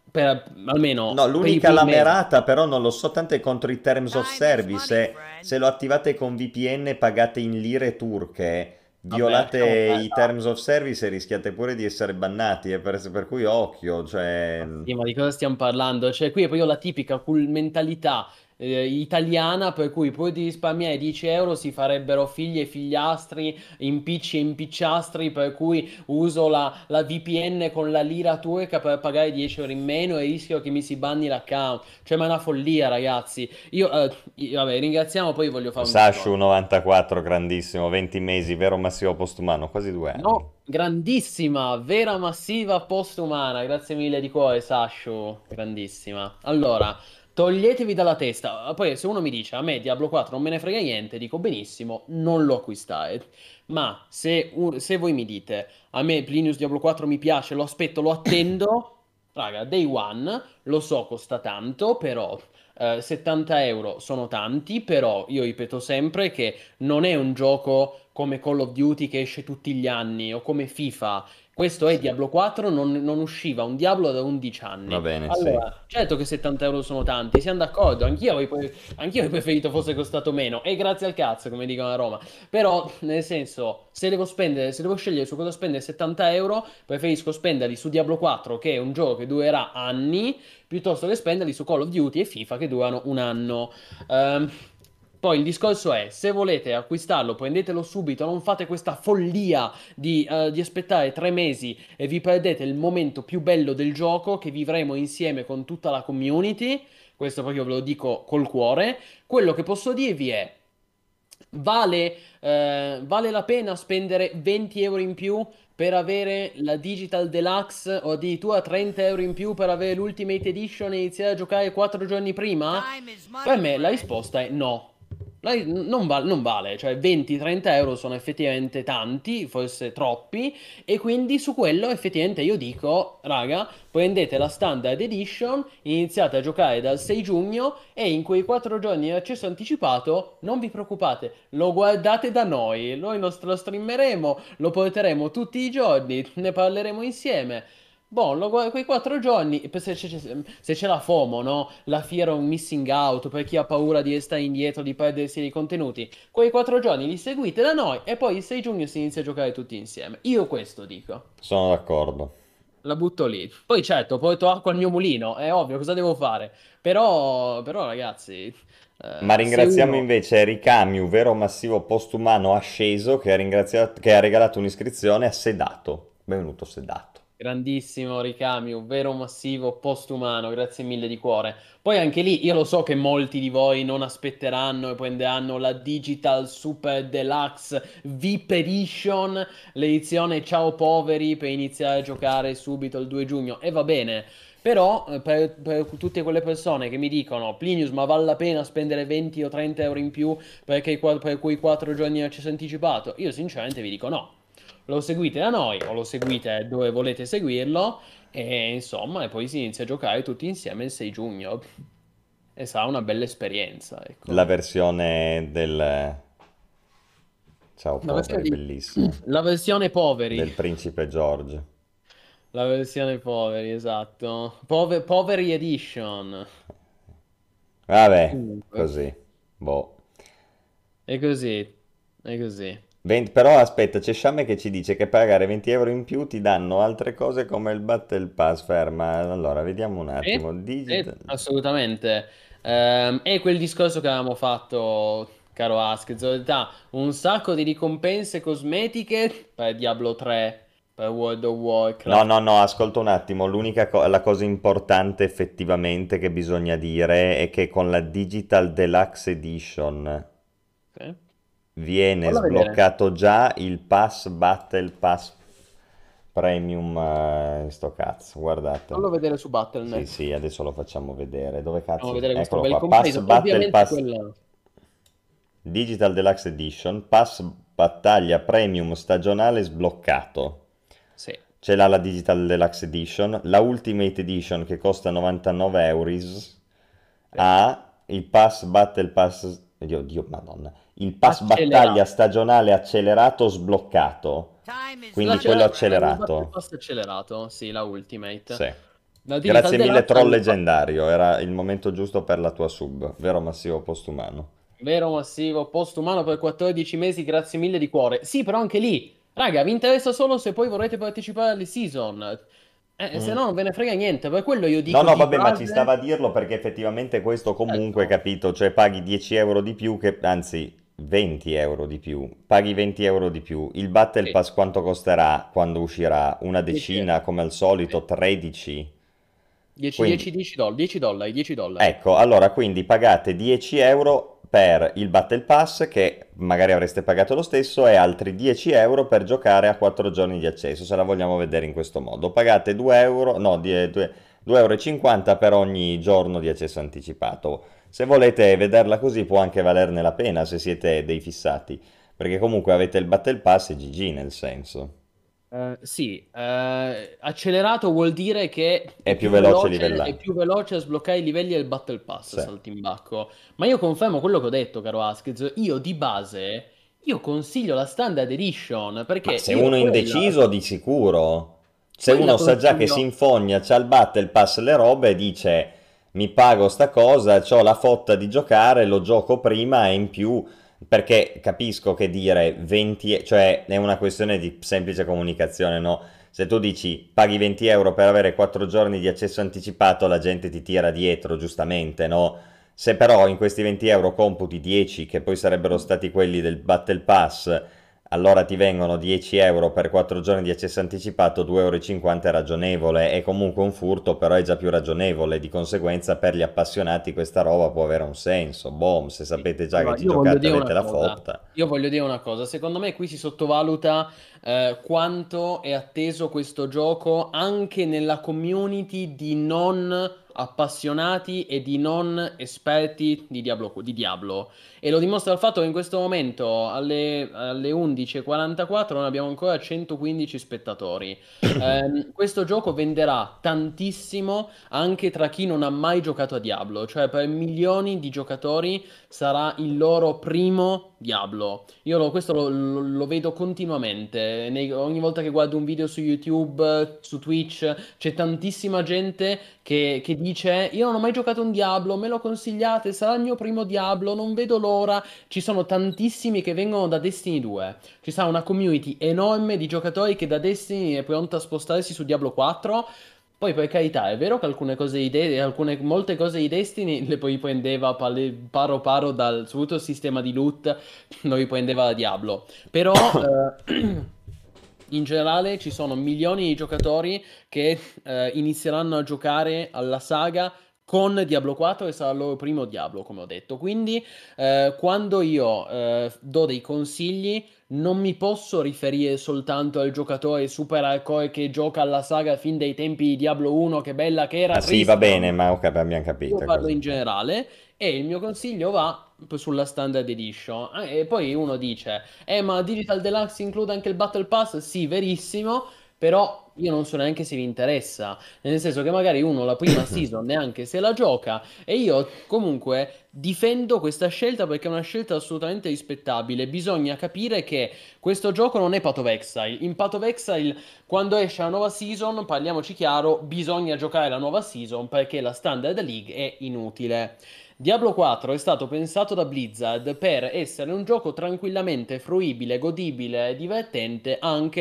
No, Almeno per i l'unica primi mesi. lamerata però non lo so, tanto è contro i Terms of Service, se lo attivate con VPN pagate in lire turche, Vabbè, violate lasciamo i perdere. Terms of Service e rischiate pure di essere bannati, per cui occhio, cioè... Sì, ma di cosa stiamo parlando? Cioè, qui è proprio la tipica mentalità italiana per cui pur di risparmiare 10 euro si farebbero figli e figliastri, impicci e impicciastri, per cui uso la VPN con la lira turca per pagare 10 euro in meno e rischio che mi si banni l'account. Cioè, ma è una follia, ragazzi. Vabbè, ringraziamo, poi voglio fare un Sashu discorso. 94, grandissimo, 20 mesi, vero massivo postumano, quasi 2 anni. No, grandissima, vera massiva postumana, grazie mille di cuore, Sasho, grandissima. Allora, toglietevi dalla testa, poi se uno mi dice a me Diablo 4 non me ne frega niente, dico benissimo, non lo acquistate. Ma se voi mi dite a me Plinius Diablo 4 mi piace, lo aspetto, lo attendo, raga, day one, lo so costa tanto, però 70 euro sono tanti, però io ripeto sempre che non è un gioco come Call of Duty che esce tutti gli anni o come FIFA. Questo è Sì. Diablo 4, non usciva un Diablo da 11 Va anni. bene, sì. Allora, certo che 70 euro sono tanti, siamo d'accordo. Anch'io avrei preferito fosse costato meno. E grazie al cazzo, come dicono a Roma. Però, nel senso, se devo scegliere su cosa spendere 70 euro, preferisco spenderli su Diablo 4, che è un gioco che durerà anni, piuttosto che spenderli su Call of Duty e FIFA che durano un anno. Ehm, Poi il discorso è, se volete acquistarlo, prendetelo subito, non fate questa follia di aspettare 3 mesi e vi perdete il momento più bello del gioco che vivremo insieme con tutta la community. Questo proprio ve lo dico col cuore. Quello che posso dirvi è, vale la pena spendere 20 euro in più per avere la Digital Deluxe o addirittura 30 euro in più per avere l'Ultimate Edition e iniziare a giocare 4 giorni prima? Per me la risposta è no. Non vale, cioè 20-30 euro sono effettivamente tanti, forse troppi, e quindi su quello effettivamente io dico, raga, prendete la Standard Edition, iniziate a giocare dal 6 giugno e in quei 4 giorni di accesso anticipato non vi preoccupate, lo guardate da noi lo streameremo, lo porteremo tutti i giorni, ne parleremo insieme. Boh, quei 4 giorni, se c'è la FOMO, no? La fear of missing out, per chi ha paura di restare indietro, di perdersi dei contenuti, quei 4 giorni li seguite da noi e poi il 6 giugno si inizia a giocare tutti insieme. Io questo dico. Sono d'accordo. La butto lì. Poi certo, porto acqua al mio mulino, è ovvio, cosa devo fare? Però ragazzi, Ma se ringraziamo uno... invece Ricamiu, vero massivo postumano asceso, che ha regalato un'iscrizione a Sedato. Benvenuto Sedato. Grandissimo Ricami, un vero massivo postumano, grazie mille di cuore. Poi anche lì io lo so che molti di voi non aspetteranno e prenderanno la Digital Super Deluxe VIP Edition, l'edizione Ciao Poveri per iniziare a giocare subito il 2 giugno e va bene. Però per tutte quelle persone che mi dicono Plinius, ma vale la pena spendere 20 o 30 euro in più per quei 4 giorni di accesso anticipato? Io sinceramente vi dico no. Lo seguite da noi o lo seguite dove volete seguirlo e insomma, e poi si inizia a giocare tutti insieme il 6 giugno e sarà una bella esperienza, La ecco. versione del... Ciao La versione poveri, di... bellissimo. La versione poveri. Del principe George. La versione poveri, esatto. Poveri Edition. Vabbè, Comunque, così. Boh. è così, è così. Però aspetta, c'è Shame che ci dice che pagare 20 euro in più ti danno altre cose come il Battle Pass. Ferma. Allora, vediamo un Sì, attimo. sì, Digital. assolutamente. È quel discorso che avevamo fatto, caro Ask, in realtà un sacco di ricompense cosmetiche per Diablo 3. per World of No, Warcraft. no, no, ascolta un attimo, la cosa importante effettivamente che bisogna dire è che con la Digital Deluxe Edition Sì. viene Fallo vedere. sbloccato già il Pass Battle Pass Premium, sto cazzo, guardate. Fallo vedere su Sì, Battle.net. sì, adesso lo facciamo vedere. Dove Facciamo cazzo? vedere questo Eccolo bel qua, Pass compreso. Battle Ovviamente Pass quella... Digital Deluxe Edition, Pass Battaglia Premium stagionale sbloccato. Sì. Ce l'ha la Digital Deluxe Edition, la Ultimate Edition che costa 99 euro, Sì. ha il Pass Battle Pass, Dio, Madonna, il Pass Battaglia Accelerato. stagionale accelerato sbloccato, quindi quello Il Battle accelerato. Pass accelerato, sì, la Ultimate. Sì. La Digital Grazie mille Deluxe troll hanno leggendario, era il momento giusto per la tua sub, vero Massimo Postumano? vero massivo postumano per 14 mesi, grazie mille di cuore. Sì, però anche lì, raga, vi interessa solo se poi vorrete partecipare alle season. Se Mm. no non ve ne frega niente, per quello io No, dico no, di vabbè, ma ci base... stava a dirlo perché effettivamente questo comunque, Certo, capito? Cioè paghi 10 euro di più che, anzi, 20 euro di più. Paghi 20 euro di più. Il Battle sì, Pass quanto costerà quando uscirà? Una 10 decina, come al sì. solito, 13. 10, 10, Quindi 10 dollari, 10 dollari, 10 dollari. ecco, allora quindi pagate 10 euro per il Battle Pass, che magari avreste pagato lo stesso, e altri 10 euro per giocare a 4 giorni di accesso, se la vogliamo vedere in questo modo. Pagate 2 euro, no, 2,50 euro e cinquanta per ogni giorno di accesso anticipato. Se volete vederla così può anche valerne la pena se siete dei fissati, perché comunque avete il Battle Pass e GG nel senso. Sì, accelerato vuol dire che È più veloce a è livellare. più veloce a sbloccare i livelli del Battle Pass, Sì. saltimbacco. Ma io confermo quello che ho detto, caro Askez. Io di base, io consiglio la Standard Edition, Ma perché se io uno è indeciso, di sicuro. Se quella uno sa già che si consiglio. infogna, c'ha il Battle Pass, le robe, e dice mi pago sta cosa, ho la fotta di giocare, lo gioco prima e in più, perché capisco che dire 20, cioè è una questione di semplice comunicazione, no? Se tu dici paghi 20 euro per avere 4 giorni di accesso anticipato, la gente ti tira dietro, giustamente, no? Se però in questi 20 euro computi 10, che poi sarebbero stati quelli del Battle Pass, allora ti vengono 10 euro per 4 giorni di accesso anticipato, 2,50 euro e cinquanta è ragionevole, è comunque un furto, però è già più ragionevole, di conseguenza per gli appassionati questa roba può avere un senso. Boom, se Sì. sapete già che Allora, ci giocate avete la fotta. io voglio dire una cosa, secondo me qui si sottovaluta quanto è atteso questo gioco anche nella community di non appassionati e di non esperti di Diablo. E lo dimostra il fatto che in questo momento alle 11:44 noi abbiamo ancora 115 spettatori. Questo gioco venderà tantissimo anche tra chi non ha mai giocato a Diablo, cioè per milioni di giocatori sarà il loro primo Diablo. Questo lo vedo continuamente. Ogni volta che guardo un video su YouTube, su Twitch, c'è tantissima gente che dice: Io non ho mai giocato un Diablo, me lo consigliate? Sarà il mio primo Diablo, non vedo l'ora. Ci sono tantissimi che vengono da Destiny 2. Ci sarà una community enorme di giocatori che da Destiny è pronta a spostarsi su Diablo 4. Poi per carità, è vero che molte cose di Destiny le poi prendeva paro paro soprattutto il sistema di loot, lo riprendeva da Diablo. Però in generale ci sono milioni di giocatori che inizieranno a giocare alla saga con Diablo 4 e sarà il loro primo Diablo, come ho detto. Quindi quando io do dei consigli non mi posso riferire soltanto al giocatore super hardcore che gioca alla saga fin dai tempi di Diablo 1, che bella che era Ah sì, va bene, Tristram. ma abbiamo Io capito, è parlo così. in generale e il mio consiglio va sulla Standard Edition. E poi uno dice: ma Digital Deluxe include anche il Battle Pass? Sì, verissimo, però io non so neanche se vi interessa. Nel senso che magari uno la prima season neanche se la gioca e io comunque difendo questa scelta perché è una scelta assolutamente rispettabile. Bisogna capire che questo gioco non è Path of Exile. In Path of Exile, quando esce la nuova season, parliamoci chiaro, bisogna giocare la nuova season perché la Standard League è inutile. Diablo 4 è stato pensato da Blizzard per essere un gioco tranquillamente fruibile, godibile e divertente anche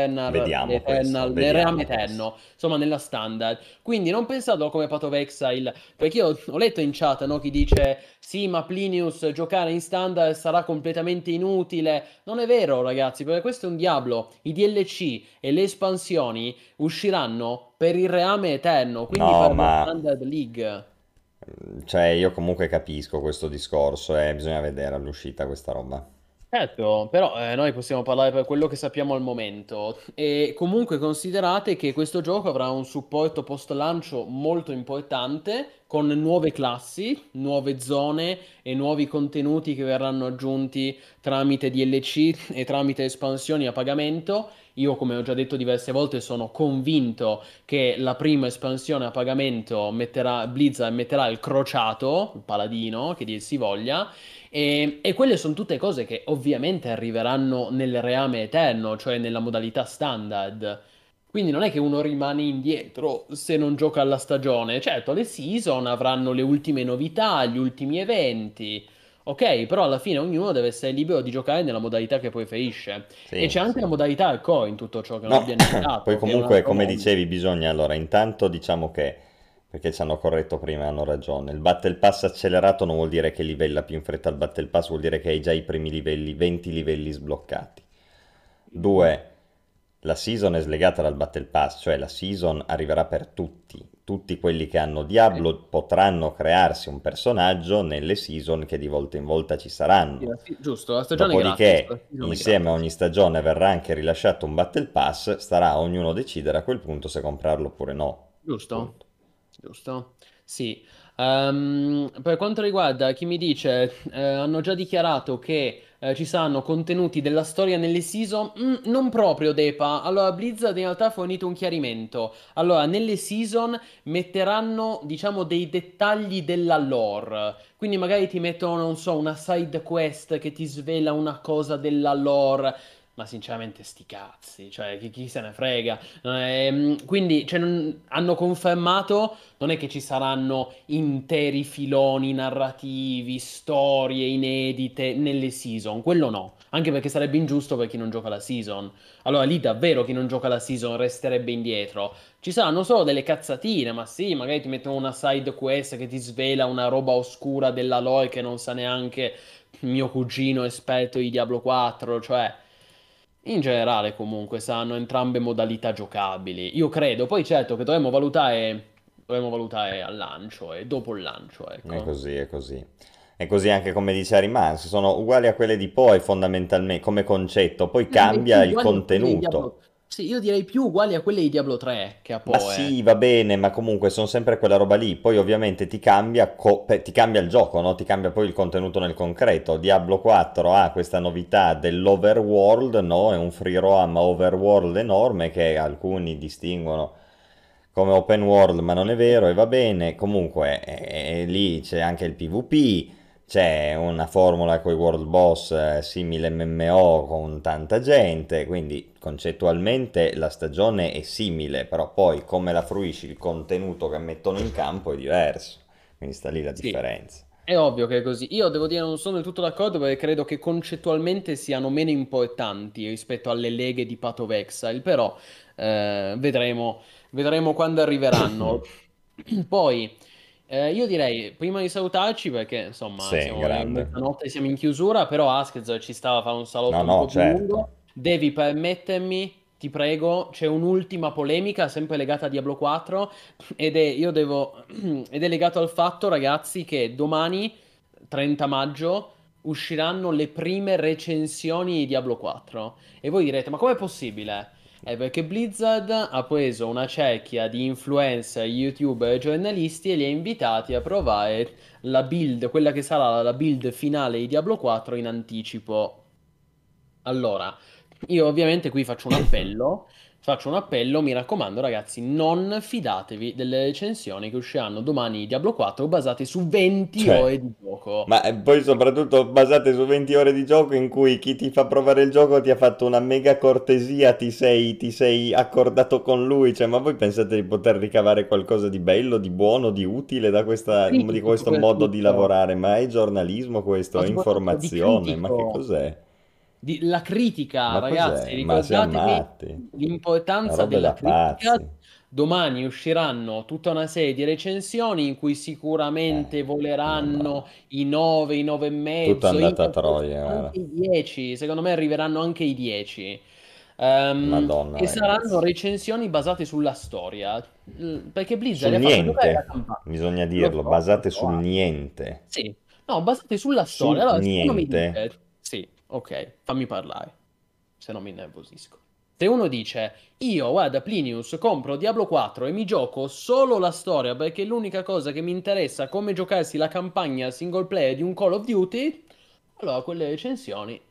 nel reame Vediamo questo. eterno, insomma nella standard. Quindi non pensatelo come Path of Exile, perché io ho letto in chat, no, chi dice sì, ma Plinius giocare in standard sarà completamente inutile. Non è vero, ragazzi, perché questo è un Diablo. I DLC e le espansioni usciranno per il reame eterno, quindi No, per la ma Standard League. cioè io comunque capisco questo discorso e bisogna vedere all'uscita questa roba. Certo, però noi possiamo parlare per quello che sappiamo al momento e comunque considerate che questo gioco avrà un supporto post-lancio molto importante con nuove classi, nuove zone e nuovi contenuti che verranno aggiunti tramite DLC e tramite espansioni a pagamento. Io, come ho già detto diverse volte, sono convinto che la prima espansione a pagamento Blizzard metterà il crociato, il paladino, che dir si voglia. E quelle sono tutte cose che ovviamente arriveranno nel reame eterno, cioè nella modalità standard. Quindi non è che uno rimane indietro se non gioca alla stagione. Certo, le season avranno le ultime novità, gli ultimi eventi. Ok, però alla fine ognuno deve essere libero di giocare nella modalità che preferisce. E Sì, c'è anche sì. la modalità hardcore in tutto ciò che non No, abbiamo poi notato, che è comunque, un'altra come bomba. dicevi, bisogna allora, intanto diciamo che, perché ci hanno corretto prima e hanno ragione, il Battle Pass accelerato non vuol dire che livella più in fretta il Battle Pass, vuol dire che hai già i primi livelli, 20 livelli sbloccati. Due, la season è slegata dal Battle Pass, cioè la season arriverà per tutti. Tutti quelli che hanno Sì, Diablo potranno crearsi un personaggio nelle season che di volta in volta ci sì, saranno. giusto, la stagione è gratis, la Dopodiché, season è insieme a ogni gratis. stagione verrà anche rilasciato un Battle Pass, starà a ognuno decidere a quel punto se comprarlo oppure no. Giusto? Punto. Giusto? Sì. Per quanto riguarda chi mi dice, hanno già dichiarato che ci saranno contenuti della storia nelle season. Non proprio, Depa. Allora, Blizzard in realtà ha fornito un chiarimento. Allora, nelle season metteranno, diciamo, dei dettagli della lore. Quindi magari ti mettono, non so, una side quest che ti svela una cosa della lore. Ma sinceramente sti cazzi, cioè chi se ne frega. Quindi cioè, hanno confermato, non è che ci saranno interi filoni narrativi, storie inedite nelle season, quello no, anche perché sarebbe ingiusto per chi non gioca la season. Allora lì davvero chi non gioca la season resterebbe indietro. Ci saranno solo delle cazzatine, ma sì, magari ti mettono una side quest che ti svela una roba oscura della lore che non sa neanche mio cugino esperto di Diablo 4, cioè in generale comunque saranno entrambe modalità giocabili. Io credo, poi certo che dovremo valutare al lancio e dopo il lancio, È ecco. così, è così. È così anche come dice Arimansi, sono uguali a quelle di Poe fondamentalmente come concetto, poi Io direi più cambia il uguali a quelle di contenuto. Diablo. Sì, io direi più uguali a quelle di Diablo 3 che a Ma Poe. sì, va bene, ma comunque sono sempre quella roba lì. Poi ovviamente ti cambia il gioco, no? Ti cambia poi il contenuto nel concreto. Diablo 4 ha questa novità dell'overworld, no? È un free roam overworld enorme che alcuni distinguono come open world, ma non è vero e va bene. Comunque lì c'è anche il PvP, c'è una formula con i world boss simile MMO con tanta gente, quindi concettualmente la stagione è simile, però poi come la fruisci, il contenuto che mettono in campo è diverso, quindi sta lì la Sì, differenza. è ovvio che è così. Io devo dire non sono del tutto d'accordo perché credo che concettualmente siano meno importanti rispetto alle leghe di Path of Exile, però vedremo quando arriveranno. Poi io direi, prima di salutarci, perché insomma Sì, siamo in grande. mezzanotte, siamo in chiusura, però Askez ci stava a fare un No, salotto un no, po' più certo. lungo. Devi permettermi, ti prego, c'è un'ultima polemica sempre legata a Diablo 4 ed è legato al fatto, ragazzi, che domani, 30 maggio, usciranno le prime recensioni di Diablo 4. E voi direte, ma com'è possibile? È perché Blizzard ha preso una cerchia di influencer, youtuber e giornalisti e li ha invitati a provare la build, quella che sarà la build finale di Diablo 4 in anticipo. Allora, io ovviamente qui faccio un appello, mi raccomando ragazzi, non fidatevi delle recensioni che usciranno domani di Diablo 4 basate su 20 Cioè, ore di gioco. ma poi soprattutto basate su 20 ore di gioco in cui chi ti fa provare il gioco ti ha fatto una mega cortesia, ti sei accordato con lui, cioè, ma voi pensate di poter ricavare qualcosa di bello, di buono, di utile di Critico questo modo di soprattutto, lavorare? Ma è giornalismo questo? ma È soprattutto di informazione? Ma che critico. cos'è? La critica, Ma ragazzi, cos'è? Ma si ricordatevi ammatti? l'importanza Robe della da critica. pazzi. Domani usciranno tutta una serie di recensioni in cui sicuramente voleranno Madonna. i 9 e Tutto è mezzo, andato a troia, anche guarda. i 10. Secondo me arriveranno anche i 10. Madonna, E saranno ragazzi. recensioni basate sulla storia. Perché Blizzard Sul gli ha fatto giocare la niente, campagna. bisogna Lo dirlo, so, lo basate sul so. niente. Sì, no, basate sulla storia. Sul Allora, se uno mi niente. dice, sì, ok, fammi parlare, se no mi innervosisco. Se uno dice, io, guarda, Plinius, compro Diablo 4 e mi gioco solo la storia perché è l'unica cosa che mi interessa come giocarsi la campagna single player di un Call of Duty, allora quelle recensioni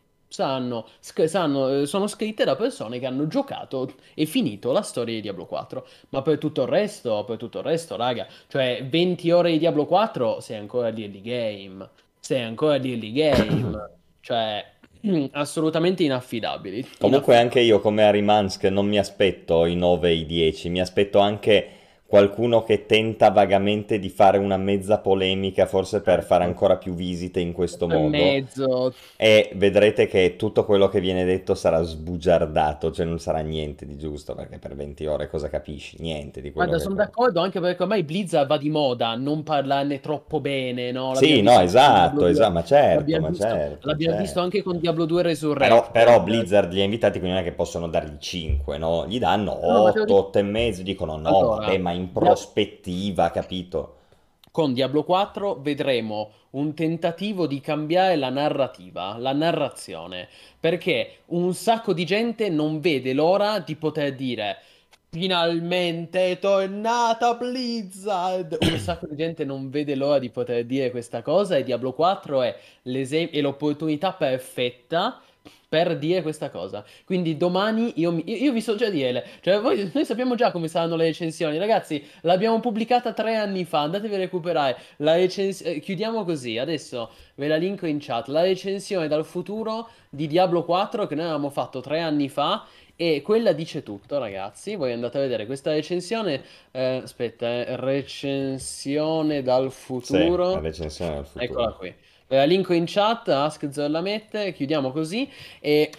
sono scritte da persone che hanno giocato e finito la storia di Diablo 4. Ma per tutto il resto, raga, cioè 20 ore di Diablo 4 sei ancora di early game. Sei ancora di early game. Cioè, assolutamente inaffidabili. Comunque anche Inaffidabili. io come Harry Mansk non mi aspetto i 9 e i 10, mi aspetto anche qualcuno che tenta vagamente di fare una mezza polemica, forse per fare Certo. ancora più visite in questo 8 e modo. mezzo. E vedrete che tutto quello che viene detto sarà sbugiardato, cioè non sarà niente di giusto, perché per 20 ore cosa capisci? Niente di quello Guarda, che... sono d'accordo anche perché ormai Blizzard va di moda non parlarne troppo bene, no? Sì, L'abbiamo no, visto anche con Diablo esatto, 2. esatto, ma certo, L'abbiamo ma visto, certo, l'abbiamo visto certo. anche con Diablo 2 Però Resurrected. Blizzard li ha invitati, quindi non è che possono dargli 5, no? Gli danno No, ma te lo 8, dico. 8 e mezzo, dicono no, vabbè, Allora, ma in prospettiva, capito? con Diablo 4 vedremo un tentativo di cambiare la narrativa, la narrazione, perché un sacco di gente non vede l'ora di poter dire finalmente è tornata Blizzard. Un sacco di gente non vede l'ora di poter dire questa cosa e Diablo 4 è l'opportunità perfetta per dire questa cosa. Quindi domani io vi so già dire, cioè noi sappiamo già come saranno le recensioni, ragazzi, l'abbiamo pubblicata 3 anni fa, andatevi a recuperare. Chiudiamo così, adesso ve la linko in chat, la recensione dal futuro di Diablo 4 che noi avevamo fatto 3 anni fa e quella dice tutto, ragazzi. Voi andate a vedere questa recensione, aspetta, recensione dal Sì, la futuro, recensione del eccola futuro. qui. Ve la linko in chat, Ask Zorlamette, chiudiamo così e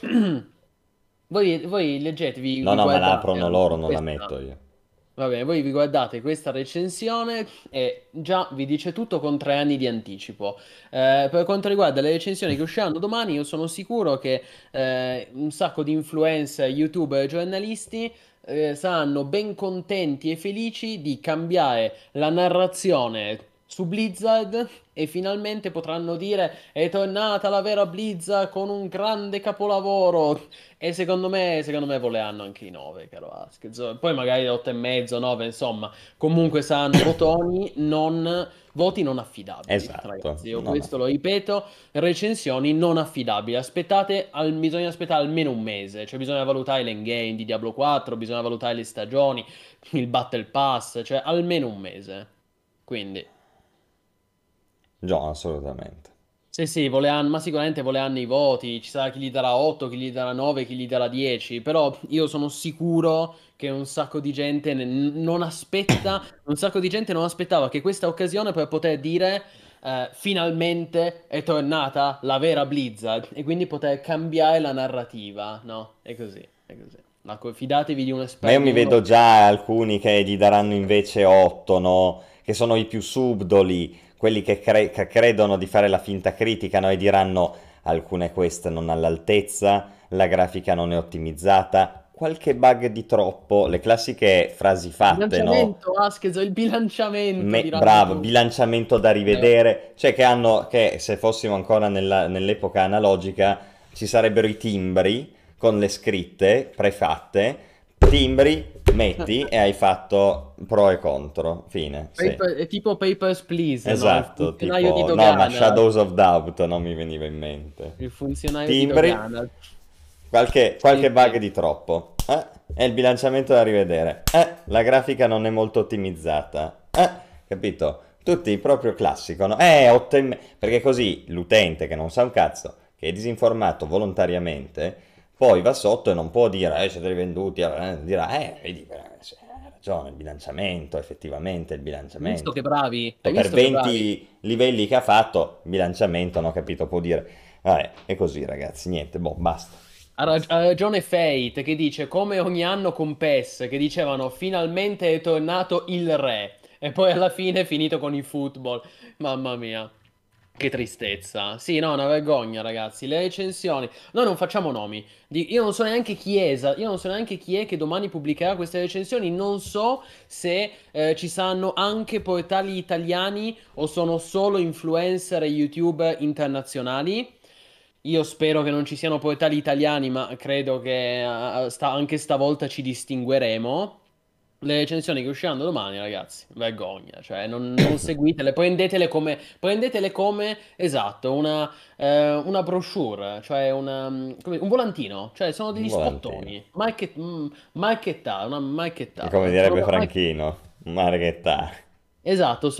voi leggetevi, No, vi no, me la guardate aprono loro, anzi, non la questa. metto io. Va bene, voi vi guardate questa recensione e già vi dice tutto con 3 anni di anticipo. Per quanto riguarda le recensioni che usciranno domani, io sono sicuro che un sacco di influencer, youtuber e giornalisti saranno ben contenti e felici di cambiare la narrazione su Blizzard e finalmente potranno dire è tornata la vera Blizzard con un grande capolavoro. E secondo me voleranno anche i 9, caro Ask. Poi magari 8 e mezzo, 9, insomma. Comunque saranno voti non affidabili, Esatto, ragazzi. Io non questo lo affidabile. ripeto, recensioni non affidabili. Bisogna aspettare almeno un mese. Cioè bisogna valutare l'endgame di Diablo 4, bisogna valutare le stagioni, il Battle Pass, cioè almeno un mese. Quindi... No, assolutamente. Sì, sì, ma sicuramente voleranno i voti, ci sarà chi gli darà 8, chi gli darà 9, chi gli darà 10, però io sono sicuro che un sacco di gente non aspetta, un sacco di gente non aspettava che questa occasione per poter dire finalmente è tornata la vera Blizzard e quindi poter cambiare la narrativa, no? È così, è così. Fidatevi di un Ma io esperto, di mi uno... vedo già alcuni che gli daranno invece 8, no? Che sono i più subdoli, quelli che credono di fare la finta critica, no? E diranno alcune quest non all'altezza, la grafica non è ottimizzata, qualche bug di troppo, le classiche frasi fatte, no? Bilanciamento, Ascheso, il bilanciamento, diranno Bravo, tutti. bilanciamento da rivedere, cioè che se fossimo ancora nell'epoca analogica ci sarebbero i timbri con le scritte prefatte, timbri, metti e hai fatto pro e contro, fine, sì. È tipo Papers, Please, no? Il Esatto, funzionario di tipo, no, ma dogana. Shadows of Doubt non mi veniva in mente. Il funzionario di Timbri, dogana. Qualche Sì, bug sì. di troppo. E il bilanciamento da rivedere. La grafica non è molto ottimizzata. Capito? Tutti proprio classico, no? Perché così l'utente che non sa un cazzo, che è disinformato volontariamente, poi va sotto e non può dire, siete rivenduti, dirà, vedi, sì, hai ragione, il bilanciamento, effettivamente il Hai visto bilanciamento. che bravi? Hai Per visto che bravi? 20 livelli che ha fatto, bilanciamento, non ho capito, può dire. Vabbè, è così ragazzi, niente, boh, basta. Ha ragione Fate che dice come ogni anno con PES che dicevano finalmente è tornato il re e poi alla fine è finito con il football. Mamma mia, che tristezza. Sì, no, una vergogna ragazzi. Le recensioni. Noi non facciamo nomi. Io non so neanche chi è, io non so neanche chi è che domani pubblicherà queste recensioni. Non so se ci saranno anche portali italiani o sono solo influencer e YouTuber internazionali. Io spero che non ci siano portali italiani, ma credo che anche stavolta ci distingueremo. Le recensioni che usciranno domani, ragazzi, vergogna, cioè non seguitele, prendetele come, esatto, una brochure, cioè un volantino, cioè sono Un degli volantino. spottoni, marchettata, una Come marchettata, sono direbbe Franchino, Margherita. esatto,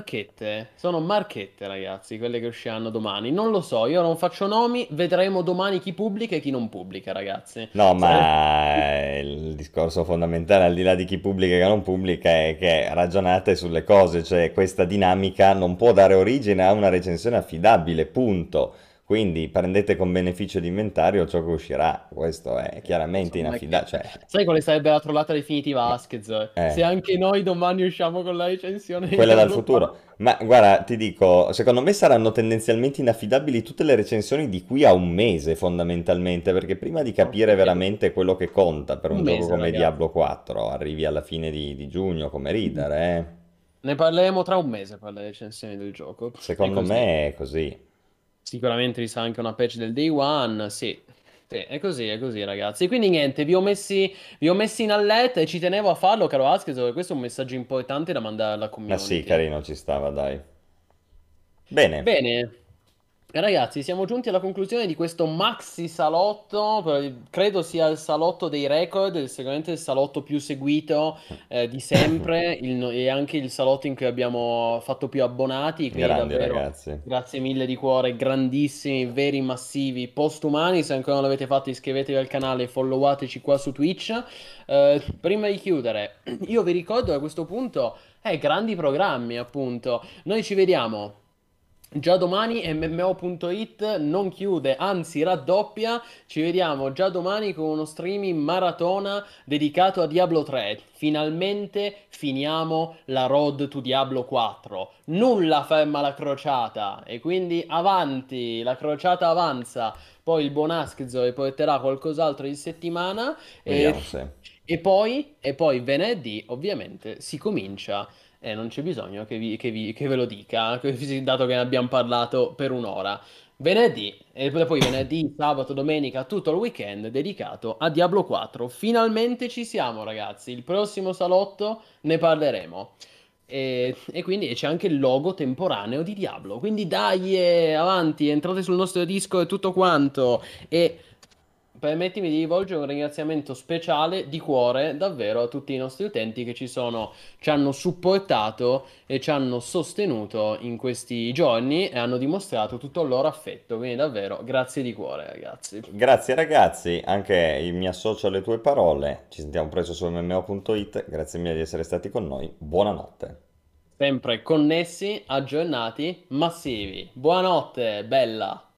sono marchette, ragazzi, quelle che usciranno domani. Non lo so, io non faccio nomi, vedremo domani chi pubblica e chi non pubblica, ragazzi. No, Sarebbe... ma il discorso fondamentale, al di là di chi pubblica e chi non pubblica, è che ragionate sulle cose, cioè questa dinamica non può dare origine a una recensione affidabile, punto. Quindi prendete con beneficio di inventario ciò che uscirà. Questo è chiaramente sono inaffidabile. marchette. Cioè, Sai quale sarebbe la trollata definitiva ma- Vasquez? Se eh. anche noi domani usciamo con la recensione di Quella dal Diablo futuro. 4. Ma guarda, ti dico, secondo me saranno tendenzialmente inaffidabili tutte le recensioni di qui a un mese, fondamentalmente, perché prima di capire veramente quello che conta per Un un gioco mese, come ragazzi. Diablo 4, arrivi alla fine di giugno come Reader, eh. Ne parleremo tra un mese per le recensioni del gioco. È Secondo così. me è così. Sicuramente ci sarà anche una patch del day one, sì. Sì, è così, ragazzi. Quindi niente, vi ho messi in allerta e ci tenevo a farlo, caro Vasquez, perché questo è un messaggio importante da mandare alla Ma sì, community. carino, ci stava, dai. Bene. Bene, ragazzi, siamo giunti alla conclusione di questo maxi salotto, credo sia il salotto dei record, sicuramente il salotto più seguito di sempre e anche il salotto in cui abbiamo fatto più abbonati, quindi Grandi davvero ragazzi. grazie mille di cuore, grandissimi, veri, massivi, postumani, se ancora non l'avete fatto iscrivetevi al canale e followateci qua su Twitch. Prima di chiudere, io vi ricordo a questo punto, grandi programmi appunto, noi ci vediamo. Già domani MMO.it non chiude, anzi raddoppia. Ci vediamo già domani con uno streaming maratona dedicato a Diablo 3. Finalmente finiamo la road to Diablo 4. Nulla ferma la crociata e quindi avanti, la crociata avanza. Poi il buon Askzo riporterà qualcos'altro in settimana e, Vediamo se. e poi venerdì ovviamente si comincia non c'è bisogno che ve lo dica, dato che ne abbiamo parlato per un'ora. Venerdì, e poi venerdì, sabato, domenica, tutto il weekend dedicato a Diablo 4. Finalmente ci siamo, ragazzi. Il prossimo salotto ne parleremo. E quindi c'è anche il logo temporaneo di Diablo. Quindi dai, avanti, entrate sul nostro Discord e tutto quanto. E permettimi di rivolgere un ringraziamento speciale di cuore davvero a tutti i nostri utenti che ci hanno supportato e ci hanno sostenuto in questi giorni e hanno dimostrato tutto il loro affetto. Quindi davvero grazie di cuore, ragazzi. Grazie ragazzi, anche mi associo alle tue parole. Ci sentiamo presto su mmo.it. Grazie mille di essere stati con noi. Buonanotte. Sempre connessi, aggiornati, massivi. Buonanotte, bella.